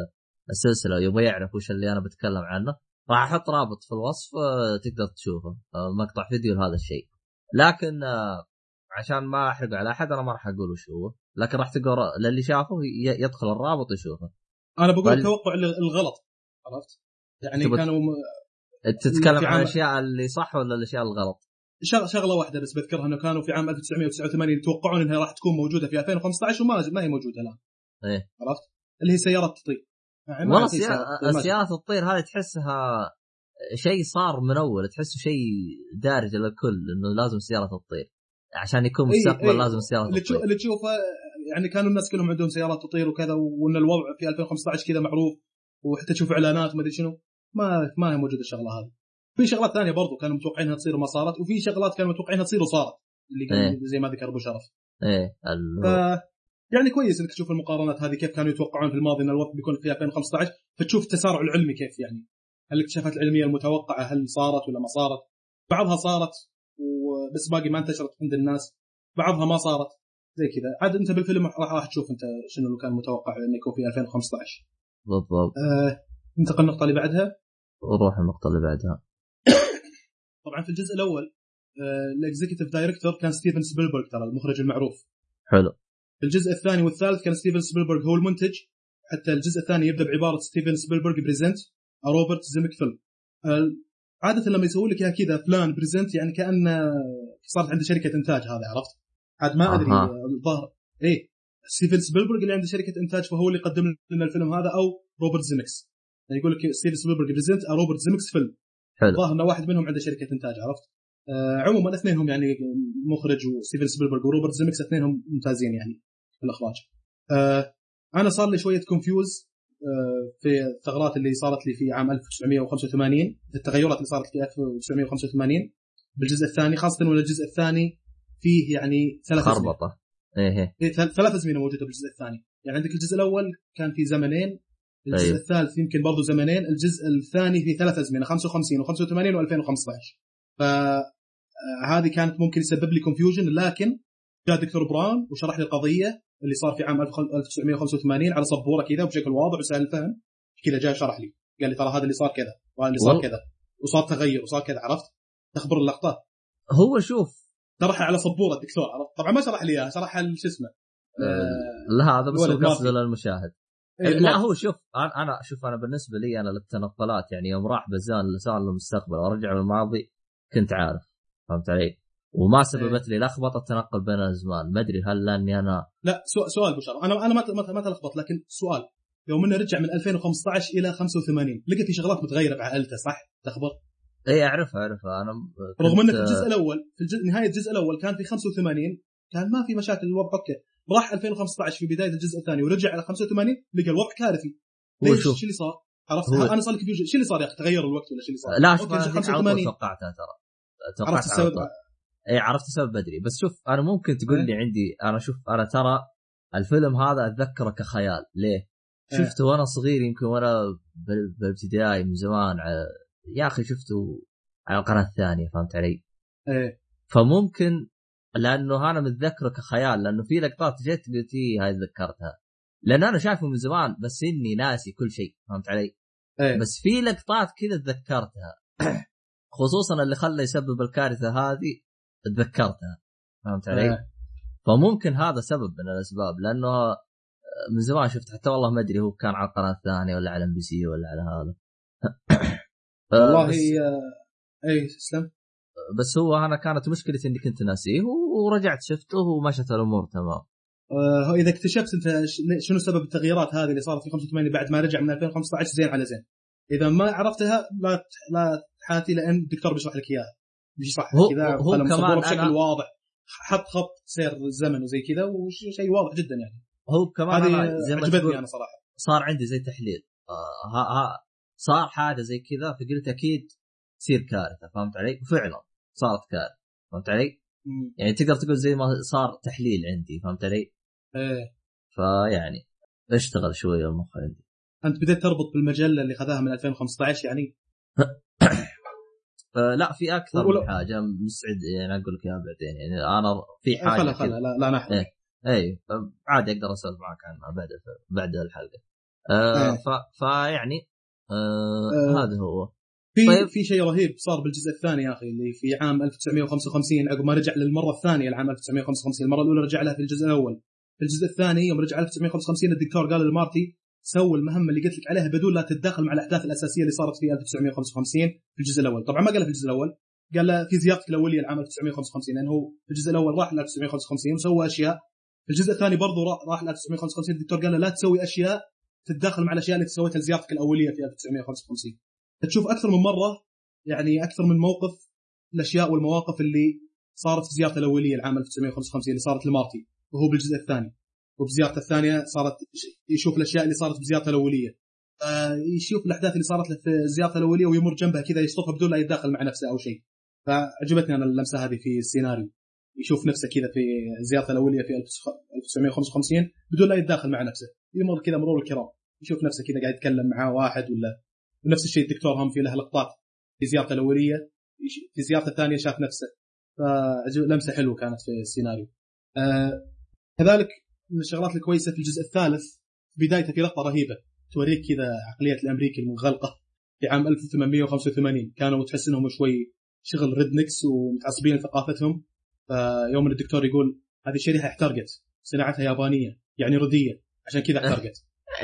السلسله يبغى يعرف وش اللي انا بتكلم عنه، راح احط رابط في الوصف آه تقدر تشوفه آه مقطع فيديو لهذا الشيء. لكن آه عشان ما احرق على احد انا ما راح اقول وش هو، لكن راح تقرا للي شافه يدخل الرابط يشوفه. انا بقول بل... التوقع الغلط، عرفت يعني تبت... كانوا م... تتكلم عن الاشياء اللي صح ولا الاشياء الغلط؟ شغله واحده بس بذكرها انه كانوا في عام ألف وتسعمية وتسعة وثمانين يتوقعون انها راح تكون موجوده في ألفين وخمسة عشر وما ما هي موجوده الان. ايه عرفت اللي هي سيارات تطير. والله السيارات التطير هذه تحسها شيء صار من اول، تحسه شيء دارج للكل انه لازم سياره تطير عشان يكون مستقبل. أي لازم سياره اللي تطير اللي تشوفه يعني كانوا الناس كلهم عندهم سيارات تطير وكذا، وان الوضع في ألفين وخمسة عشر كذا معروف، وحتى تشوف اعلانات ما ادري شنو، ما ما هي موجوده الشغله هذه. في شغلات ثانيه برضو كانوا متوقعينها تصير وما صارت، وفي شغلات كانوا متوقعينها تصير وصارت اللي إيه؟ زي ما ذكر ابو شرف. ايه ف... يعني كويس انك تشوف المقارنات هذه كيف كانوا يتوقعون في الماضي ان الوقت بيكون في ألفين وخمسة عشر، فتشوف التسارع العلمي كيف يعني هل الاكتشافات العلميه المتوقعه هل صارت ولا ما صارت. بعضها صارت وبس باقي ما انتشرت عند الناس، بعضها ما صارت زي كذا. عاد انت بالفيلم راح تشوف انت شنو اللي كان متوقع انه يكون في ألفين وخمسة عشر بالضبط. آه، ننتقل النقطه اللي بعدها. وروح النقطه اللي بعدها. طبعا في الجزء الاول الاكزيكتيف دايركتور كان ستيفن سبيلبرغ ترى المخرج المعروف. حلو. في الجزء الثاني والثالث كان ستيفن سبيلبرغ هو المنتج. حتى الجزء الثاني يبدا بعباره ستيفن سبيلبرغ بريزنت روبرت زيمك فيلم. عاده لما يسوي لك كذا فلان بريزنت يعني كأن صارت عنده شركه انتاج، هذا عرفت عاد ما ادري الظاهر ايه ستيفن سبيلبرغ اللي عنده شركه انتاج فهو اللي قدم لنا الفيلم هذا، او روبرت زيمكس يعني يقول لك ستيفن سبيلبرغ بريزنت روبرت زيمكس فيلم. الظاهر انه واحد منهم عنده شركه انتاج عرفت. آه عموما اثنينهم يعني مخرج وستيفن سبيلبرغ وروبرت زيمكس اثنينهم ممتازين يعني في الاخراج. آه انا صار لي شويه كونفيوز آه في الثغرات اللي صارت لي في عام ألف وتسعمية وخمسة وثمانين، التغيرات اللي صارت في ألف وتسعمية وخمسة وثمانين بالجزء الثاني، خاصه ولا الجزء الثاني فيه يعني ثلاث خربطه. ايه ايه ثلاث ازمنه موجوده بالجزء الثاني. يعني عندك الجزء الاول كان في زمنين، الجزء أيوه. الثالث يمكن برضو زمنين، الجزء الثاني في ثلاث ازمنه خمسة وخمسين وخمسة وثمانين وألفين وخمسة عشر. فهذه كانت ممكن يسبب لي كونفيوجن، لكن جاء دكتور براون وشرح لي القضيه اللي صار في عام ألف وتسعمية وخمسة وثمانين على سبوره كذا وبشكل واضح وسهل الفهم كذا. جاء شرح لي قال لي ترى هذا اللي صار كذا وهذا اللي صار كذا وصار تغير وصار كذا عرفت. تخبر اللقطات هو شوف شرحها على سبوره الدكتور عرفت. طبعا ما شرح لي اياها، شرحها شو اسمه آه لا هذا بس قصده للمشاهد. إيه لا هو شوف انا انا شوف انا بالنسبه لي انا للتنقلات يعني يوم راح بزان لسان للمستقبل ورجع للماضي كنت عارف فهمت علي، وما سببت لي لخبطه التنقل بين الازمان. ما ادري هل لاني انا لا سؤال بشار انا انا ما ما تلخبط، لكن سؤال يوم انه رجع من ألفين وخمسة عشر الى خمسة وثمانين لقى في شغلات متغيره بعائلته صح تخبر؟ اي اعرفها اعرفها انا رغم انه في الجزء الاول في الجزء نهايه الجزء الاول كان في خمسة وثمانين كان ما في مشاكل الوضع اوكي، راح ألفين وخمسة عشر في بدايه الجزء الثاني ورجع على خمسة وثمانين لقى الوضع كارثي. ليش شو اللي صار؟ عرفت انا صار لي كيف شو اللي صار يا اخي تغير الوقت ولا شو اللي صار؟ لا شوف خمسة وثمانين توقعتها ترى توقعت السبب. اي عرفت السبب بدري، بس شوف انا ممكن تقول لي عندي انا شوف انا ترى الفيلم هذا اتذكره كخيال. ليه؟ شفته وانا صغير يمكن وانا بالابتدائي من زمان على... يا اخي شفته على القناه الثانيه فهمت علي؟ ايه فممكن لانه انا متذكره كخيال، لانه في لقطات جت قلت ايه هاي تذكرتها لان انا شايفه من زمان بس اني ناسي كل شيء فهمت علي؟ إيه. بس في لقطات كذا تذكرتها خصوصا اللي خلى يسبب الكارثه هذه تذكرتها فهمت علي؟ إيه. فممكن هذا سبب من الاسباب، لانه من زمان شفت حتى والله ما ادري هو كان على القناه الثانيه ولا على ام بي سي ولا على هذا والله اي اسلم. بس هو انا كانت مشكلتي اني كنت ناسيه ورجعت شفته ومشت الامور تمام. آه اذا اكتشفت انت شنو سبب التغييرات هذه اللي صارت في خمسة وثمانين بعد ما رجع من ألفين وخمسة عشر زين على زين. اذا ما عرفتها لا لا تحاتي لان الدكتور بيشرح لك اياها بيشرح كذا هو كمان بشكل أنا... واضح حط خط سير الزمن وزي كذا وشيء واضح جدا يعني. هو كمان أنا زي ما تقول انا صراحه صار عندي زي تحليل آه ها ها صار حاجه زي كذا فقلت اكيد تصير كارثه فهمت علي؟ وفعلا صارت كارثه فهمت علي؟ مم. يعني تقدر تقول زي ما صار تحليل عندي فهمت علي؟ ايه فيعني اشتغل شويه المخ عندي. انت بديت تربط بالمجله اللي خذاها من ألفين وخمسة عشر يعني؟ لا في اكثر من حاجه مسعد يعني اقول لك اياها بعدين يعني انا في حاجه خلا خلا لا لا نحن ايه اي عادي اقدر اسولف معك عنها بعد بعد الحلقه. آه ف فيعني آه آه هذا هو. في طيب. في شيء رهيب صار بالجزء الثاني يا اخي اللي في عام ألف وتسعمية وخمسة وخمسين عقب ما رجع للمره الثانيه العام ألف وتسعمية وخمسة وخمسين. المره الاولى رجع لها في الجزء الاول، في الجزء الثاني يوم رجع ألف وتسعمية وخمسة وخمسين الدكتور قال لمارتي سوي المهمه اللي قلت لك عليها بدون لا تتداخل مع الاحداث الاساسيه اللي صارت في ألف وتسعمية وخمسة وخمسين في الجزء الاول. طبعا ما قالها في الجزء الاول، قال له في زيارتك الاوليه العام ألف وتسعمية وخمسة وخمسين لانه هو في الجزء الاول راح ل ألف وتسعمية وخمسة وخمسين وسوى اشياء. في الجزء الثاني برضه راح ل ألف وتسعمية وخمسة وخمسين الدكتور قال له لا تسوي اشياء تتداخل مع الاشياء اللي سويتها لزيارتك الاوليه في ألف وتسعمية وخمسة وخمسين. تشوف اكثر من مره يعني اكثر من موقف الاشياء والمواقف اللي صارت في زيارته الاوليه العام ألف وتسعمية وخمسة وخمسين اللي صارت لمارتي وهو بالجزء الثاني، وبزيارته الثانيه صارت يشوف الاشياء اللي صارت بزيارته الاوليه، آه يشوف الاحداث اللي صارت له في زيارته الاوليه ويمر جنبها كذا يشطفها بدون لا يتداخل مع نفسه او شيء. فعجبتني انا اللمسه هذه في السيناريو، يشوف نفسه كذا في زيارته الاوليه في ألف وتسعمية وخمسة وخمسين بدون لا يتداخل مع نفسه، يمر كذا مرور الكرام يشوف نفسه كذا قاعد يتكلم معاه واحد ولا. ونفس الشيء الدكتور هم في له لقطات في زيارته الاوليه في زيارته الثانيه شاف نفسه، فلمسه حلوه كانت في السيناريو. آه كذلك من الشغلات الكويسه في الجزء الثالث بدايته في لقطه رهيبه توريك كذا عقليه الامريكي المنغلقه في عام ألف وثمانمية وخمسة وثمانين. كانوا تحس انهم شوي شغل ريدنكس ومتعصبين لثقافتهم. فيوم الدكتور يقول هذه الشريحه احترقت صناعتها يابانيه يعني رديه عشان كذا احترقت.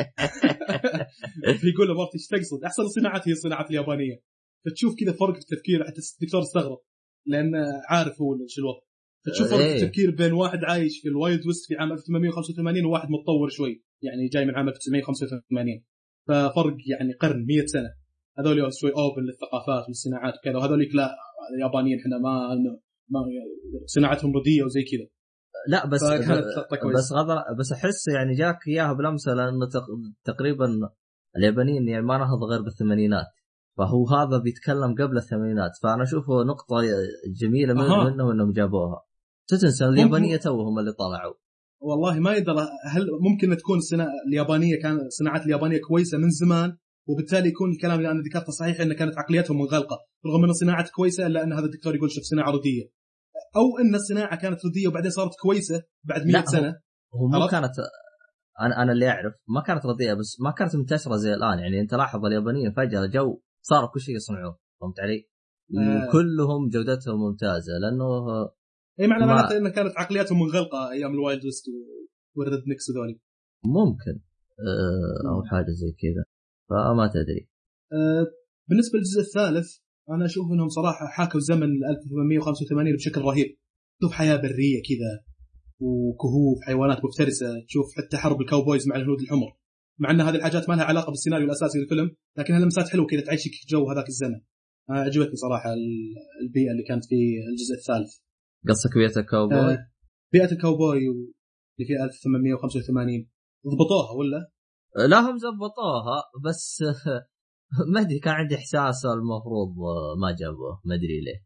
فيقول له مارتي ايش تقصد؟ احسن الصناعات هي الصناعات اليابانيه. فتشوف كذا فرق في التفكير، حتى الدكتور استغرب لان عارف هو شو الوضع. فتشوف فرق في التفكير بين واحد عايش في الوايلد ويست في عام ألف وثمانمائة وخمسة وثمانين وواحد متطور شوي يعني جاي من عام ألف وتسعمائة وخمسة وثمانين. ففرق يعني قرن مئة سنه. هذول شوي اوبن للثقافات والصناعات وكذا، وهذوليك لا اليابانيين احنا ما ما صناعتهم رديه وزي كذا. لا بس بس غضر بس احس يعني جاك اياها بلمسه، لانه تقريبا اليابانيين يعني ما نهض غير بالثمانينات، فهو هذا بيتكلم قبل الثمانينات. فانا اشوفه نقطه جميله من منه انهم جابوها. تتنسى اليابانيه توهم اللي طلعوا والله ما يدرى هل ممكن تكون الصناعه اليابانيه كان الصناعات اليابانيه كويسه من زمان، وبالتالي يكون الكلام اللي انا ذكرته صحيح ان كانت عقليتهم منغلقه رغم ان الصناعات كويسه، الا ان هذا الدكتور يقول شوف صناعه رديه، او ان الصناعه كانت رديه وبعدين صارت كويسه بعد مئة سنه. هو مو كانت انا انا اللي اعرف ما كانت رديه، بس ما كانت منتشره زي الان. يعني انت لاحظ اليابانيين فجاه جو صاروا كل شيء يصنعوه، فهمت علي؟ آه. كلهم جودتهم ممتازه لانه اي معنى ما... معناته ان كانت عقلياتهم منغلقه ايام الوايلد ويست والريد نيكس ذولي ممكن أه او حاجه زي كذا، فما تدري. أه بالنسبه للجزء الثالث انا اشوف انهم صراحه حاكوا زمن ألف وثمانمائة وخمسة وثمانين بشكل رهيب. تشوف حياه بريه كذا وكهوف حيوانات مفترسه، تشوف حتى حرب الكاوبويز مع الهنود الحمر، مع ان هذه الحاجات ما لها علاقه بالسيناريو الاساسي للفيلم، لكنها لمسات حلوه كذا تعيشك جو هذاك الزمن. أه عجبتني صراحه البيئه اللي كانت في الجزء الثالث. قصدك بيئه الكاوبوي؟ أه بيئه الكاوبوي اللي في ألف وثمانمائة وخمسة وثمانين ضبطوها ولا لا؟ هم زبطوها بس ما ادري كان عندي احساس المفروض ما جابوه، ما ادري ليه.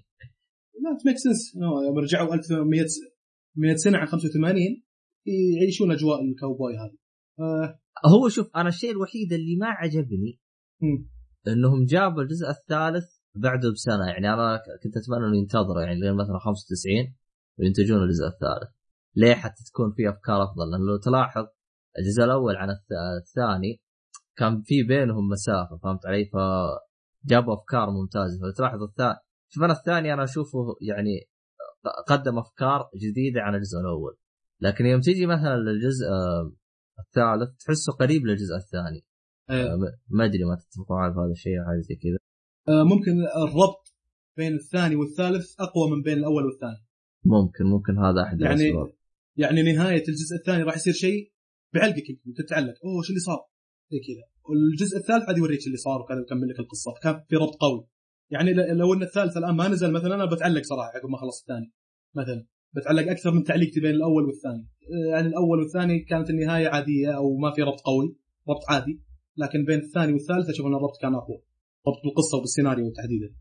لا تميك سنس يوم رجعوا ألف ومئة سنه عن خمسة وثمانين يعيشون اجواء الكاوبوي هذه. آه. هو شوف انا الشيء الوحيد اللي ما عجبني م. انهم جابوا الجزء الثالث بعده بسنه. يعني انا كنت اتمنى انه ينتظروا يعني لين مثلا خمسة وتسعين وينتجون الجزء الثالث. ليه؟ حتى تكون فيه افكار افضل. لانه لو تلاحظ الجزء الاول عن الثاني كان في بينهم مسافه، فهمت علي؟ فجابوا افكار ممتازه. فتلاحظ الثاني، شوف انا الثاني انا اشوفه يعني قدم افكار جديده عن الجزء الاول، لكن يوم تيجي مثلا للجزء الثالث تحسه قريب للجزء الثاني. أه. ما ادري ما تتفقوا على هذا الشيء او حاجه زي كذا؟ أه ممكن الربط بين الثاني والثالث اقوى من بين الاول والثاني. ممكن ممكن هذا احد يعني الاسباب. يعني نهايه الجزء الثاني راح يصير شيء بعلقك انت تتعلق اوه شو اللي صار زي كذا، والجزء الثالث عاد يوريك اللي صار وكذا ويكمل لك القصه. كان في ربط قوي. يعني لو ان الثالث الان ما نزل مثلا انا بتعلق صراحه عقب ما خلص الثاني مثلا، بتعلق اكثر من تعليقتي بين الاول والثاني. يعني الاول والثاني كانت النهايه عاديه او ما في ربط قوي، ربط عادي، لكن بين الثاني والثالث اشوف ان الربط كان اقوى، ربط بالقصه وبالسيناريو تحديدا.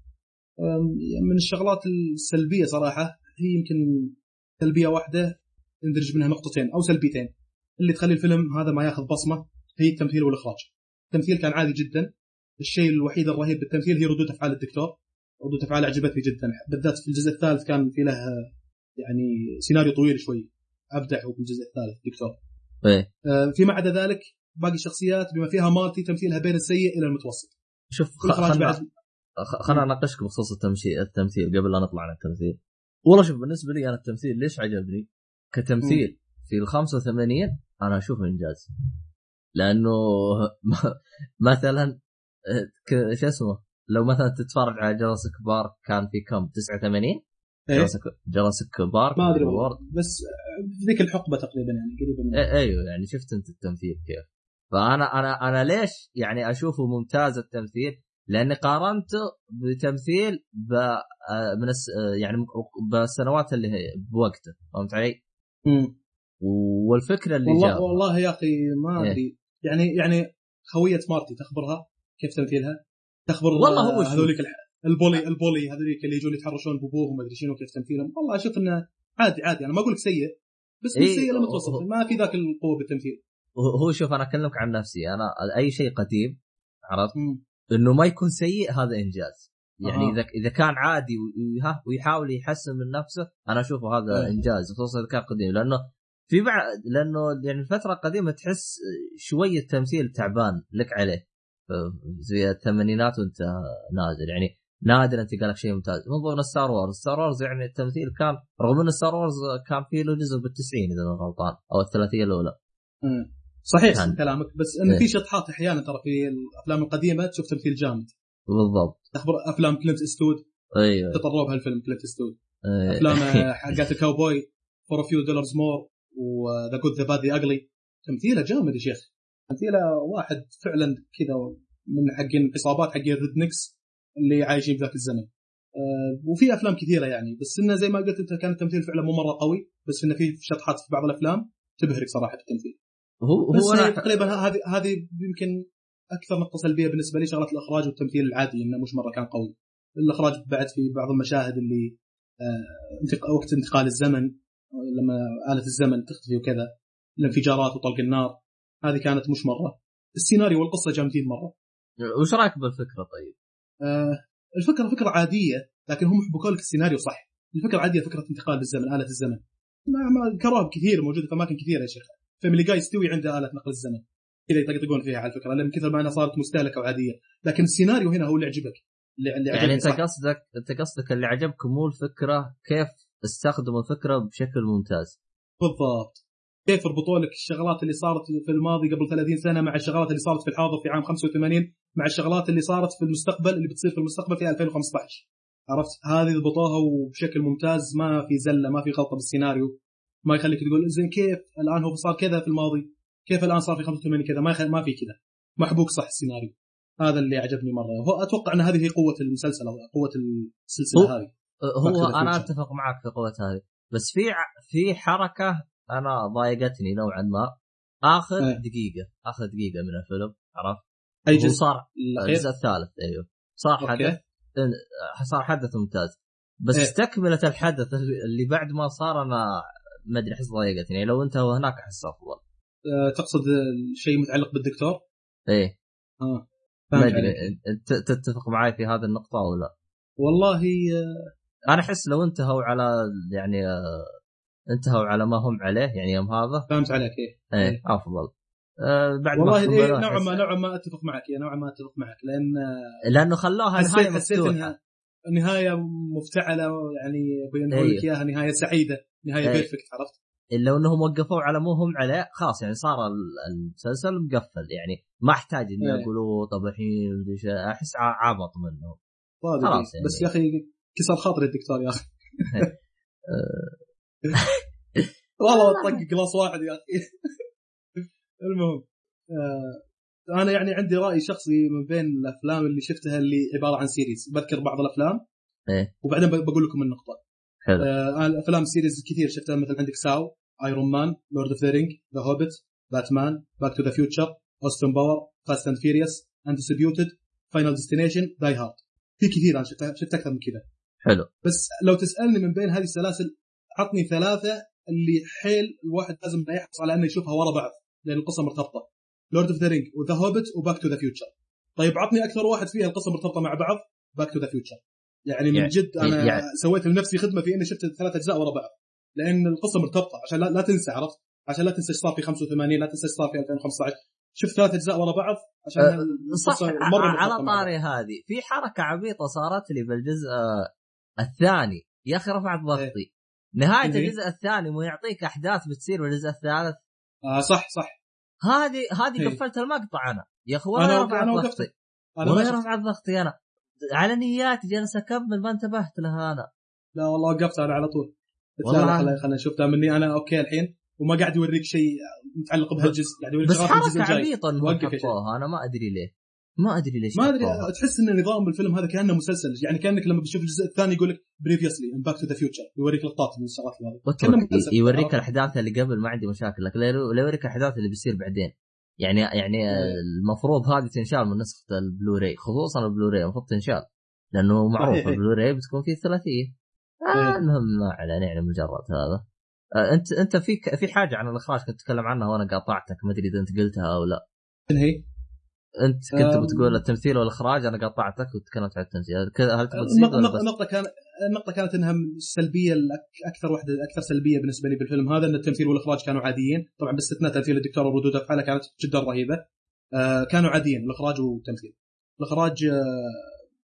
من الشغلات السلبيه صراحه هي يمكن سلبيه واحده ندرج منها نقطتين او سلبيتين اللي تخلي الفيلم هذا ما ياخذ بصمه، هي التمثيل والاخراج. التمثيل كان عادي جدا. الشيء الوحيد الرهيب بالتمثيل هي ردود افعال الدكتور. ردود افعال عجبتني جدا، بالذات في الجزء الثالث كان في له يعني سيناريو طويل شوي، ابدعوا في الجزء الثالث الدكتور. ايه آه فيما عدا ذلك باقي الشخصيات بما فيها مارتي تمثيلها بين السيء الى المتوسط. شوف خلنا بعد... خلنا نناقشك بخصوص التمثيل التمثيل قبل لا نطلع عن التمثيل. والله شوف بالنسبه لي انا التمثيل ليش عجبني كتمثيل م. في الخمسة وثمانين انا اشوفه انجاز. لانه مثلا شو اسمه لو مثلا تتفرج على جراسيك بارك كان في كم تسعة وثمانين إيه؟ جراسيك بارك ما ادري بس في ذيك الحقبه تقريبا يعني قريبه من إيه ايوه يعني شفت انت التمثيل كيف. فانا انا انا ليش يعني اشوفه ممتاز التمثيل، لاني قارنته بتمثيل ب من الس... يعني بالسنوات اللي هي بوقته، فهمت علي؟ امم والفكره اللي والله جابها والله يا اخي ما ادري إيه؟ يعني يعني خويه مارتي تخبرها كيف تمثيلها، تخبر والله هو هذوليك البولي البولي هذوليك اللي يجون يتحرشون بابوهم ما ادري شنو كيف تمثيلهم. والله اشوف انه عادي عادي، انا ما اقول لك سيء بس مش إيه؟ سيء لما توصف، ما في ذاك القوه بالتمثيل. هو شوف انا اكلمك عن نفسي، انا اي شيء قديم عرفت م. انه ما يكون سيء هذا انجاز. يعني آه. اذا اذا كان عادي ويحاول يحسن من نفسه انا اشوفه هذا آه. انجاز، خصوصا اذا كان قديم. لانه في بعد لانه يعني الفتره القديمه تحس شويه تمثيل تعبان لك عليه زي الثمانينات وانت نازل. يعني نادر انت قالك شيء ممتاز. من ضمن ستار وورز ستار وورز يعني التمثيل كان رغم ان ستار وورز كان فيه له جزء بالتسعين اذا ما غلطان او الثلاثيه الاولى. امم صحيح كان. كلامك بس ان إيه. في شطحات احيانا ترى في الافلام القديمه تشوف تمثيل جامد. بالضبط. تخبر افلام كلينت إيستوود ايوه تطروا بهالفيلم كلينت إيستوود. أيوة. افلام حقات الكاوبوي فور فيو دولارز مور وذا جود ذا باد ذا اغلي تمثيله جامد يا شيخ. تمثيله واحد فعلا كذا من حقين عصابات حقين الريدنكس اللي عايشين بذاك الزمن. أه وفي افلام كثيره يعني بس انه زي ما قلت انت كان التمثيل فعلا مو مره قوي بس انه في شطحات في بعض الافلام تبهرك صراحه التمثيل. هو بس هو أنا... تقريبا هذه هذه يمكن اكثر نقطه سلبيه بالنسبه لي شغله الاخراج والتمثيل العادي انه مش مره كان قوي. الاخراج بعد في بعض المشاهد اللي أه وقت انتقال الزمن لما آلة الزمن تختفي وكذا الانفجارات وطلق النار هذه كانت مش مره. السيناريو والقصه جامدين مره. وش رايك بالفكره طيب؟ آه الفكره فكره عاديه لكن هم يحبوا لك السيناريو صح. الفكره عاديه فكره انتقال بالزمن آلة الزمن ما ما كراب كثير موجوده في اماكن كثيره يا شيخ. فاميلي جاي يستوي عنده آلة نقل الزمن كذا يطقطقون فيها على الفكره لان كثر ما انها صارت مستهلكه وعاديه لكن السيناريو هنا هو اللي عجبك اللي, اللي يعني انت قصدك انت قصدك اللي عجبك مو الفكره كيف استخدموا الفكره بشكل ممتاز. بالضبط كيف يربطوا لك الشغلات اللي صارت في الماضي قبل ثلاثين سنه مع الشغلات اللي صارت في الحاضر في عام خمسة وثمانين مع الشغلات اللي صارت في المستقبل اللي بتصير في المستقبل في ألفين وخمسة عشر. عرفت هذه ضبطوها وبشكل ممتاز ما في زله ما في غلطه بالسيناريو ما يخليك تقول زين كيف الان هو صار كذا في الماضي كيف الان صار في خمسة وثمانين كذا ما ما في كذا محبوك صح السيناريو. هذا اللي عجبني مره. هو اتوقع ان هذه هي قوه المسلسل او قوه السلسله هو هذه. هو انا اتفق معك في قوه هذه بس في في حركه انا ضايقتني نوعا ما اخر أه. دقيقه اخر دقيقه من الفيلم عرفت اي جزء صار الجزء الثالث ايوه صار حدث صار حدث ممتاز بس إيه؟ تكمله الحدث اللي بعد ما صار انا ما ادري احس ضايقتني يعني لو انت هناك احس افضل. أه تقصد شيء متعلق بالدكتور؟ ايه اه ما ادري انت تتفق معي في هذه النقطه او لا؟ والله آه انا احس لو انتهوا على يعني آه انتهوا على ما هم عليه يعني يوم هذا فهمت عليك ايه, إيه افضل. أه بعد والله ما إيه نوعا ما نوعا ما اتفق معك يا نوعا ما اتفق معك لان لانه خلوها نهايه مفتوحه نهايه مفتعله يعني بينقول لك اياها نهايه سعيده نهايه أيه. بيرفكت عرفت الا انهم وقفوا على مو هم عليه خلاص يعني صار المسلسل مقفل يعني ما احتاج ان أيه. يقولوا طب الحين احس عابط منهم خلاص يعني. بس يا اخي كسر خاطري الدكتور يا اخي والله طق كلاس واحد يا اخي. المهم آه انا يعني عندي راي شخصي من بين الافلام اللي شفتها اللي عباره عن سيريز بذكر بعض الافلام ايه وبعدين بقول لكم النقطه. حلو. آه الافلام سيريز كثير شفتها مثل عندك ساو ايرون مان لورد اوف ذا رينج ذا هوبيت باتمان باك تو ذا فيوتشر اوستن باور فاست اند فيريوس اندسبيوتد فاينل ديستنيشن داي هارد في كثير انا شفت شفت اكثر من كذا. حلو. بس لو تسالني من بين هذه السلاسل عطني ثلاثه اللي حيل الواحد لازم يحرص على انه يشوفها ورا بعض لان القصه مرتبطه لورد اوف ذا رينج وذا هوبيت وباك تو ذا فيوتشر. طيب عطني اكثر واحد فيها القصه مرتبطه مع بعض باك تو ذا فيوتشر يعني من يعني جد انا يعني سويت لنفسي خدمه في اني شفت الثلاث اجزاء ورا بعض لان القصه مرتبطه عشان لا, لا تنسى عرفت عشان لا تنسى ايش صار في خمسة وثمانين لا تنسى ايش صار في ألفين وخمسة عشر شفت ثلاث اجزاء ورا بعض عشان أه صح. مرة على طاري هذه في حركه عبيطه صارت لي بالجزء الثاني يا اخي رفعت ضغطي إيه؟ نهايه إيه؟ الجزء الثاني مو يعطيك احداث بتصير بالجزء الثالث. اه صح صح هذه هذه إيه؟ قفلت المقطع انا يا اخي والله رفعت ضغطي والله رفعت ضغطي انا على نياتي جالس اكمل ما انتبهت لها انا. لا والله وقفت انا على طول والله خلينا خلينا نشوفها مني انا اوكي الحين وما قاعد يوريك شيء متعلق بهالجزء قاعد يوريك شغلات الجزء الجاي. بس حركه عبيطه حطوها انا ما ادري ليه ما ادري ليش ما ادري تحس ان نظام بالفيلم هذا كانه مسلسل يعني كانك لما بتشوف الجزء الثاني يقول لك بريفيسلي ان باك تو ذا فيوتشر يوريك لقطات من الشغلات هذه يوريك الاحداث اللي قبل ما عندي مشاكل لكن لا يوريك الاحداث اللي بيصير بعدين يعني يعني المفروض هذه تنشال من نسخه البلوراي خصوصا البلوراي المفروض تنشال لانه معروف البلوراي بتكون فيه ثلاثيه. آه المهم ما علينا يعني مجرد هذا. آه انت انت في في حاجه عن الاخراج كنت تتكلم عنها وانا قاطعتك ما ادري اذا انت قلتها او لا. هي انت كنت بتقول التمثيل والاخراج انا قاطعتك وتكلمت عن التمثيل هل تبغى تزيد ولا بس النقطه كان النقطه كانت انها السلبيه اكثر واحده اكثر سلبيه بالنسبه لي بالفيلم هذا ان التمثيل والاخراج كانوا عاديين طبعا باستثناء تمثيل الدكتور وردود افعاله كانت جدا رهيبه. آه كانوا عاديين الاخراج والتمثيل. الاخراج آه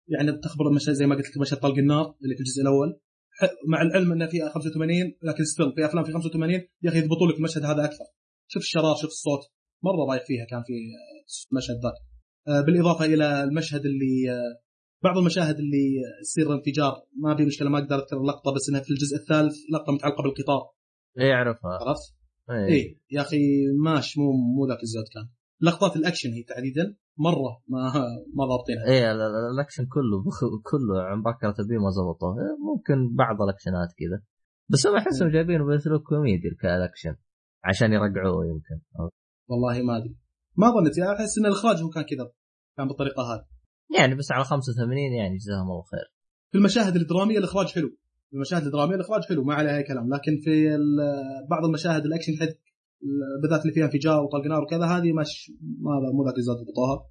يعني بتخبر المشهد زي ما قلت لك مشهد طلق النار اللي في الجزء الاول، مع العلم انه في خمسة وثمانين لكن ستيل في افلام في خمسة وثمانين يا اخي يضبطوا لك المشهد هذا اكثر. شوف الشرار شوف الصوت مره رايق فيها كان في المشهد ذاك. بالاضافه الى المشهد اللي بعض المشاهد اللي يصير انفجار ما بي مشكله ما اقدر اذكر اللقطه بس انها في الجزء الثالث لقطه متعلقه بالقطار. ايه اعرفها عرفت ايه, إيه. يا اخي ماش مو مو ذاك الزود كان لقطات الاكشن هي تحديدا مره ما ما ضابطينها. ايه الاكشن كله كله عم بكره تبي ما ضبطه. ممكن بعض الاكشنات كذا بس هم احسهم جايبينه باسلوب كوميدي كالاكشن عشان يرجعوه يمكن. والله ما ادري ما ظنيت احس ان الاخراج هو كان كذا كان بالطريقه هذه يعني بس على خمسة وثمانين يعني جزاهم الله خير. في المشاهد الدراميه الاخراج حلو في المشاهد الدراميه الاخراج حلو ما عليه اي كلام لكن في بعض المشاهد الاكشن حد بالذات اللي فيها انفجار وطلق نار وكذا هذه مش ما مو ذاك الزود بطاها.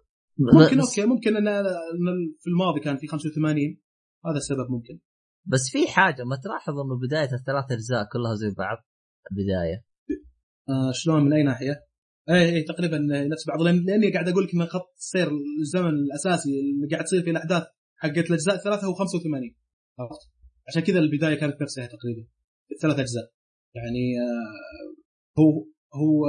ممكن اوكي ممكن ان في الماضي كان في خمسة وثمانين هذا السبب ممكن. بس في حاجه ما تلاحظ انه بدايه الثلاث اجزاء كلها زي بعض البدايه آه شلون من اي ناحيه؟ ايه ايه تقريبا نفس بعض لاني قاعد اقول لك ان خط السير الزمن الاساسي اللي قاعد تصير فيه الاحداث حقت الاجزاء الثلاثه هو خمسة وثمانين عرفت عشان كذا البدايه كانت نفسها تقريبا الثلاث اجزاء يعني آه هو هو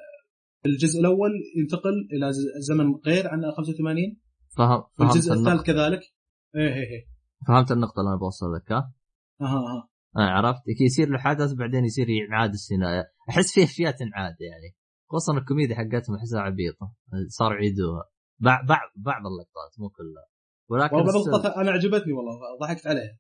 آه الجزء الاول ينتقل الى زمن غير عن خمسة وثمانين. فهم الجزء الثالث كذلك. ايه ايه ايه فهمت النقطه اللي انا بوصل لك. ها اها اها آه عرفت يصير له حدث بعدين يصير ينعاد السيناريو. احس فيه اشياء تنعاد يعني خصوصا الكوميديا حقتهم احسها عبيطه صار يعيدوها بعض بعض بعض اللقطات مو كلها ولكن والله اللقطات انا عجبتني والله ضحكت عليها.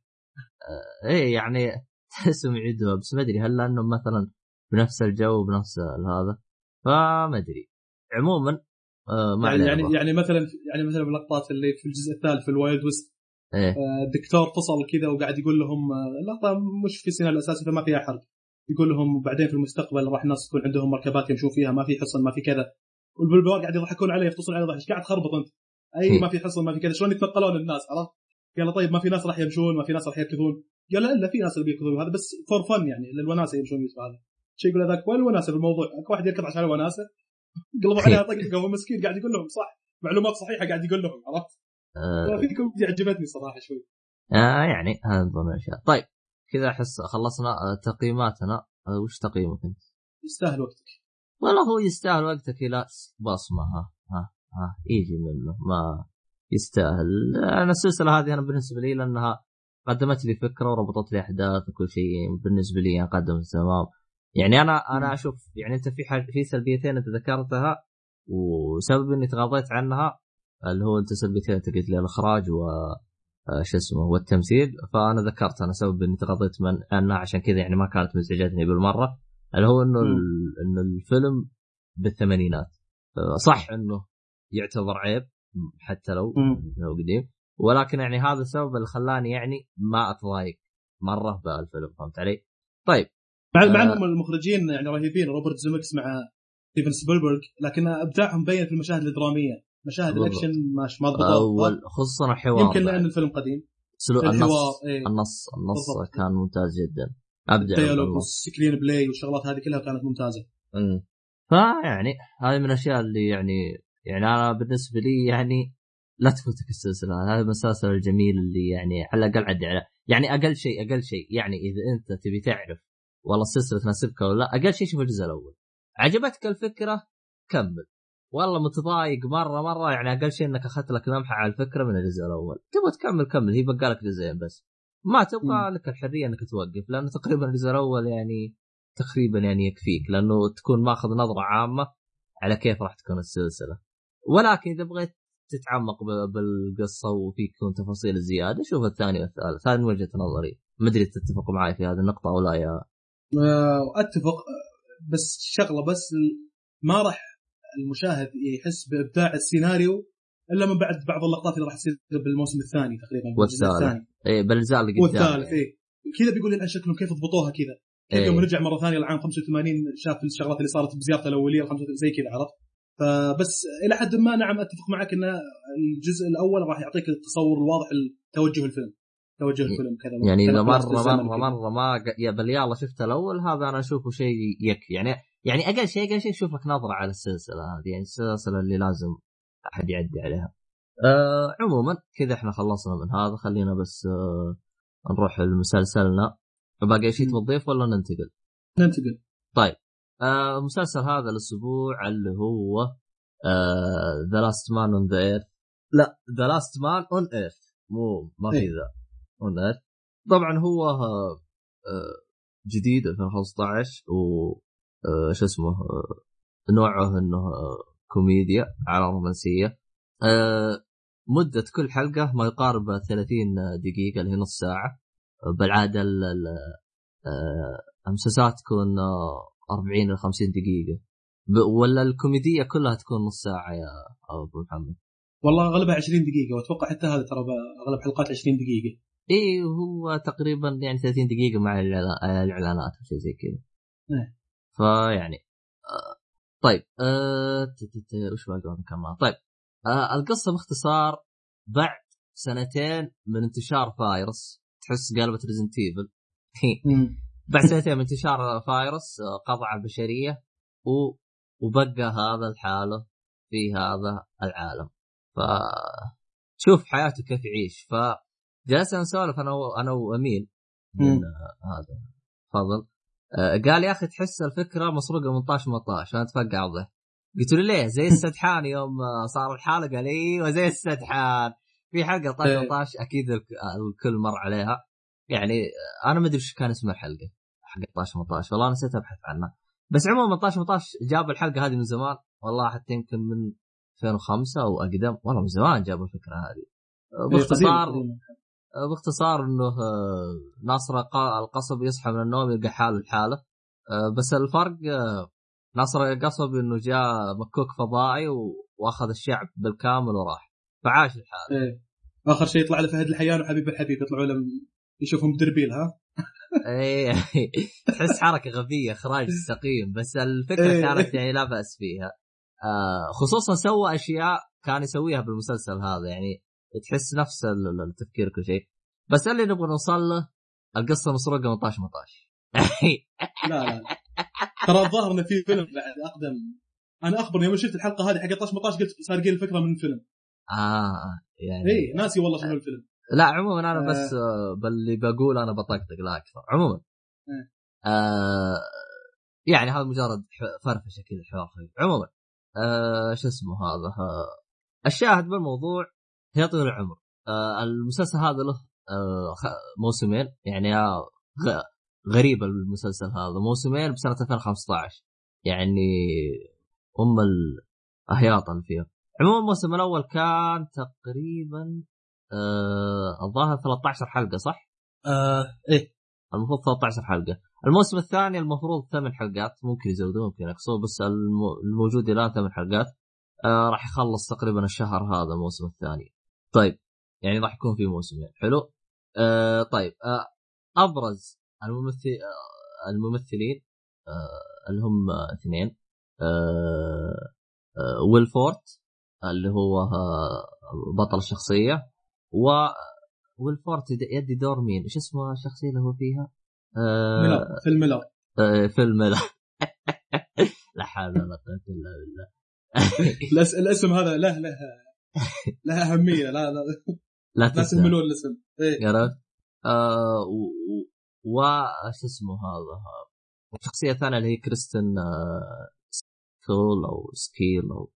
آه ايه يعني تحسهم يعيدوها بس ما ادري هل لانهم مثلا بنفس الجو بنفس هذا فما ادري عموما آه ما يعني يعني, يعني مثلا يعني مثلا اللقطات اللي في الجزء الثالث في الوايلد ويست إيه؟ الدكتور اتصل كذا وقاعد يقول لهم اللقطه مش في السيناريو الاساسي فما فيها حرق يقول لهم بعدين في المستقبل راح الناس تكون عندهم مركبات يمشون فيها ما في حصن ما في كذا والبلبل قاعد يضحكون عليه يفتصل عليه ضحك ايش قاعد تخربط انت اي ما في حصن ما في كذا شلون يتنقلون الناس عرفت قال طيب ما في ناس راح يمشون ما في ناس راح يركضون قال لا في ناس اللي بيركضون هذا بس فور فن يعني للوناسه يمشون يسوى هذا شيء يقول هذاك وين الوناسه بالموضوع اكو واحد يركض عشان الوناسه قلبوا عليها طق هو مسكين قاعد يقول لهم صح معلومات صحيحه قاعد يقول لهم عرفت أه فيكم دي عجبتني صراحه شوي آه يعني هذا ضمن الاشياء. طيب كذا احس خلصنا تقييماتنا. وش تقييمك انت؟ يستاهل وقتك والله هو يستاهل وقتك الى بصمه ها ها ها يجي منه ما يستاهل. انا السلسله هذه انا بالنسبه لي لانها قدمت لي فكره وربطت لي احداث وكل شيء بالنسبه لي قدمت تمام يعني. انا انا اشوف يعني انت في حاجه في سلبيتين انت ذكرتها وسبب اني تغاضيت عنها اللي هو انت سلبيتين انت قلت لي الاخراج و شو اسمه والتمثيل فانا ذكرت انا سبب اني تغاضيت من عنها عشان كذا يعني ما كانت مزعجتني بالمره اللي هو انه انه الفيلم بالثمانينات صح انه يعتبر عيب حتى لو لو قديم ولكن يعني هذا السبب اللي خلاني يعني ما اتضايق مره بالفيلم فهمت علي. طيب مع مع انهم المخرجين يعني رهيبين روبرت زيمكس مع ستيفن سبيلبرغ لكن ابداعهم بين في المشاهد الدراميه مشاهد الاكشن ماش ما اول خصوصا الحوار يمكن لان الفيلم قديم النص ايه. النص النص بالضبط. كان ممتاز جدا ابدع الديالوج والسكرين بلاي والشغلات هذه كلها كانت ممتازه. امم فيعني هذه من الاشياء اللي يعني يعني انا بالنسبه لي يعني لا تفوتك السلسله هذا المسلسل الجميل اللي يعني على الاقل عدي على يعني اقل شيء اقل شيء يعني اذا انت تبي تعرف والله السلسله تناسبك ولا لا اقل شيء شوف الجزء الاول عجبتك الفكره كمل والله متضايق مره مره يعني اقل شيء انك اخذت لك لمحه على الفكره من الجزء الاول تبغى تكمل كمل هي بقى لك جزئين بس ما تبغى م. لك الحريه انك توقف لانه تقريبا الجزء الاول يعني تقريبا يعني يكفيك لانه تكون ماخذ نظره عامه على كيف راح تكون السلسله ولكن اذا بغيت تتعمق بالقصه وفي تكون تفاصيل زياده شوف الثاني والثالث. هذه وجهه نظري ما ادري تتفق معي في هذه النقطه او لا يا اتفق بس شغله بس ما راح المشاهد يحس بإبداع السيناريو إلا من بعد بعض اللقطات اللي راح تصير بالموسم الثاني تقريبا والثالث إيه بالأجزاء اللي قدام والثالث إيه كذا بيقول لنا شكلهم كيف ضبطوها كذا كيف يوم رجع مرة ثانية العام خمسة وثمانين شاف الشغلات اللي صارت بزيارته الأولية زي كذا عرفت فبس إلى حد ما نعم أتفق معك إن الجزء الأول راح يعطيك التصور الواضح لتوجه الفيلم توجه الفيلم كذا يعني إذا مرة مرة مرة, مرة ما يا بل يلا شفت الأول هذا أنا أشوفه شيء يكفي يعني يعني أقل شيء أقل شيء شوفك نظرة على السلسلة هذه يعني السلسلة اللي لازم أحد يعدي عليها آه عموما كذا احنا خلصنا من هذا، خلينا بس آه نروح لمسلسلنا. باقي شيء تضيف ولا ننتقل؟ ننتقل. طيب آه مسلسل هذا الأسبوع اللي هو ذا لاست مان اون ذا ايرث. لا ذا لاست مان اون ايرث، مو ما في ذا اون ايرث. طبعا هو آه جديد ألفين وخمسة عشر و آه شو اسمه آه نوعه انه آه كوميديا على رومانسية. آه مدة كل حلقة ما يقارب ثلاثين دقيقة اللي هي نص ساعة. بالعادة المسلسلات تكون أربعين إلى خمسين دقيقة، ولا الكوميدية كلها تكون نص ساعة يا أبو محمد؟ والله أغلبها عشرين دقيقة، وأتوقع حتى هذا ترى أغلب حلقات عشرين دقيقة. إيه هو تقريبا يعني ثلاثين دقيقة مع الإعلانات وشيء زي كذا. إيه. فيعني آه طيب آه وش باقي كمان؟ طيب آه القصة باختصار، بعد سنتين من انتشار فايروس، تحس قلبت ريزنت ايفل بعد سنتين من انتشار فايروس قضى على البشرية وبقى هذا الحالة في هذا العالم. فشوف حياته كيف يعيش. فجلسنا نسولف أنا أنا وأمين من هذا فضل، قال يا أخي تحس الفكرة مسروقة من طاش مطاش. أنا أتفقع ضح. قلت له ليه؟ زي السدحان يوم صار الحالة. قال ايوه زي السدحان. في حلقة طاش مطاش أكيد الكل مر عليها. يعني أنا ما أدري إيش كان اسم الحلقة حلقة طاش مطاش، والله نسيت أبحث عنها. بس عموما طاش مطاش جاب الحلقة هذه من زمان، والله حتى يمكن من ألفين وخمسة أو أقدم، والله من زمان جابوا الفكرة هذه. باختصار باختصار إنه ناصر القصب يصحى من النوم يلقى حاله الحالة، بس الفرق ناصر القصب إنه جاء مكوك فضائي وأخذ الشعب بالكامل وراح فعاش الحالة. إيه. آخر شيء يطلع له فهد الحيان وحبيب الحبيب يطلعوا لهم يشوفهم بدربيل. ها ايه تحس حركة غبية إخراج سقيم، بس الفكرة كانت يعني لا بأس فيها. آه خصوصا سوى أشياء كان يسويها بالمسلسل هذا، يعني تحس نفس التفكير كل شيء. بس اللي نبغى نوصل له القصة مسروقة من طاش مطاش. لا لا ترى الظاهر إن في فيلم بعد أقدم. أنا أخبر يوم شفت الحلقة هذه حق طاش مطاش قلت سارقين الفكرة من الفيلم. آه يعني إيه ناسي والله شنو الفيلم. لا عموما أنا آه. بس باللي بقول أنا بطقطق لا أكثر. عموما آه. آه يعني هذا مجرد فرفشة كذا حوار. عموما آه شو اسمه هذا آه الشاهد بالموضوع هي طول العمر. آه المسلسل هذا له آه موسمين، يعني آه غريب المسلسل هذا موسمين بسنة ألفين وخمسة عشر، يعني أم الأهياط اللي فيها. عموما الموسم الأول كان تقريبا آه الظاهر ثلاثة عشر حلقة صح؟ آه إيه المفروض ثلاثة عشر حلقة. الموسم الثاني المفروض ثمان حلقات، ممكن يزودون ممكن يقصوا، بس الموجود الآن ثمان حلقات. آه راح يخلص تقريبا الشهر هذا الموسم الثاني. طيب يعني راح يكون في موسمين. حلو. آه طيب آه أبرز الممثل آه الممثلين آه اللي هم اثنين آه آه ويل فورت اللي هو آه بطل الشخصية، و ويل فورت يدي دور مين؟ ايش اسمه الشخصية اللي هو فيها؟ آه ميلر. فيلم ميلر. آه فيلم ميلر. لا حول ولا قوة إلا بالله. الاسم هذا له له له أهمية. لا لا لا تسملون الاسم. إيه عرفت. آه و ايش اسمه هذا الشخصية الثانية اللي هي كريستن آه سكول أو سكيل أو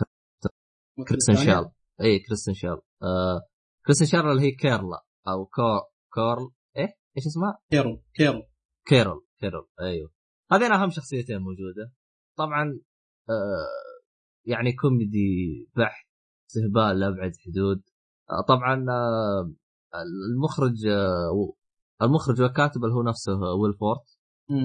كريستن شال. إيه كريستن شال. آه كريستن شال اللي هي كيرلا أو كور كورل إيه إيش اسمها؟ كيرل كيرل كيرل كيرل أيوه. هذين أهم شخصيتين موجودة طبعا. آه يعني كوميدي بحت استهبال لأبعد حدود. آه طبعا آه المخرج آه المخرج والكاتب اللي هو نفسه ويل فورت.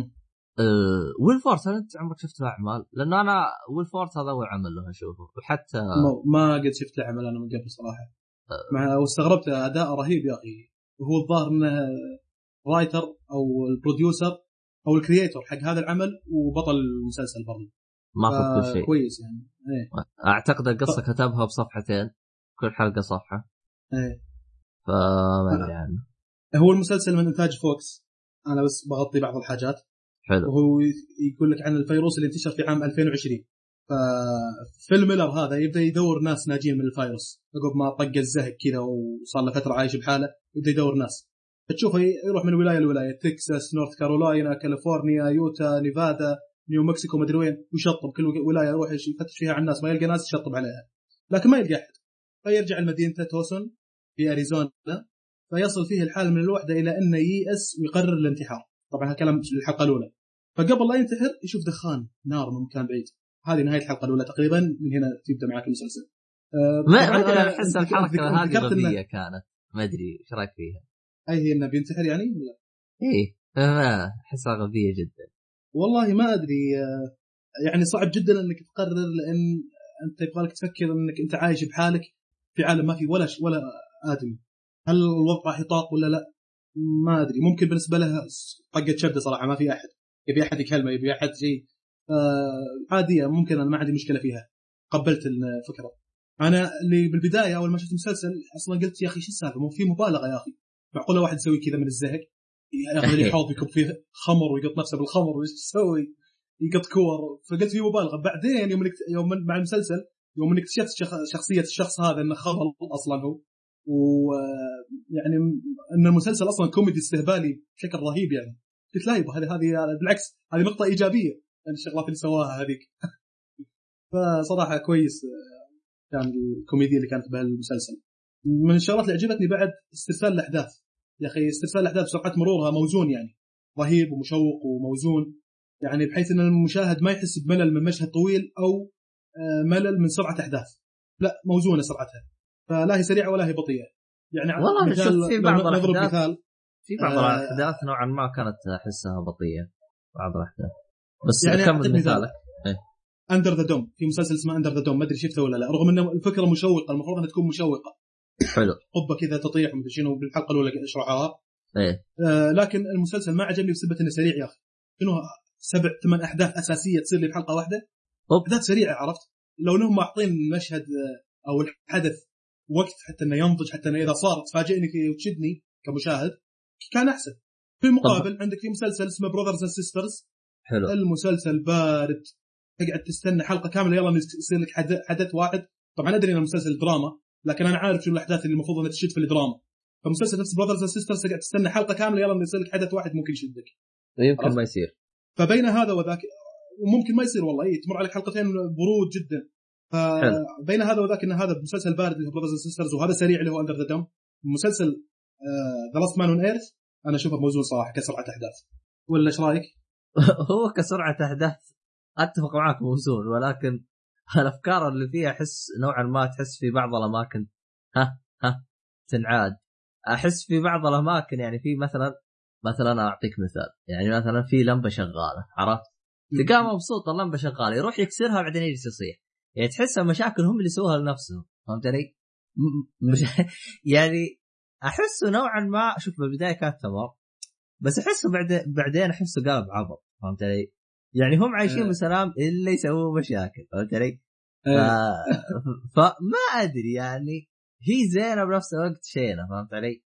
أه ويل فورت هل انت عمرك شفت له اعمال؟ لان انا ويل فورت هذا اول عمل له اشوفه، وحتى ما قد شفت له عمل انا من قبل صراحه. أه مع واستغربت اداء رهيب يا اخي. وهو الظاهر انه رايتر او البروديوسر او الكرييتور حق هذا العمل وبطل المسلسل برضه. ما في كل شيء كويس يعني. ايه اعتقد القصه ف... كتبها بصفحتين، كل حلقه صفحه. ايه فما ادري عنه. هو المسلسل من انتاج فوكس، انا بس بغطي بعض الحاجات. حلو. وهو يقول لك عن الفيروس اللي انتشر في عام ألفين وعشرين ففيل ميلر هذا يبدا يدور ناس ناجين من الفيروس عقب ما طق الزهق كذا وصار له فتره عايش بحاله. يبدا يدور ناس تشوفه يروح من ولايه لولايه، تكساس، نورث كارولاينا، كاليفورنيا، يوتا، نيفادا، نيو مكسيكو، مدري وين، ويشطب كل ولايه يروح يفتش فيها على الناس، ما يلقى ناس يشطب عليها لكن ما يلقى احد. فيرجع لمدينته توسون في اريزونا، فيصل فيه الحال من الوحده الى انه ييأس ويقرر الانتحار. طبعا هالكلام الحلقه الاولى. فقبل لا ينتحر يشوف دخان نار من مكان بعيد. هذه نهايه الحلقه الاولى تقريبا، من هنا تبدا معك المسلسل. أه ما ادري، انا احس الحركه هذه غبيه كانت، ما ادري ايش رايك فيها؟ اي هي انه بينتحر يعني ولا ايه؟ ما احسها غبيه جدا والله. ما ادري يعني صعب جدا انك تقرر، لان انت يبغالك تفكر انك انت عايش بحالك في عالم ما في ولا ولا ادمي. هل الوضع راح يطاق ولا لا؟ ما ادري. ممكن بالنسبه له طقه شبده صراحه، ما في احد يبي احد يكلمه، يبي احد شيء آه عاديه. ممكن انا ما عندي مشكله فيها، قبلت الفكره. انا اللي بالبدايه اول ما شفت المسلسل اصلا قلت يا اخي شو السالفه، مو في مبالغه يا اخي؟ معقوله واحد يسوي كذا من الزهق ياخذ لي حوض يكب فيه خمر ويقط نفسه بالخمر ويش يسوي، يقط كور. فقلت في مبالغه. بعدين يوم يوم مع المسلسل يوم انك اكتشفت شخصيه الشخص هذا انه خمر اصلا هو، ويعني ان المسلسل اصلا كوميدي استهبالي بشكل رهيب يعني. قلت لا يبا هذه هذه بالعكس هذه نقطه ايجابيه يعني الشغلات اللي سواها هذيك. فصراحه كويس كان الكوميديا اللي كانت بهالمسلسل. من الشغلات اللي عجبتني بعد استرسال الاحداث. يا اخي استرسال الاحداث سرعه مرورها موزون يعني، رهيب ومشوق وموزون يعني، بحيث ان المشاهد ما يحس بملل من مشهد طويل او ملل من سرعه احداث. لا موزونه سرعتها، فلا هي سريعه ولا هي بطيئه يعني. والله شفت في بعض الاحداث مثال في بعض آه الاحداث نوعا ما كانت احسها بطيئه بعض الاحداث. بس يعني كمل مثالك. اندر ذا دوم، في مسلسل اسمه اندر ذا دوم، ما ادري شفته ولا لا، رغم انه الفكره مشوقه، المفروض انها تكون مشوقه. حلو. قبه كذا تطيح ومدري شنو بالحلقه الاولى اشرحها. ايه آه لكن المسلسل ما عجبني بسبب انه سريع يا اخي. شنو سبع ثمان احداث اساسيه تصير لي بحلقه واحده. احداث سريعه عرفت. لو انهم معطين مشهد او الحدث وقت حتى انه ينضج، حتى انه اذا صار تفاجئني وتشدني كمشاهد كان احسن. في المقابل طب. عندك في مسلسل اسمه براذرز اند سيسترز. حلو. المسلسل بارد، تقعد تستنى حلقه كامله يلا يصير لك حدث واحد. طبعا ادري ان المسلسل دراما، لكن انا عارف شو الاحداث اللي المفروض انها تشد في الدراما. فمسلسل نفس براذرز اند سيسترز تقعد تستنى حلقه كامله يلا يصير لك حدث واحد ممكن يشدك، يمكن ما يصير. فبين هذا وذاك وممكن ما يصير والله. إيه تمر عليك حلقتين برود جدا. فبين هذا وذاك ان هذا مسلسل بارد اللي هو براذرز اند سيسترز، وهذا سريع اللي هو اندر ذا دوم. مسلسل ذا لاست مان اون ايرث انا اشوفه موزون صراحه كسرعه احداث. ولا ايش رايك؟ هو كسرعه احداث اتفق معك موزون، ولكن الافكار اللي فيها احس نوعا ما تحس في بعض الاماكن ها ها تنعاد. احس في بعض الاماكن يعني في مثلا مثلا اعطيك مثال، يعني مثلا في لمبه شغاله عرفت، تلقاه مبسوط اللمبه شغاله يروح يكسرها بعدين يجلس يصيح. يعني تحسها مشاكل هم اللي سووها لنفسهم، فهمتني؟ مش يعني احسه نوعا ما شوف بالبدايه كانت تمام، بس احسه بعد بعدين احسه قلب عبط، فهمتني؟ يعني هم عايشين بسلام الا يسووا مشاكل، فهمتني؟ ف... فما ادري يعني هي زينه بنفس الوقت شينه، فهمتني؟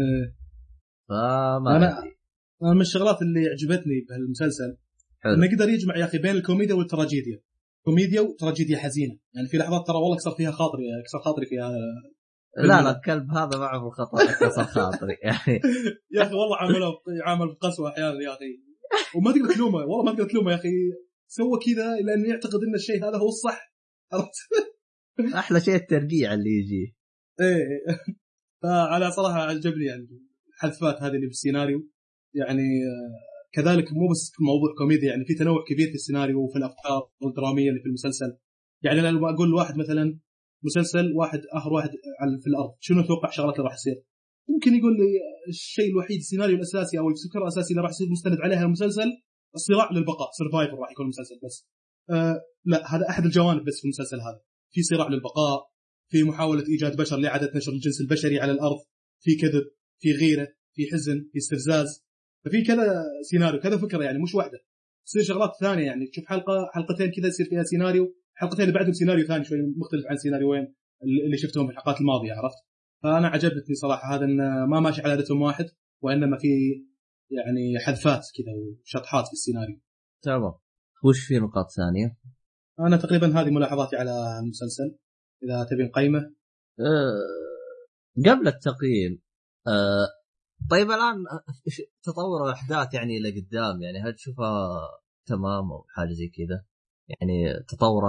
فما أنا ادري. انا من الشغلات اللي عجبتني بهالمسلسل انه قدر يجمع يا اخي بين الكوميديا والتراجيديا. كوميديا وتراجيديا حزينه يعني. في لحظات ترى والله كسر فيها خاطري كسر خاطري فيها. لا لا الكلب هذا معه بالخطا كسر خاطري يعني. يا اخي والله عامله عامل بقسوه احيانا يا اخي، وما تقدر تلومه والله ما تقدر تلومه يا اخي. سوى كذا لانه يعتقد ان الشيء هذا هو الصح. احلى شيء الترقيع اللي يجي. ايه فعلى صراحه عجبني يعني الحذفات هذه اللي بالسيناريو يعني. كذلك مو بس موضوع كوميديا يعني، في تنوع كبير في السيناريو وفي الافكار الدراميه اللي في المسلسل. يعني انا لما اقول لواحد مثلا مسلسل واحد اخر واحد في الارض شنو اتوقع شغلات اللي راح تصير، ممكن يقول لي الشيء الوحيد السيناريو الاساسي او الفكره الاساسيه اللي راح يصير مستند عليها المسلسل الصراع للبقاء، سرفايفر راح يكون المسلسل. بس آه لا هذا احد الجوانب بس في المسلسل هذا. في صراع للبقاء، في محاوله ايجاد بشر لاعاده نشر الجنس البشري على الارض، في كذب، في غيره، في حزن، في استفزاز. ففي كذا سيناريو كذا فكره يعني مش واحده. تصير شغلات ثانيه يعني تشوف حلقه حلقتين كذا يصير فيها سيناريو، حلقتين اللي بعدهم سيناريو ثاني شوي مختلف عن سيناريوين اللي شفتهم في الحلقات الماضيه عرفت. فانا عجبتني صراحه هذا ان ما ماشي على رتم واحد، وانما في يعني حذفات كذا وشطحات في السيناريو. تمام. وش في نقاط ثانيه؟ انا تقريبا هذه ملاحظاتي على المسلسل. اذا تبين قيمه أه قبل التقييم، أه طيب الان تطور الاحداث يعني الى قدام، يعني هل تشوفها تمام او حاجه زي كذا؟ يعني تطور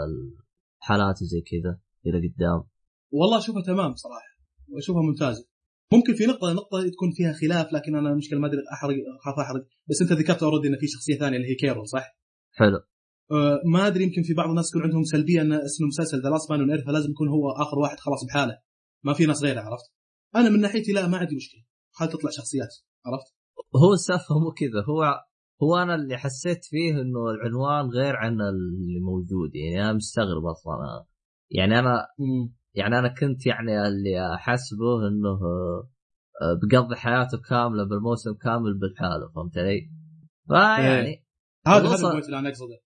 الحالات زي كذا الى قدام؟ والله اشوفها تمام صراحه، واشوفها ممتازه. ممكن في نقطه نقطه تكون فيها خلاف، لكن انا مشكله ما ادري احرق خاف احرق. بس انت ذكرت اوريدي ان في شخصيه ثانيه اللي هي كيرول، صح؟ حلو. أه ما ادري، يمكن في بعض الناس يكون عندهم سلبيه ان اسم المسلسل ذا لاست مان اون ايرث لازم يكون هو اخر واحد خلاص بحاله، ما في ناس غيره، عرفت؟ انا من ناحيتي لا، ما عندي مشكله، خل تطلع شخصيات، عرفت؟ هو السالفه مو كذا، هو هو انا اللي حسيت فيه انه العنوان غير عن اللي موجود، يعني انا مستغرب اصلا. يعني انا مم. يعني انا كنت يعني اللي احسبه انه بقضي حياته كامله بالموسم كامل بالحاله، فهمت علي؟ ايه فيعني هذا هذا الوصل البوينت اللي انا اقصده.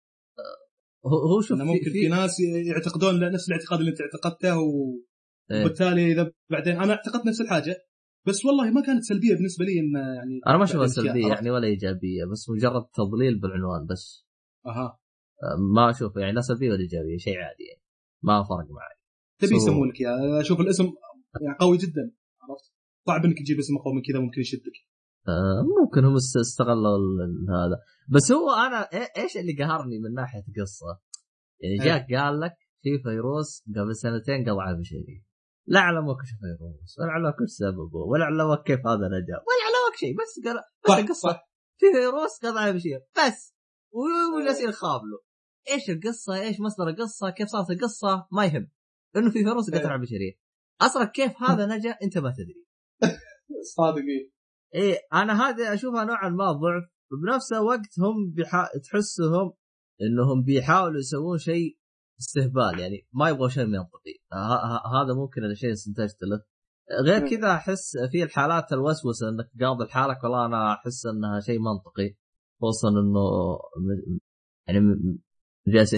هو هو شوف انه في, ممكن في في ناس يعتقدون نفس الاعتقاد اللي انت اعتقدته و... إيه؟ وبالتالي اذا بعدين انا اعتقدت نفس الحاجه، بس والله ما كانت سلبيه بالنسبه لي، ان يعني انا ما اشوفها بعدين أشياء، سلبيه عرفت؟ يعني ولا ايجابيه، بس مجرد تضليل بالعنوان بس. اها ما اشوف يعني لا سلبيه ولا ايجابيه، شيء عادي يعني، ما فرق معي. تبي سو يسمونك يا اشوف الاسم يعني قوي جدا، عرفت؟ صعب انك تجيب اسم اقوى من كذا ممكن يشدك. آه ممكن هم است- استغلوا ال- هذا. بس هو انا إيه- ايش اللي قهرني من ناحيه قصه؟ يعني ايه جاك قال لك في فيروس قبل سنتين قضى على البشريه، لا علموك ايش فيروس، ولا علموك ايش سببه، ولا علموك كيف هذا نجا، ولا علموك شيء، بس قال بس صح القصه صح. في فيروس قضى على البشريه بس، وجالسين يخابلوا. ايش القصه؟ ايش مصدر القصه؟ كيف صارت القصه؟ ما يهم، انه في فيروس قتل على ايه البشريه. اصلا كيف هذا نجا انت ما تدري. صادق. ايه ايه انا هذا اشوفها نوعا ما ضعف، وبنفس الوقت هم بيحا... تحسهم انهم بيحاولوا يسوون شيء استهبال، يعني ما يبغوا شيء منطقي. ه... ه... هذا ممكن الشيء استنتجت له. غير كذا احس في الحالات الوسوسه انك قاضي لحالك، والله انا احس انها شيء منطقي، خصوصا انه م... يعني م... جالس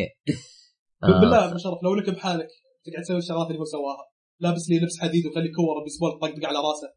آه بالله ف... بشرف لو لك بحالك تقعد تسوي الشغلات اللي هو سواها، لابس لي لبس حديد وخلي كور بيسبول طقطق على راسه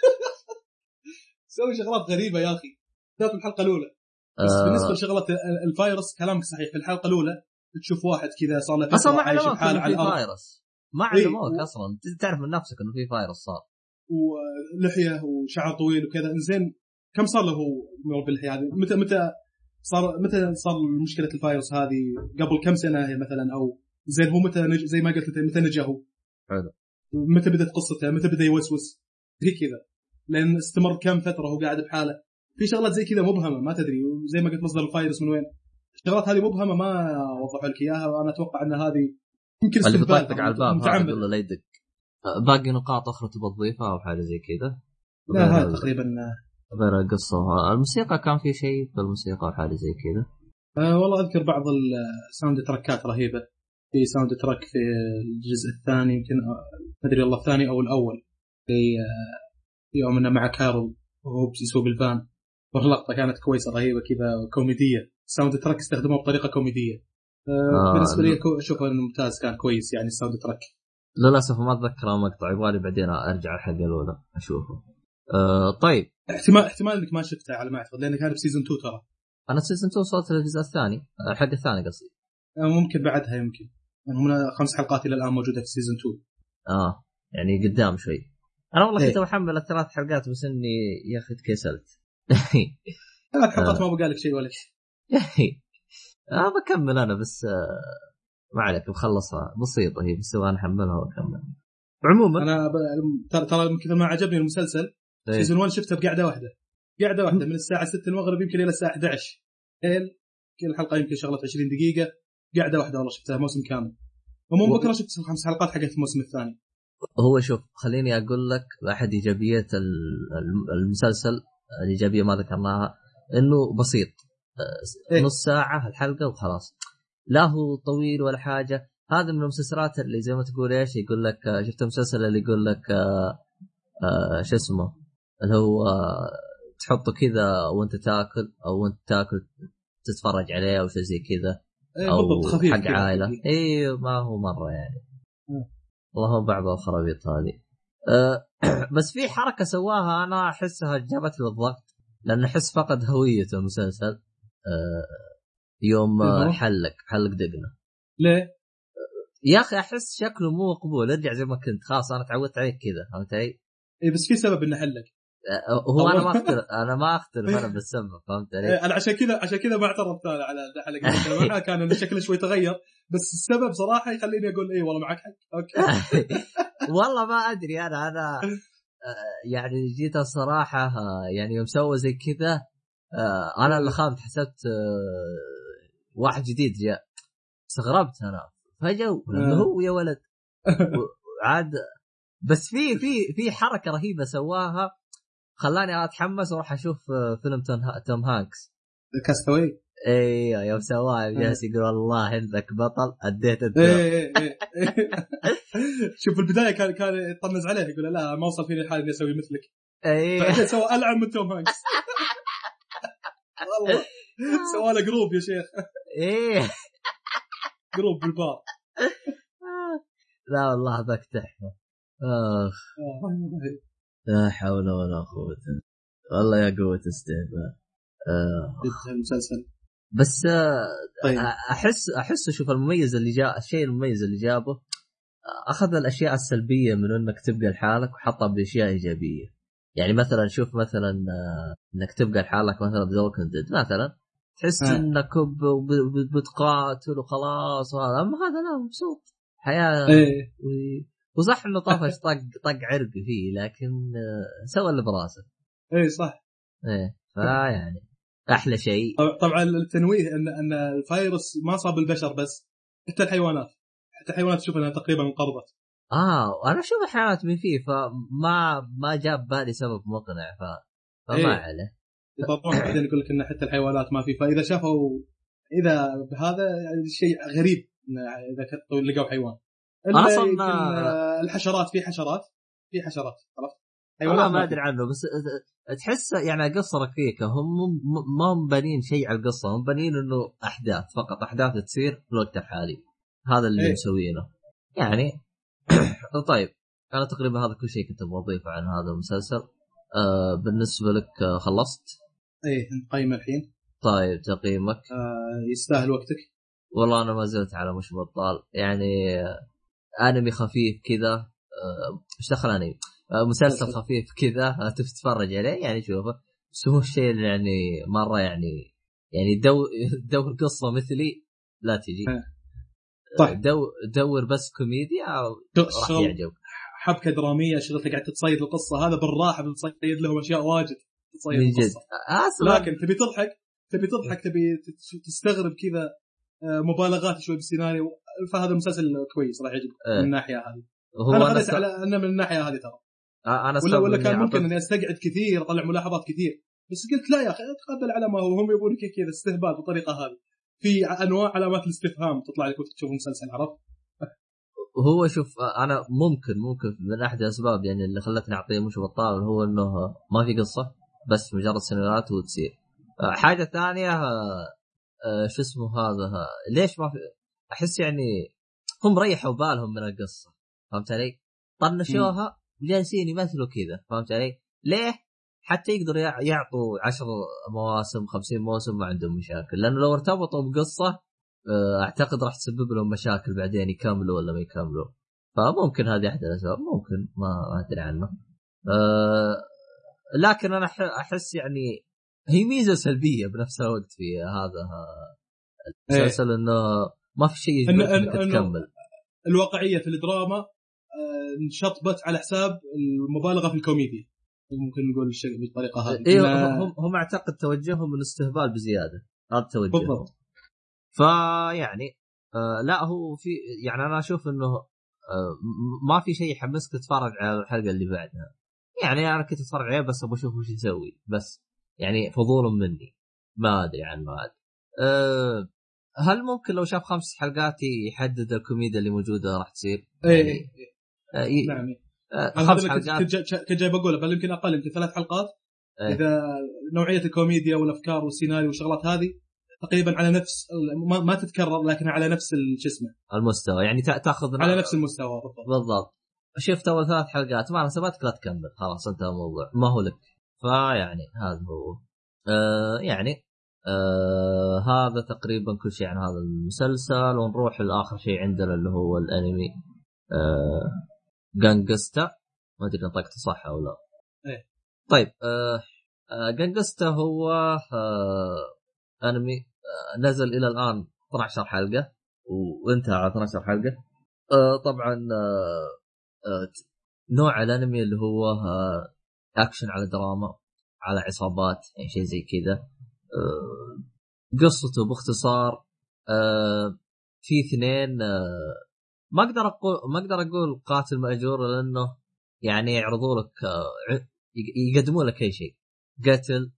سوي شغلات غريبه يا اخي، ذات الحلقه الاولى. بس بالنسبه آه لشغله الفيروس كلامك صحيح، في الحلقه الاولى تشوف واحد كذا صار له اصلا فتره ما عايش علموك بحاله انه على في الارض. فيروس، ما اي علموك و... اصلا، تعرف من نفسك انه في فيروس صار، ولحيه وشعر طويل وكذا. انزين كم صار له هو مربي اللحيه هذه؟ متى متى صار متى صار مشكله الفيروس هذه؟ قبل كم سنه هي مثلا؟ او زين هو متى نج... زي ما قلت انت متى نجا هو؟ حلو. متى بدات قصته؟ متى بدا يوسوس زي كذا؟ لان استمر كم فتره هو قاعد بحاله. في شغلات زي كذا مبهمه ما تدري، زي ما قلت مصدر الفيروس من وين. الشغلات هذه مبهمه ما وضحوا لك اياها، وانا اتوقع ان هذه يمكن اللي استهبال بيطقطق على الباب هذا متعمد. يقول له لا يدق. باقي نقاط اخرى تبغى تضيفها او حاجه زي كذا؟ لا غير هذا ال... تقريبا. غير القصه، الموسيقى كان في شيء في الموسيقى او حاجه زي كذا؟ أه والله اذكر بعض الساوند تراكات رهيبه. في ساوند تراك في الجزء الثاني يمكن ما ادري الله الثاني او الاول، في يوم انه مع كارول وهو يسوق الفان، واللقطه كانت كويسه رهيبه كذا كوميديه. الساوند تراك استخدموه بطريقه كوميديه. أه آه بالنسبه لي ل... اشوفه انه ممتاز، كان كويس يعني الساوند تراك. للاسف ما اتذكر المقطع، يبغالي بعدين ارجع الحلقه الاولى اشوفه. آه طيب، احتمال احتمال انك ما شفته على ما اعتقد، لانه كان بسيزون تو ترى. انا سيزون تو وصلت للجزء الثاني، الحلقه الثانيه قصدي. أه ممكن بعدها، يمكن يعني هم خمس حلقات الى الان موجوده في سيزون تو. اه يعني قدام شوي. انا والله كنت ايه بحمل الثلاث حلقات بس اني يا اخي تكسلت. ثلاث حلقات آه. ما بقى لك شيء ولا شيء. آه بكمل انا بس، آه ما عليك بخلصها بسيطه هي، بس انا احملها واكمل عموما. انا ب... ترى ترى من كثر ما عجبني المسلسل إيه؟ سيزون واحد شفته بقعده واحده، قعده واحده من الساعه ستة المغرب يمكن الى الساعه احد عشر ليل، كل حلقه يمكن شغله عشرين دقيقه، قعده واحده والله شفتها موسم كامل. ومن و... بكره شفت خمس حلقات حقت الموسم الثاني. هو شوف خليني اقول لك احد ايجابيات المسلسل، الايجابيه ما ذكرناها انه بسيط، إيه؟ نص ساعه الحلقه وخلاص، لا هو طويل ولا حاجه. هذا من المسلسلات اللي زي ما تقول ايش يقول لك، شفت مسلسل اللي يقول لك آه آه شو اسمه، اللي هو آه تحطه كذا وانت تاكل او وانت تاكل تتفرج عليه او شيء زي كذا، إيه او بالضبط، خفيف حق كذا. عائله. اي ما هو مره يعني م. والله بعض الخرابيط هذه. أه بس في حركه سواها انا احسها جابت له الضغط، لان احس فقد هويه المسلسل. أه يوم أيوه. حلق حلق دقنا. ليه يا اخي احس شكله مو مقبول، ارجع زي ما كنت خلاص انا تعودت عليك كذا، فهمت علي؟ اي بس في سبب انه حلق. هو انا ما اختلف انا ما اختلف انا بالسبب، فهمت علي؟ انا عشان كذا عشان كذا ما اعترضت انا على حلق ما كان انه شكله شوي تغير، بس السبب صراحه يخليني اقول اي والله معك حق. اوكي والله ما ادري انا انا يعني جيت الصراحه يعني يوم سوى زي كذا انا اللي خافت، حسبت واحد جديد جاء، استغربت انا فجأة لما هو يا ولد عاد. بس في في في حركه رهيبه سواها خلاني اتحمس واروح اشوف فيلم توم هانكس كاستوي. ايوه يوم سواها جالس يقول والله عندك بطل اديت الدور. إيه إيه إيه. شوف البدايه كان كان يطنز عليه يقول لا ما وصل فيني الحال اني اسوي مثلك. ايوه بعدين سوى العن من توم هانكس. والله سوى له جروب يا شيخ. ايه جروب بالبار. لا والله هذاك تحفه. اخ لا حول ولا قوه والله يا قوه استهبال آه. المسلسل بس طيب. احس احس شوف المميز اللي جاء، الشيء المميز اللي جابه اخذ الاشياء السلبيه من انك تبقى لحالك وحطها باشياء ايجابيه. يعني مثلا شوف مثلا انك تبقى لحالك مثلا بذوق ديد مثلا تحس آه. انك بتقاتل وخلاص هذا، اما هذا لا مبسوط حياه إيه. وصح انه طفش طق طق عرق فيه لكن سوى اللي براسه. ايه صح. ايه فيعني احلى شيء. طبعا التنويه ان ان الفيروس ما صاب البشر بس، حتى الحيوانات، حتى الحيوانات تشوف انها تقريبا انقرضت. اه انا اشوف الحيوانات من فيه فما ما جاب بالي سبب مقنع ف فما إيه. عليه. يطلعون بعدين يقول لك ان حتى الحيوانات ما في، فاذا شافوا اذا بهذا يعني شيء غريب اذا كنتوا لقوا حيوان. اصلا الحشرات في حشرات في حشرات خلاص حيوانات ما ادري عنه بس تحس يعني قصه ركيكه، هم ما هم بانين شيء على القصه، هم بانين انه احداث فقط، احداث تصير في الوقت الحالي، هذا اللي إيه؟ مسوينه يعني. طيب انا تقريبا هذا كل شيء كنت بضيفه عن هذا المسلسل. آه بالنسبه لك آه خلصت؟ ايه نقيم الحين. طيب تقييمك؟ آه يستاهل وقتك؟ والله انا ما زلت على مش بطال يعني. آه انمي خفيف كذا، آه مش دخل انمي، آه مسلسل خفيف كذا تتفرج عليه يعني شوفه، بس هو الشيء يعني مره يعني يعني دو دور قصه مثلي لا تجي. طيب. دو دور بس كوميديا راح يعجبك، حبكه دراميه شغلتك قاعد تتصيد القصه هذا بالراحه بتصيد لهم اشياء واجد تصيد من جد اصلا، لكن تبي تضحك تبي تضحك تبي تستغرب كذا مبالغات شوي بالسيناريو، فهذا مسلسل كويس راح يعجبك من الناحيه هذه. انا خليت ست... على انه من الناحيه هذه ترى انا ولا ولا كان ممكن أعطت... اني استقعد كثير اطلع ملاحظات كثير، بس قلت لا يا اخي اتقبل على ما هو، هم يبون كذا استهبال بالطريقه هذه، في انواع علامات الاستفهام تطلع لك وانت تشوف المسلسل، عرفت؟ هو شوف انا ممكن ممكن من احد الاسباب يعني اللي خلتني اعطيه مش بطال هو انه ما في قصه بس مجرد سيناريوهات وتصير. حاجه ثانيه شو اسمه هذا ليش ما في، احس يعني هم ريحوا بالهم من القصه، فهمت علي؟ طنشوها وجالسين يمثلوا كذا، فهمت علي؟ ليه؟ حتى يقدروا يعطوا عشر مواسم خمسين موسم ما عندهم مشاكل، لانه لو ارتبطوا بقصه اعتقد راح تسبب لهم مشاكل بعدين يكملوا ولا ما يكملوا، فممكن هذه احد الاسباب، ممكن ما ادري عنه. أه لكن انا احس يعني هي ميزه سلبيه بنفس الوقت في هذا المسلسل إيه؟ انه ما في شيء يجبرك انك تكمل. الواقعيه في الدراما انشطبت على حساب المبالغه في الكوميديا، ممكن نقول الشيء بالطريقه هذه. إيه هم هم اعتقد توجههم من استهبال بزياده، هذا توجههم بالضبط. فيعني آه لا هو في يعني انا اشوف انه آه ما في شيء يحمسك تتفرج على الحلقه اللي بعدها، يعني انا كنت اتفرج عليه بس ابغى اشوف وش يسوي، بس يعني فضول مني ما ادري عنه هذا. أه هل ممكن لو شاف خمس حلقات يحدد الكوميديا اللي موجوده راح تصير؟ يعني ايه آه ي... نعم آه خمس حلقات كنت جاي بقول بل يمكن اقل يمكن ثلاث حلقات ايه؟ اذا نوعيه الكوميديا والافكار والسيناريو والشغلات هذه تقريبا على نفس ما, ما تتكرر لكن على نفس الجسم المستوى، يعني تاخذ على نفس المستوى بالضبط. بالضبط. شفت اول ثلاث حلقات ما نسبتك لا تكمل خلاص انتهى الموضوع ما هو لك، فيعني هذا هو. آه يعني آه هذا تقريبا كل شيء عن هذا المسلسل. ونروح لآخر شيء عندنا اللي هو الأنمي آه جانجستا. ما أدري نطقته صح أو لا. إيه. طيب آه آه جانجستا هو آه أنمي آه نزل إلى الآن اثنا عشر حلقة وانتهى على اثنا عشر حلقة. آه طبعا آه آه نوع الأنمي اللي هو آه أكشن على دراما على عصابات يعني شيء زي كذا. آه قصته باختصار آه في اثنين آه ما اقدر اقول ما اقدر اقول قاتل مأجور لانه يعني يعرضوا لك آه يقدموا لك اي شيء قتل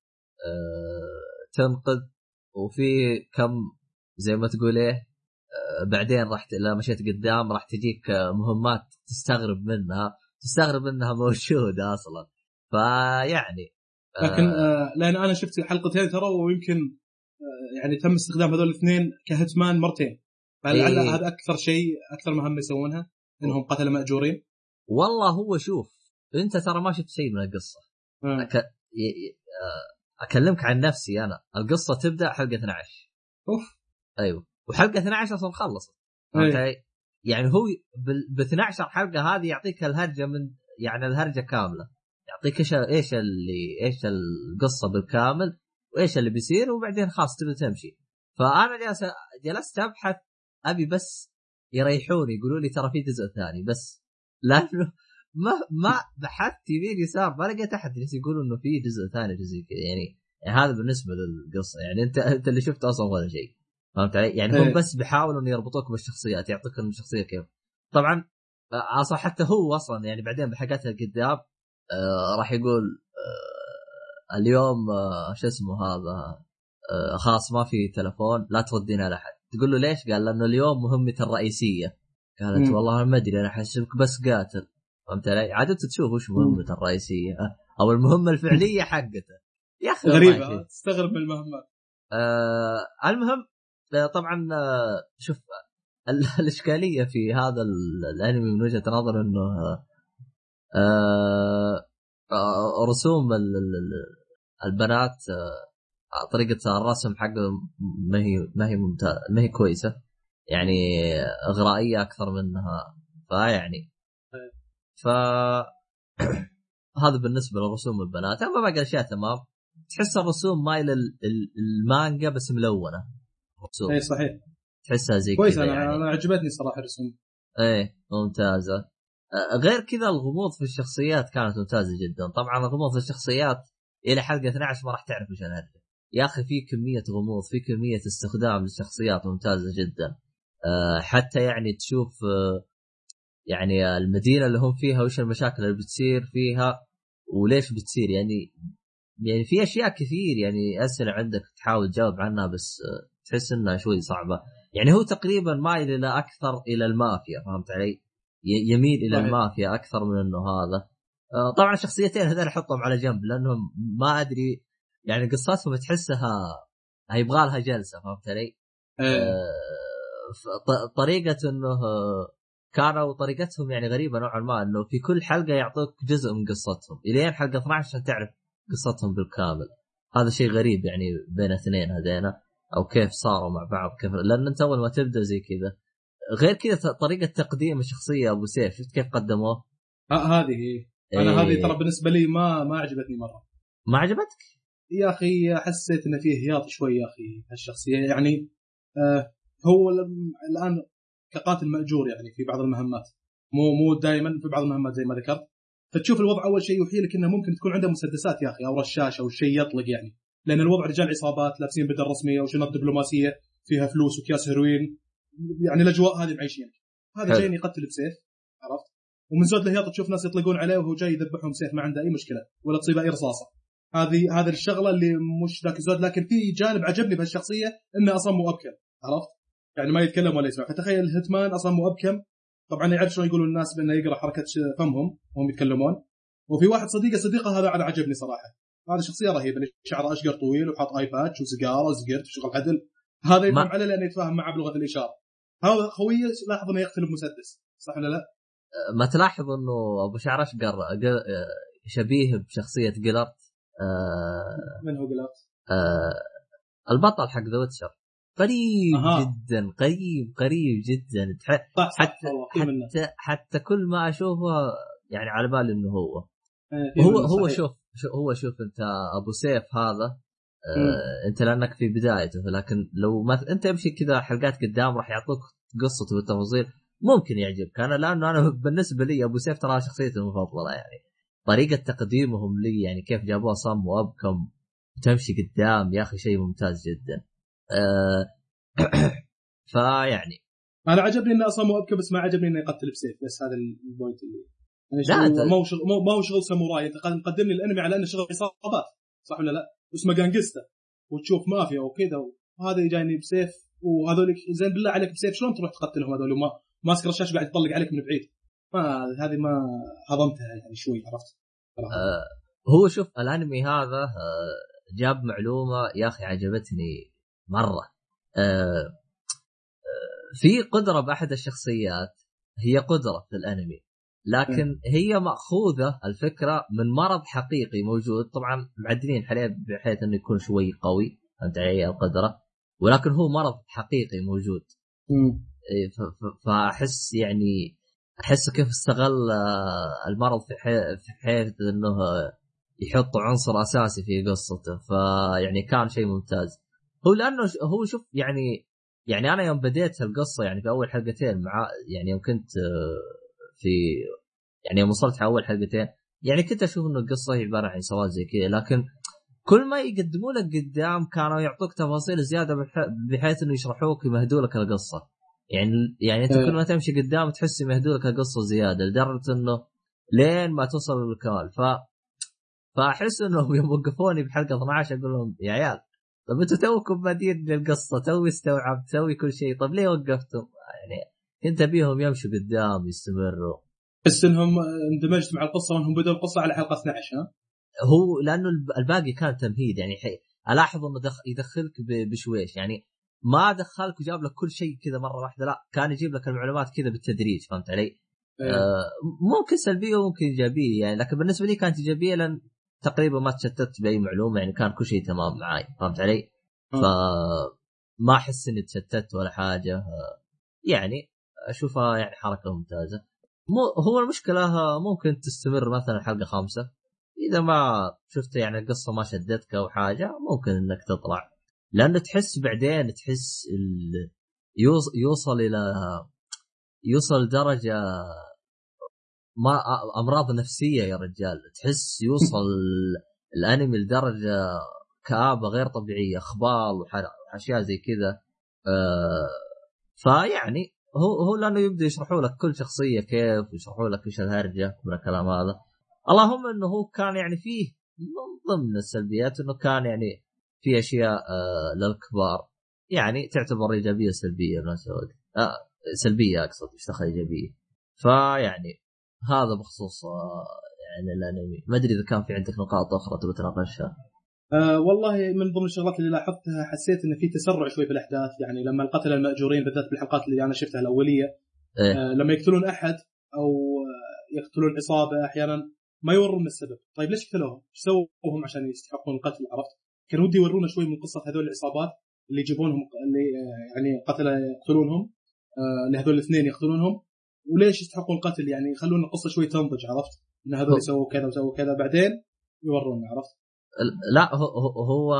آه تنقذ وفي كم زي ما تقول ايه آه بعدين راح لا مشيت قدام راح تجيك آه مهمات تستغرب منها تستغرب منها موجودة اصلا. فيعني آه لكن آه لان انا شفت حلقتين ترى ويمكن يعني تم استخدام هذول الاثنين كهتمان مرتين. فلعل إيه. هذا أكثر شيء أكثر مهمة يسوونها إنهم قتلة مأجورين. والله هو شوف أنت ترى ما شفت شيء من القصة. أك... ي... أكلمك عن نفسي أنا. القصة تبدأ حلقة اثنا عشر. أوف. أيوة وحلقة اثنا عشر أصلا خلصت. أيه. يعني هو ب اثنا عشر حلقة هذه يعطيك الهرجة من يعني الهرجة كاملة. يعطيك إيش إيش اللي إيش القصة بالكامل وإيش اللي بيصير وبعدين خلاص تبدأ تمشي. فأنا جالس جلست أبحث أبي بس يريحوني يقولوا لي ترى في جزء ثاني بس لأنه ما ما بحثت يمين يسار ما لقيت أحد يجلس يقولوا إنه في جزء ثاني جزء كذا يعني. يعني هذا بالنسبة للقصة يعني أنت أنت اللي شفته أصلا ولا شيء فهمت علي يعني هم بس بيحاولوا إنه يربطوك بالشخصيات يعطوك الشخصية كيف. طبعا أصلا حتى هو أصلا يعني بعدين بحاجاتها قدام آه راح يقول آه اليوم آه شو اسمه هذا آه خلاص ما في تلفون لا تردين على أحد. تقول له ليش؟ قال لأنه اليوم مهمة الرئيسية. قالت م. والله ما أدري أنا حسبك بس قاتل فهمت علي. عادة تشوف وش مهمة م. الرئيسية أو المهمة الفعلية حقته يا أخي غريبة تستغرب من المهمات. آه المهم طبعا آه شوف الإشكالية في هذا الأنمي من وجهة نظر إنه آه آه رسوم البنات آه طريقة الرسم حقه ما هي ما هي ممتازة ما هي كويسة يعني إغرائية أكثر منها. فيعني ف هذا بالنسبة لرسوم البنات. أما باقي الأشياء تمام. تحس الرسوم مايل المانجا بس ملونة. أي صحيح. تحسها زي كويس كذا أنا يعني. أنا عجبتني صراحة الرسوم. إيه ممتازة. غير كذا الغموض في الشخصيات كانت ممتازة جدا. طبعا الغموض في الشخصيات إلى حلقة اثنا عشر ما راح تعرف وش الهرجة يا أخي. في كمية غموض في كمية استخدام للشخصيات ممتازة جدا. أه حتى يعني تشوف أه يعني المدينة اللي هم فيها وش المشاكل اللي بتصير فيها وليش بتصير يعني. يعني في أشياء كثير يعني أسئلة عندك تحاول تجاوب عنها بس أه تحس إنها شوي صعبة. يعني هو تقريبا مايل إلى أكثر إلى المافيا فهمت علي. يميل إلى طيب. المافيا أكثر من إنه هذا. أه طبعا الشخصيتين هذول حطهم على جنب لأنهم ما أدري يعني قصتهم تحسها هيبغى لها جلسة فهمت علي. أه طريقة إنه كانوا طريقتهم يعني غريبة نوعا ما إنه في كل حلقة يعطوك جزء من قصتهم إلين حلقة اثنا عشر عشان تعرف قصتهم بالكامل. هذا شيء غريب يعني بين اثنين هذينا أو كيف صاروا مع بعض كيف لأن أنت أول ما تبدأ زي كذا. غير كذا طريقة تقديم الشخصية أبو سيف شفت كيف قدموه. ها هذه أنا إيه. هذه ترى بالنسبة لي ما ما عجبتني مرة. ما عجبتك يا أخي حسيت إن فيه هياط شوي يا أخي هالشخصية يعني آه هو الآن كقاتل مأجور يعني في بعض المهمات مو مو دائما في بعض المهمات زي ما ذكرت. فتشوف الوضع أول شيء يوحي لك إنه ممكن تكون عنده مسدسات يا أخي أو رشاش أو شيء يطلق يعني لأن الوضع رجال عصابات لابسين بدل رسمية وشنط دبلوماسية فيها فلوس وكياس هيروين يعني الأجواء هذه معيشين. هذا جاي يقتل بسيف عرفت ومن زود الهياط تشوف ناس يطلقون عليه وهو جاي يذبحهم سيف ما عنده أي مشكلة ولا تصيبه أي رصاصة. هذه هذه الشغلة اللي مش ذاك زود. لكن في جانب عجبني بهالشخصية إنه أصلا مؤبكم عرفت يعني ما يتكلم ولا يسمع. فتخيل الهتمان أصلا مؤبكم طبعا يعرف شلون يقولوا الناس بأنه يقرأ حركة فمهم وهم يتكلمون. وفي واحد صديقه صديقه هذا على عجبني صراحة. هذا شخصية رهيبة شعره أشقر طويل وحط آيباد وسيجارة وزقرت وشغل عدل. هذا يفهم عليه لأنه يتفاهم معه بلغة الإشارة. هذا خويه لاحظ إنه يقتل بمسدس صح ولا لا؟ ما تلاحظ إنه أبو شعر أشقر شبيه بشخصية جلارت. آه من هو جلارت؟ آه البطل حق ذا ويتشر قريب أها. جدا قريب قريب جدا حتى حتى حتى كل ما اشوفه يعني على بالي انه هو هو هو شوف هو شوف انت ابو سيف هذا آه انت لانك في بدايته، لكن لو ما انت امشي كذا حلقات قدام راح يعطوك قصته بالتفاصيل ممكن يعجبك. انا لانه انا بالنسبه لي ابو سيف ترى شخصيتي المفضله، يعني طريقه تقديمهم لي يعني كيف جابوه صم وابكم تمشي قدام يا اخي شيء ممتاز جدا. أه فيعني انا عجبني انه اصلا مؤبكى بس ما عجبني انه يقتل بسيف، بس هذا البوينت اللي يعني لا ما هو شغل ما هو شغل ساموراي. انت قاعد مقدمني الانمي على انه شغل عصابات صح ولا لا؟ اسمه جانجستا وتشوف مافيا وكذا، وهذا جايني بسيف وهذول زين بالله عليك بسيف شلون تروح تقتلهم هذول وما ماسك رشاش بعد يطلق عليك من بعيد؟ ما هذه ما هضمتها يعني شوي عرفت. أه هو شوف الانمي هذا أه جاب معلومه يا اخي عجبتني مره. أه في قدرة بأحد الشخصيات هي قدرة في الأنمي، لكن هي مأخوذة الفكرة من مرض حقيقي موجود، طبعا معدلين حاليا بحيث أنه يكون شوي قوي فهمت علي القدرة، ولكن هو مرض حقيقي موجود. فأحس يعني أحس كيف استغل المرض في حيث أنه يحط عنصر أساسي في قصته، فيعني كان شيء ممتاز. هو لأنه هو شوف يعني يعني أنا يوم بديت القصة يعني في أول حلقتين مع يعني يوم كنت في يعني يوم وصلت على أول حلقتين يعني كنت أشوف إنه القصة هي عبارة عن سواد زي كذا، لكن كل ما يقدموا لك قدام كانوا يعطوك تفاصيل زيادة بحيث إنه يشرحوك يمهدوا لك القصة. يعني يعني أنت كل ما تمشي قدام تحس يمهدوا لك القصة زيادة لدرجة إنه لين ما توصل للكمال. ف فأحس إنه يوم وقفوني بحلقة اثنا عشر أقول لهم يا عيال طب انتوا توكم بادين للقصة توي استوعبت توي كل شيء، طب ليه وقفتم؟ يعني كنت ابيهم يمشوا قدام يستمروا، بس انهم اندمجت مع القصة وانهم بدأوا القصة على حلقة اثنا عشر. ها هو لانه الباقي كان تمهيد يعني حي... الاحظ انه دخ... يدخلك ب... بشويش، يعني ما دخلك وجاب لك كل شيء كذا مرة واحدة، لا كان يجيب لك المعلومات كذا بالتدريج فهمت علي؟ أيه. آه ممكن سلبية وممكن إيجابية يعني، لكن بالنسبة لي كانت إيجابية لأن تقريبا ما تشتت بأي معلومة، يعني كان كل شيء تمام معاي فهمت علي؟ فما أحس إني تشتت ولا حاجة، يعني أشوفها يعني حركة ممتازة. مو هو المشكلة ممكن تستمر مثلا حلقة خامسة إذا ما شفت يعني القصة ما شدتك أو حاجة ممكن إنك تطلع، لأنه تحس بعدين تحس ال... يوصل إلى يوصل لدرجة ما أمراض نفسية يا رجال، تحس يوصل الأنمي لدرجة كآبة غير طبيعية، أخبار وأشياء زي كذا. آه فيعني هو هو لأنه يبدأ يشرحوا لك كل شخصية كيف ويشرحوا لك إيش الهرجة من الكلام هذا. اللهم إنه هو كان يعني فيه من ضمن السلبيات إنه كان يعني في أشياء آه للكبار يعني تعتبر إيجابية سلبية بنفس الوقت، آه سلبية أقصد مش دخل إيجابية. فيعني هذا بخصوص آه يعني الأنمي. ما أدري إذا كان في عندك نقاط أخرى تبي تناقشها. أه والله من ضمن الشغلات اللي لاحظتها حسيت إن في تسرع شوي في الأحداث، يعني لما القتلة المأجورين بالذات بالحلقات اللي أنا شفتها الأولية إيه؟ أه لما يقتلون أحد أو يقتلون عصابة أحيانا ما يورون السبب. طيب ليش قتلوهم؟ إيش سووهم عشان يستحقون القتل؟ عرفت؟ كان ودي يورونا شوي من قصة هذول العصابات اللي يجيبونهم اللي يعني قتلة يقتلونهم أه لهذول الاثنين يقتلونهم وليش يستحقون القتل، يعني يخلون القصة شوي تنضج عرفت؟ إن هذول يسووا كذا وسووا كذا بعدين يورونا عرفت؟ لا هو هو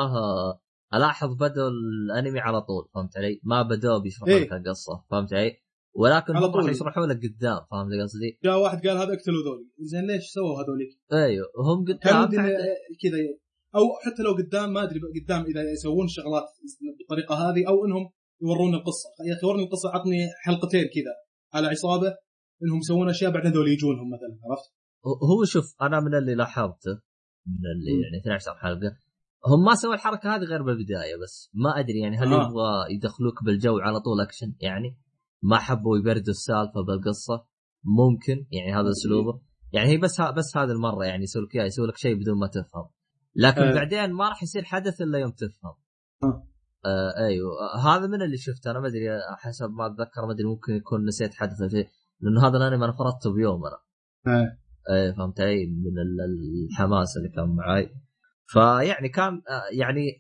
الاحظ بدأ الانمي على طول فهمت علي، ما بدأوا بيشرحوا لك إيه؟ القصه فهمت علي، ولكن هم راح طول. يشرحوا لك قدام فهمت قصدي. جاء واحد قال هذا اقتلوا ذولي، زين ليش سووا هذوليك؟ ايوه هم قدام كان كذا، او حتى لو قدام ما ادري قدام اذا يسوون شغلات بالطريقه هذه او انهم يورون القصه. يا اخي ورني القصه، عطني حلقتين كذا على عصابه انهم يسوون اشياء بعدين ذول يجونهم مثلا عرفت. هو شوف انا من اللي لاحظته من اللي م. يعني اثنا عشر حلقه هم ما سووا الحركه هذه غير بالبدايه، بس ما ادري يعني هل آه. يبغى يدخلوك بالجو على طول اكشن، يعني ما حبوا يبردوا السالفه بالقصه ممكن يعني هذا اسلوبه، يعني هي بس ها بس هذه المره يعني يسوي لك يسوي لك شيء بدون ما تفهم، لكن آه. بعدين ما راح يصير حدث الا يوم تفهم. آه. آه ايوه هذا من اللي شفته انا، ما ادري حسب ما اتذكر، ما ادري ممكن يكون نسيت حدث لانه هذا الانمي انا فرطته بيوم انا آه. ايه فهمت علي من الحماس اللي كان معي. فيعني كان يعني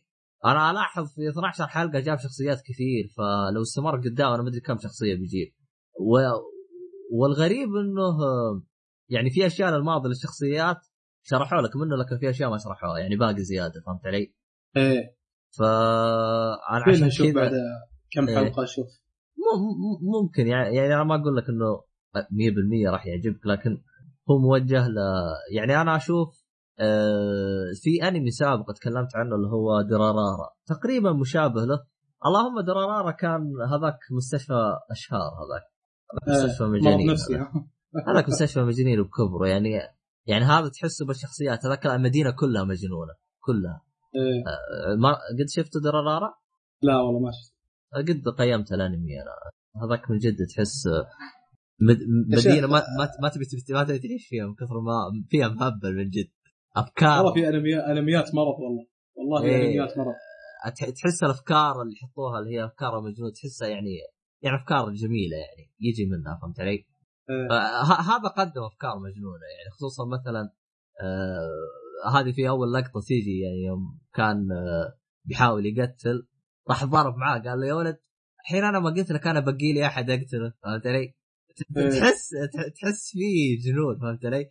انا الاحظ في اثنا عشر حلقه جاب شخصيات كثير، فلو استمر قدام انا ما ادري كم شخصيه بيجيب. و... والغريب انه يعني في اشياء للماضي للشخصيات شرحوا لك منه، لكن في اشياء ما شرحوها يعني باقي زياده، فهمت علي؟ ايه فانا عشان كذا بعد كم إيه. حلقه اشوف ممكن يعني يعني انا ما اقول لك انه مية بالمية راح يعجبك، لكن هو موجه ل يعني انا اشوف آه في انمي سابق تكلمت عنه اللي هو درارارا، تقريبا مشابه له. اللهم درارارا كان هذاك مستشفى اشهار، هذاك مستشفى آه مجانين، نفسي هذاك مستشفى مجانين وبكبره يعني. يعني هذا تحسه بالشخصيات هذاك المدينه كلها مجنونه كلها. إيه. آه ما قد شفت درارارا؟ لا والله ما شفت، قد قيمت الانمي انا. هذاك من جد تحس مدينه ما ما ما تبي ما تبي تعيش فيها من كثر ما فيها مهبل من جد افكار. والله في انميات انميات مرض والله والله في إيه انميات مرض. تحس الافكار اللي يحطوها اللي هي افكار مجنون، تحسها يعني يعني افكار جميله يعني يجي منها، فهمت علي؟ إيه. آه هذا قدم افكار مجنونه يعني، خصوصا مثلا آه هذه في اول لقطه تيجي يعني يوم كان آه بيحاول يقتل، راح ضارب معاه قال له يا ولد الحين انا ما قلت لك انا بقي لي احد اقتله، فهمت علي؟ تحس تحس فيه جنون، فهمت علي؟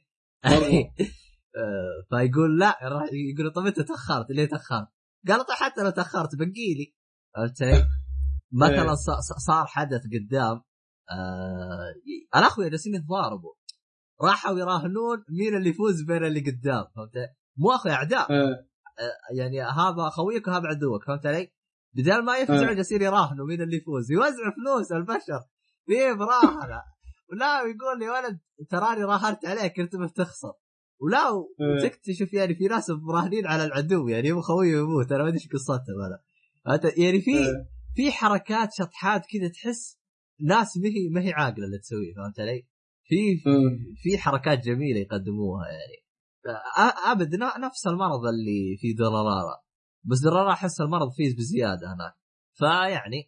فيقول لا، يقول طب انت تاخرت ليه تاخرت؟ قال طيب حتى لو تاخرت بقي لي، فهمت علي؟ مثلا صار حدث قدام آه انا اخوي جالسين يتضاربوا، راحوا يراهنون مين اللي يفوز بين اللي قدام، فهمت؟ مو اخوي اعداء آه يعني هذا خويك وهذا عدوك، فهمت علي؟ بدل ما يفزعوا جالسين يراهنوا مين اللي يفوز، يوزعوا فلوس البشر في براهنه. ولا يقول لي ولد تراني راهنت عليك كنت بتخسر، ولا وتكتشف يعني في ناس مراهنين على العدو يعني هو خويه يموت، انا ما ادري ايش قصتهم انا يعني في في حركات شطحات كذا تحس ناس ما هي ما هي عاقله اللي تسويه، فهمت علي؟ في في حركات جميله يقدموها يعني ابد نفس المرض اللي في درارارا، بس درارارا احس المرض فيه بزياده هناك. فيعني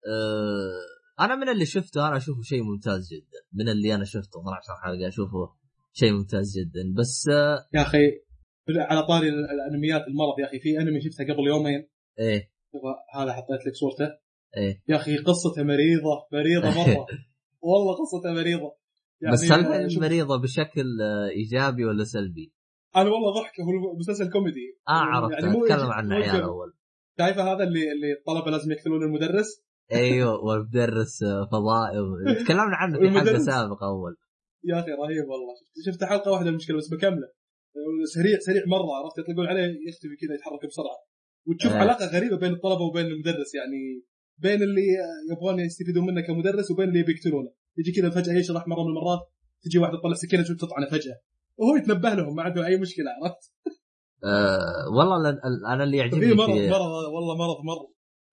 أه انا من اللي شفته انا اشوفه شيء ممتاز جدا، من اللي انا شفته اثنا عشر حلقه اشوفه شيء ممتاز جدا. بس أه يا اخي على طاري الانميات المرض يا اخي في انمي شفتها قبل يومين ايه هذا حطيت لك صورته ايه يا اخي قصته مريضه مريضه مره والله قصته مريضه يعني. بس هل شوف... مريضه بشكل ايجابي ولا سلبي؟ انا والله ضحك، هو مسلسل كوميدي اه عرفت يعني اتكلم عن عيال اول شايفه هذا اللي اللي الطلبه لازم يقتلون المدرس ايوه والمدرس فضائي تكلمنا عنه في حلقه سابقه اول يا اخي رهيب والله. شفت شفت حلقه واحده المشكله بس بكمله سريع سريع مره عرفت يطلقون عليه يختفي كذا يتحرك بسرعه وتشوف آه. علاقه غريبه بين الطلبه وبين المدرس يعني بين اللي يبغون يستفيدون منه كمدرس وبين اللي بيقتلونه. يجي كذا فجاه يشرح مره من المرات تجي واحده تطلع سكينه وتطعنه فجاه وهو يتنبه لهم ما عنده اي مشكله عرفت. أه والله انا اللي يعجبني مرض في مرض والله مرض مرض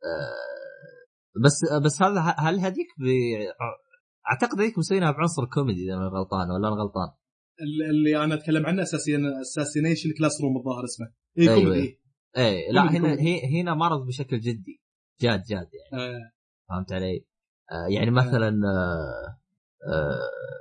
أه بس بس هذا هل هذيك ب... اعتقد هيك مسوينها بعنصر كوميدي اذا انا غلطان ولا انا غلطان؟ اللي انا اتكلم عنه اساسيا اساسينيشن كلاس روم الظاهر اسمه اي أيوة. كوميدي اي لا هنا هي هنا مرض بشكل جدي جاد جاد يعني آه. فهمت علي؟ آه يعني مثلا آه آه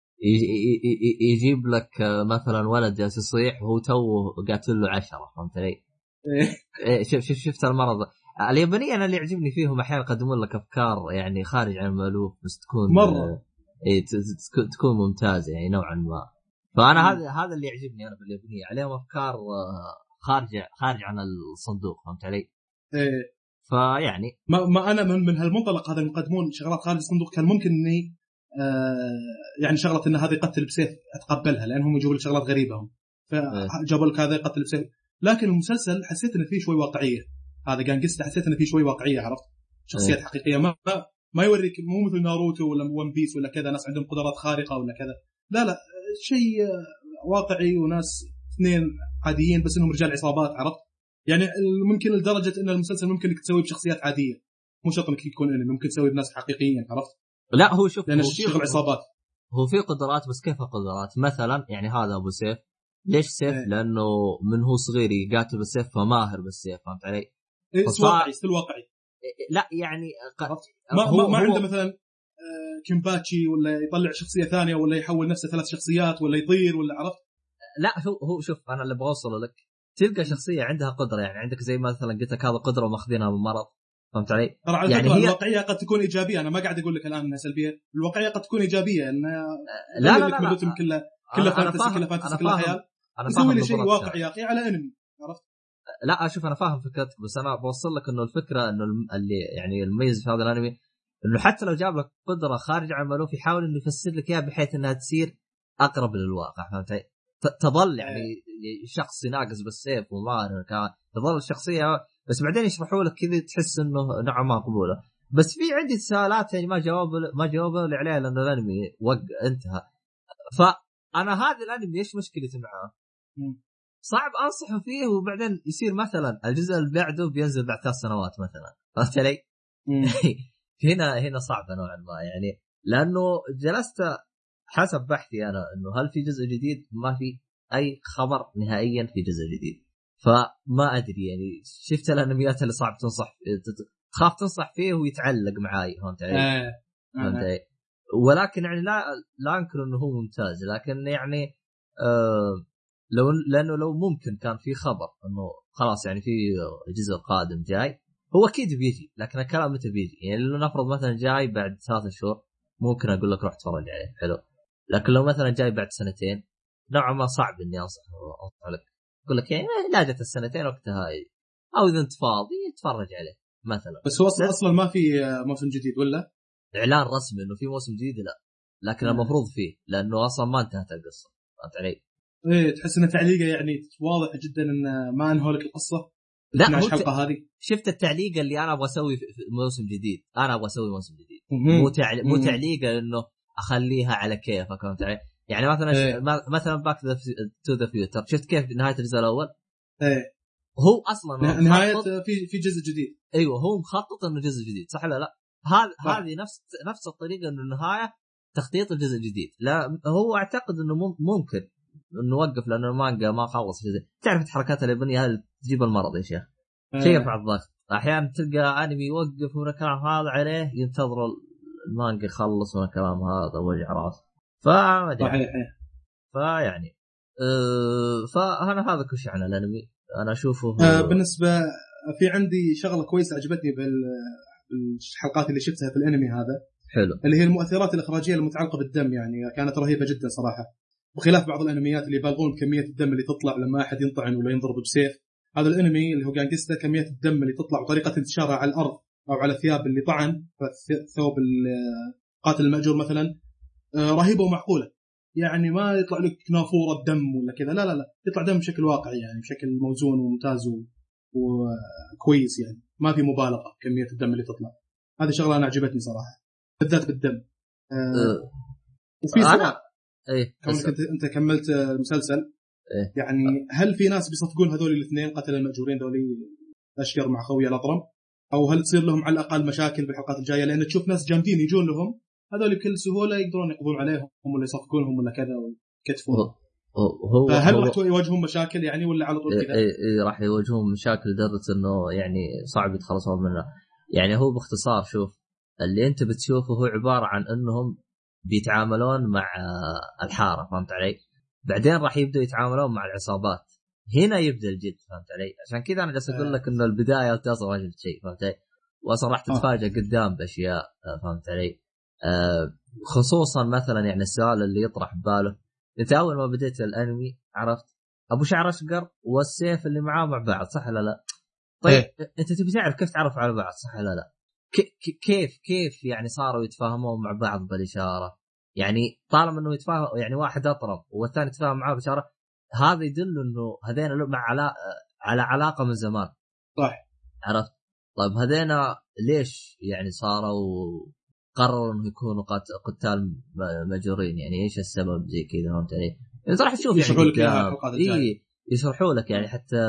يجيب لك مثلا ولد جالس يصيح وهو توه قاتل له عشرة، فهمت علي؟ إيه شوف شوف شفت المرض الياباني. انا اللي يعجبني فيهم احيانا يقدمون لك افكار يعني خارج عن المألوف بس تكون مرة إيه تكون ممتازه يعني نوعا ما. فانا هذا هذا اللي يعجبني انا باليابانيه، عليهم افكار خارج خارج عن الصندوق، فهمت علي؟ ايه فيعني ما, ما انا من, من هالمنطلق هذا المقدمون شغلات خارج الصندوق كان ممكن اني آه يعني شغله ان هذا يقتل بسيف اتقبلها لانهم يجيبوا لك شغلات غريبه هم فجابوا لك هذا يقتل بسيف. لكن المسلسل حسيت انه فيه شوي واقعيه، هذا كان قصته حسيت انه فيه شوي واقعيه عرفت شخصيات أيه. حقيقيه ما ما يوريك مو مثل ناروتو ولا ون بيس ولا كذا ناس عندهم قدرات خارقه ولا كذا، لا لا شيء واقعي وناس اثنين عاديين بس انهم رجال عصابات عرفت يعني. ممكن لدرجه ان المسلسل ممكن انك تسويه بشخصيات عاديه مو شرط انك يكون انمي، ممكن تسويه بناس حقيقيين عرفت. لا هو شوف لان الشغل عصابات هو في قدرات بس كيف قدرات مثلا يعني هذا ابو سيف ليش سيف إيه؟ لانه من هو صغير يقاتل بالسيف فماهر بالسيف، فهمت علي؟ إيه واقعي ستيل واقعي لا يعني ق... ما, ما, ما عنده مثلا آه كيمباتشي ولا يطلع شخصيه ثانيه ولا يحول نفسه ثلاث شخصيات ولا يطير ولا عرفت. لا هو هو شوف انا اللي بوصله لك تلقى شخصيه عندها قدره، يعني عندك زي مثلا قلت لك هذا قدره وماخذينها من مرض، فهمت علي؟ ترى على يعني فكرة هي الواقعيه قد تكون ايجابيه، انا ما قاعد اقول لك الان انها سلبيه، الواقعيه قد تكون ايجابيه ان لا لا لا, لا. كلها كلها فانتسي كلها فانتسي كلها خيال، يسوي لي شيء واقعي يا اخي على انمي، عرفت؟ لا اشوف انا فاهم فكرتك، بس انا بوصل لك انه الفكره انه اللي يعني المميز في هذا الانمي انه حتى لو جاب لك قدره خارج عن المألوف يحاول انه يفسر لك اياها بحيث انها تصير اقرب للواقع، فهمت؟ تظل يعني شخص ناقص بالسيف وما كان تظل الشخصيه، بس بعدين يشرحوا لك كذا تحس انه نوعا ما قبوله. بس في عندي تساؤلات يعني ما جاوب ما جاوبوا لي عليها لانه الانمي وق انتهى. فانا هذا الانمي ايش مشكلتي معه؟ صعب انصحه فيه وبعدين يصير مثلا الجزء اللي بعده بينزل بعد ثلاث سنوات مثلا، فهمت علي؟ هنا هنا صعبه نوعا ما يعني، لانه جلست حسب بحثي انا انه هل في جزء جديد، ما في اي خبر نهائيا في جزء جديد، فما ادري يعني شفت الانميات اللي صعب تنصح تخاف تنصح فيه ويتعلق معاي، فهمت علي؟ آه. فهمت علي؟ ولكن يعني لا لا انكر انه هو ممتاز، لكن يعني آه لو لانه لو ممكن كان في خبر انه خلاص يعني في جزء قادم جاي، هو اكيد بيجي، لكن الكلام متى بيجي؟ يعني لو نفرض مثلا جاي بعد ثلاثة شهور ممكن اقول لك روح تفرج عليه حلو، لكن لو مثلا جاي بعد سنتين نوعا ما صعب اني انصح انصح لك، اقول لك يعني لا جت السنتين وقتها، او اذا انت فاضي تفرج عليه مثلا. بس هو اصلا اصلا ما في موسم جديد ولا اعلان رسمي انه في موسم جديد لا، لكن المفروض فيه لانه اصلا ما انتهت القصه، فهمت علي؟ ايه تحس ان تعليقه يعني واضح جدا ان ما انهوا لك القصه. لا هو الحلقه ت... هذه شفت التعليق اللي انا ابغى اسوي في موسم جديد، انا ابغى اسوي موسم جديد مو تعليق مو تعليقه انه اخليها على كيفك، فهمت علي؟ يعني مثلا ايه. مثلا باك تو ذا فيوتشر شفت كيف نهايه الجزء الاول؟ ايه هو اصلا نهايه في في جزء جديد، ايوه هو مخطط انه جزء جديد صح ولا لا؟ هذا هذه نفس نفس الطريقه انه النهايه تخطيط الجزء الجديد، لا هو اعتقد انه ممكن انه وقف لانه المانجا ما خلص جزء، تعرف الحركات اليابانيه هذه تجيب المرض يا شيخ، شيء يرفع الضغط، احيانا تلقى انمي يوقف والكلام هذا عليه ينتظروا المانجا يخلص والكلام هذا وجع راس، فما صحيح. فيعني أه فانا هذا كل شيء عن الانمي انا اشوفه. أه بالنسبه في عندي شغله كويسه عجبتني بالحلقات اللي شفتها في الانمي هذا حلو، اللي هي المؤثرات الاخراجيه المتعلقه بالدم، يعني كانت رهيبه جدا صراحه، بخلاف بعض الانميات اللي يبالغون كميه الدم اللي تطلع لما احد ينطعن ولا ينضرب بسيف. هذا الانمي اللي هو جانجستا كميه الدم اللي تطلع وطريقه انتشارها على الارض او على ثياب اللي طعن، ثوب القاتل المأجور مثلا رهيبه ومعقوله، يعني ما يطلع لك نافوره دم ولا كذا، لا لا لا يطلع دم بشكل واقعي يعني بشكل موزون وممتاز وكويس، يعني ما في مبالغه كميه الدم اللي تطلع. هذه شغله انا عجبتني صراحه بالذات بالدم. أه وفي سؤال ايه كونك انت انت كملت المسلسل إيه؟ يعني هل في ناس بيصفقون هذول الاثنين قتل المأجورين ذولي اشقر مع خويه الاطرم، او هل تصير لهم على الاقل مشاكل بالحلقات الجايه؟ لان تشوف ناس جامدين يجون لهم هذول بكل سهوله يقدرون يقضون عليهم ولا يصفقونهم ولا كذا ويكتفون، هو فهل هو راح يواجهون مشاكل يعني ولا على طول كذا؟ اي اي راح يواجهون مشاكل لدرجه انه يعني صعب يتخلصون منها. يعني هو باختصار شوف اللي انت بتشوفه هو عباره عن انهم بيتعاملون مع الحاره، فهمت علي؟ بعدين راح يبدأوا يتعاملون مع العصابات، هنا يبدأ الجد، فهمت علي؟ عشان كذا انا جالس اقول لك انه البدايه تصل واجد شيء، فهمت علي؟ واصلا راح تتفاجئ قدام باشياء، فهمت علي؟ آه خصوصا مثلا يعني السؤال اللي يطرح بباله انت اول ما بديت الانمي عرفت ابو شعر اشقر والسيف اللي معاه مع بعض صح ولا لا؟ طيب إيه؟ انت تبي تعرف كيف تعرف على بعض صح ولا لا؟ كيف كيف يعني صاروا يتفاهمون مع بعض بالاشاره؟ يعني طالما انه يتفاهم يعني واحد اطرب والثاني يتفاهم معاه باشاره، هذا يدل انه هذين مع علا... على علاقه من زمان صح، عرفت؟ طيب هذين ليش يعني صاروا قرروا انه يكونوا قتال مأجورين؟ يعني ايش السبب زي كذا؟ فهمت علي؟ انت راح تشوف يعني يشرحوا لك الحلقات الجايه. إيه يشرحوا لك يعني حتى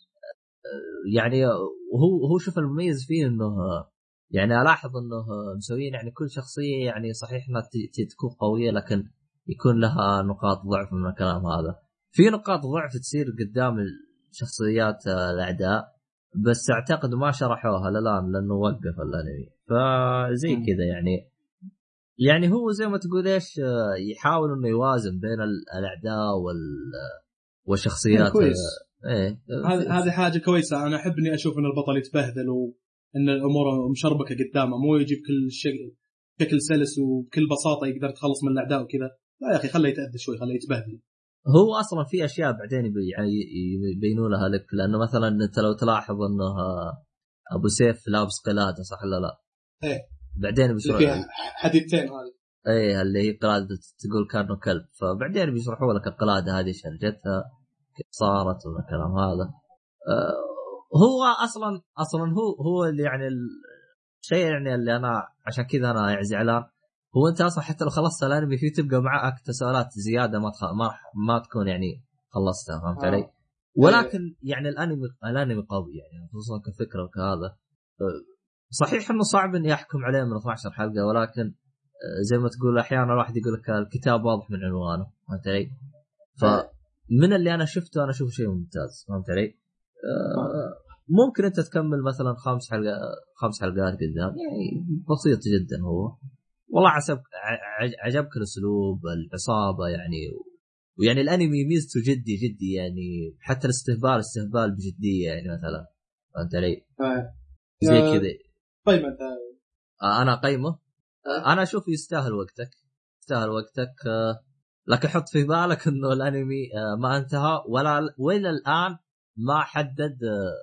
يعني وهو هو شوف المميز فيه انه يعني الاحظ انه مسويين يعني كل شخصيه يعني صحيح انها تكون قويه لكن يكون لها نقاط ضعف من الكلام هذا، في نقاط ضعف تصير قدام الشخصيات الاعداء بس اعتقد ما شرحوها للان لانه وقف الانمي، فزي كذا يعني يعني هو زي ما تقول ايش يحاول انه يوازن بين الاعداء وال والشخصيات ايه هذه هذه حاجه كويسه. انا احب اني اشوف ان البطل يتبهدل وان الامور مشربكه قدامه، مو يجيب كل شيء بشكل سلس وبكل بساطه يقدر يتخلص من الاعداء وكذا. لا يا اخي خليه يتاذى شوي، خليه يتبهدل. هو اصلا في اشياء بعدين يعني يبينوا لها لك، لانه مثلا انت لو تلاحظ انه ابو سيف لابس قلاده صح ولا لا؟ ايه بعدين بيشرح فيها حديدتين هذه، ايه اللي هي قلاده تقول كانه كلب، فبعدين بيشرحوا لك القلاده هذه شرجتها كيف صارت والكلام هذا. أه هو اصلا اصلا هو هو اللي يعني الشيء يعني اللي انا عشان كذا انا يعني زعلان. هو انت اصلا حتى لو خلصت الانمي فيه تبقى معك تساؤلات زياده ما تخ... ما ما تكون يعني خلصتها، فهمت آه. علي؟ ولكن يعني الانمي الانمي قوي يعني خصوصا كفكره وكهذا. صحيح انه صعب اني احكم عليه من اثنا عشر حلقه، ولكن زي ما تقول احيانا الواحد يقول لك الكتاب واضح من عنوانه، فهمت علي؟ فمن اللي انا شفته انا اشوف شيء ممتاز، فهمت علي؟ ممكن انت تكمل مثلا خمس حلقات خمس حلقات قدام، يعني بسيط جدا هو. والله عجب عجبك الاسلوب العصابه يعني، ويعني الانمي ميزته جدي جدي يعني، حتى الاستهبال استهبال بجديه يعني مثلا، فهمت علي؟ زي كذا. قيمه انت انا قيمه انا اشوف يستاهل وقتك يستاهل وقتك لكن حط في بالك انه الانمي ما انتهى ولا ولا الان ما حدد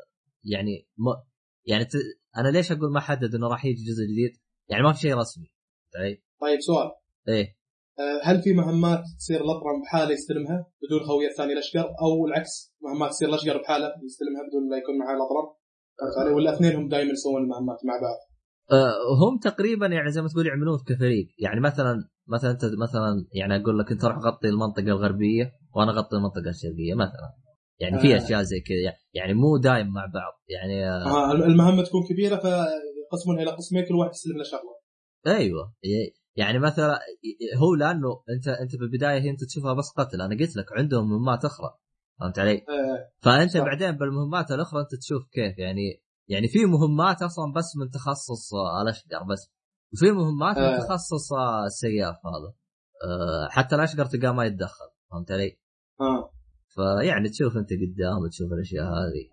يعني ما يعني ت... انا ليش اقول ما حدد انه راح يجي جزء جديد، يعني ما في شيء رسمي. طيب طيب سؤال، ايه هل في مهمات تصير الأطرم بحاله يستلمها بدون خويه الثاني الاشقر، او العكس مهمات تصير الاشقر بحاله يستلمها بدون لا يكون معاه الاطرم، أه ولا اثنين هم دائما يسوون المهمات مع بعض؟ أه هم تقريبا يعني زي ما تقول يعملون كفريق، يعني مثلا مثلا انت مثلا يعني اقول لك انت روح غطي المنطقه الغربيه وانا غطي المنطقه الشرقيه مثلا، يعني في اشياء زي كذا يعني مو دايم مع بعض يعني. آه المهمه تكون كبيره فيقسمونها الى قسمين كل واحد يسلم له شغله. ايوه يعني مثلا هو لانه انت انت بالبدايه انت تشوفها بس قتل، انا قلت لك عندهم مهمات اخرى، فهمت علي؟ آه فانت صح. بعدين بالمهمات الاخرى انت تشوف كيف يعني يعني في مهمات اصلا بس من تخصص الاشقر بس، وفي مهمات آه. من تخصص السياف هذا. أه حتى الاشقر تلقاه ما يتدخل، فهمت علي؟ اه فيعني تشوف انت قدام تشوف الاشياء هذه.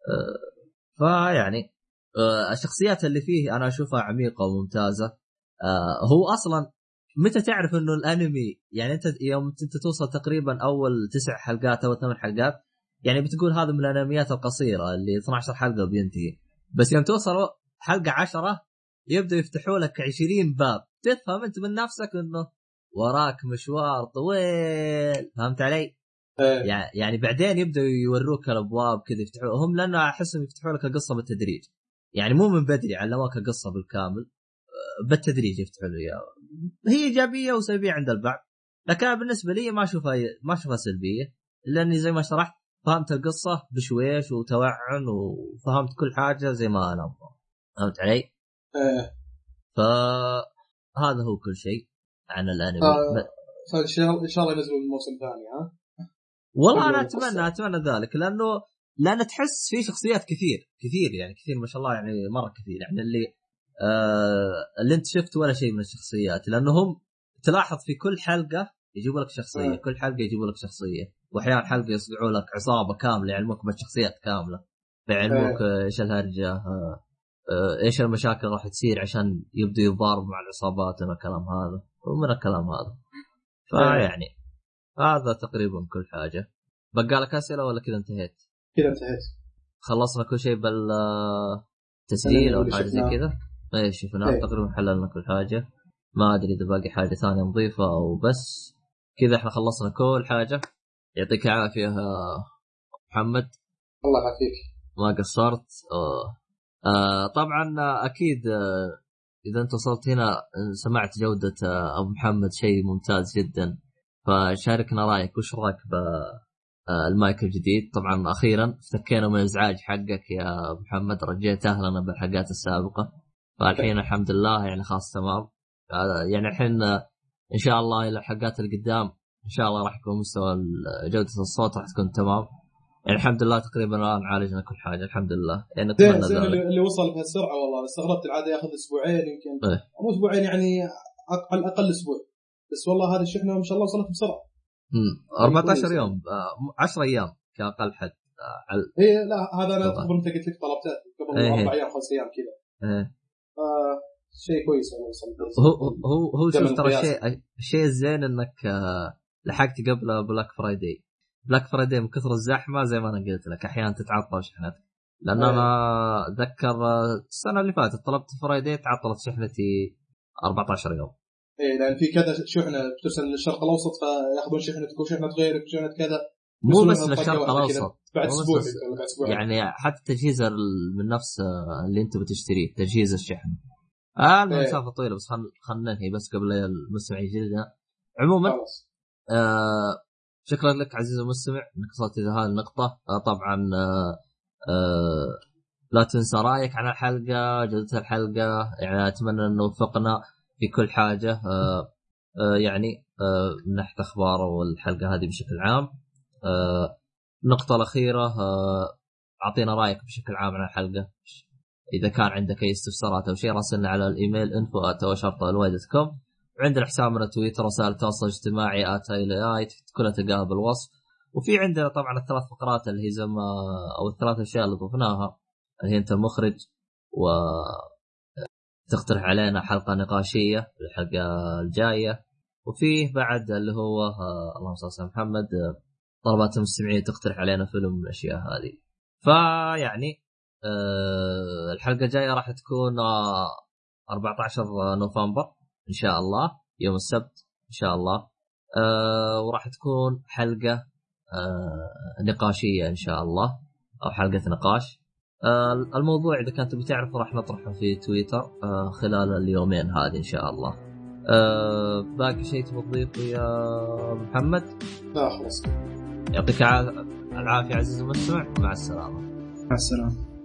أه فيعني أه الشخصيات اللي فيه انا اشوفها عميقه وممتازه. أه هو اصلا متى تعرف انه الانمي يعني انت يوم انت توصل تقريبا اول تسع حلقات او ثمان حلقات يعني بتقول هذا من الانميات القصيره اللي اثنا عشر حلقه بينتهي، بس يوم توصل حلقه عشرة يبدأ يفتحوا لك عشرين باب، تفهم انت من نفسك انه وراك مشوار طويل، فهمت علي؟ أه. يعني بعدين يبدأوا يوروك الابواب كذا يفتحوا هم، لانه احسهم يفتحوا لك القصه بالتدريج، يعني مو من بدري علموك القصه بالكامل، بالتدريج يفتحوا لي اياها. هي ايجابيه وسلبيه عند البعض، لكن بالنسبه لي ما اشوفها ما اشوفها سلبيه، لاني زي ما شرحت فهمت القصه بشويش وتوعن وفهمت كل حاجه زي ما انا ابغى، فهمت علي؟ أه. فهذا هو كل شيء عن الانمي. ف... ان شاء الله ينزلوا الموسم الثاني. ها والله انا اتمنى اتمنى ذلك، لانه لان تحس في شخصيات كثير كثير يعني كثير ما شاء الله يعني مره كثير يعني اللي آه اللي انت شفت ولا شيء من الشخصيات، لانهم تلاحظ في كل حلقه يجيبوا لك شخصيه. أه. كل حلقه يجيبوا لك شخصيه، واحيانا حلقه يصنعوا لك عصابه كامله يعلموك بالشخصيات كامله، يعلموك أه. ايش الهرجه آه آه ايش المشاكل راح تصير عشان يبدوا يضاربوا مع العصابات والكلام هذا ومن الكلام هذا. فيعني هذا تقريبا كل حاجه. بقى لك اسئله ولا كذا انتهيت؟ كذا انتهيت، خلصنا كل شيء بالتسجيل او حاجه زي كذا. ايه شفنا ايه. تقريبا حللنا كل حاجه، ما ادري اذا باقي حاجه ثانيه نضيفها او بس كذا احنا خلصنا كل حاجه. يعطيك العافيه محمد، الله يعافيك ما قصرت. آه. آه طبعا اكيد آه اذا انت وصلت هنا سمعت جوده آه ابو محمد شيء ممتاز جدا، فشاركنا رايك وش رايك بالمايك الجديد. طبعا اخيرا افتكينا من الازعاج حقك يا محمد، رجيته لنا بالحلقات السابقه، فالحين الحمد لله يعني خلاص تمام. يعني الحين ان شاء الله الى الحلقات اللي قدام ان شاء الله راح يكون مستوى جوده الصوت راح تكون تمام، يعني الحمد لله تقريبا الان عالجنا كل حاجه الحمد لله. يعني اتمنى زين اللي وصل بهالسرعه، والله استغربت العاده ياخذ اسبوعين يمكن إيه؟ مو اسبوعين يعني اقل اقل اسبوع، بس والله هذه الشحنه ما شاء الله وصلت بسرعه. امم أربعة عشر يوم عشرة ايام كاقل حد. على ايه لا هذا انا تقريبا انت قلت لك طلبته قبل إيه. اربع ايام خمس ايام كذا. إيه. آه شيء كويس يعني وصلت. هو هو هو شوف ترى الشيء الشيء الزين انك آه لحقت قبل بلاك فرايداي. بلاك فرايداي من كثر الزحمه زي ما انا قلت لك احيانا تتعطل شحنتك، لان أيه. انا اتذكر السنه اللي فاتت طلبت فرايداي تعطلت شحنتي أربعة عشر يوم. ايه لان في كذا شحنه بترسل للشرق الاوسط فياخذون شحنتك وشحنه غيرك وشحنه كذا، مو بس للشرق الاوسط بعد اسبوع يعني حتى تجهيز من نفس اللي انت بتشتريه تجهيز الشحن. اه المسافه طويله بس خلينا خل ننهي بس قبل المستمعين جلدنا. عموما آه شكرا لك عزيزي المستمع انك وصلت الى هذه النقطه. آه طبعا آه آه لا تنسى رايك عن الحلقه، جوده الحلقه، يعني اتمنى انه وفقنا في كل حاجه آه آه يعني آه من ناحيه اخبار والحلقه هذه بشكل عام. آه النقطه الاخيره آه اعطينا رايك بشكل عام عن الحلقه، اذا كان عندك اي استفسارات او شيء راسلنا على الايميل انفو آت شرطة الواي دوت كوم، وعندنا حسابنا تويتر رسائل تواصل اجتماعي آت اي كلها تلقاها بالوصف. وفي عندنا طبعا الثلاث فقرات اللي هي زي ما او الثلاث اشياء اللي ضفناها اللي هي انت المخرج، وتقترح علينا حلقه نقاشيه الحلقه الجايه، وفيه بعد اللي هو آه اللهم صل على محمد آه طلبات المستمعين تقترح علينا فيلم من الاشياء هذه. فيعني أه الحلقة الجاية راح تكون أه أربعة عشر نوفمبر إن شاء الله يوم السبت إن شاء الله. أه وراح تكون حلقة أه نقاشية إن شاء الله أو حلقة نقاش. أه الموضوع إذا كنت بتعرف راح نطرحه في تويتر أه خلال اليومين هذه إن شاء الله. أه باقي شيء تضيفه يا محمد؟ لا خلاص. يعطيك العافية عزيزي المستمع، مع السلامة. مع السلامة.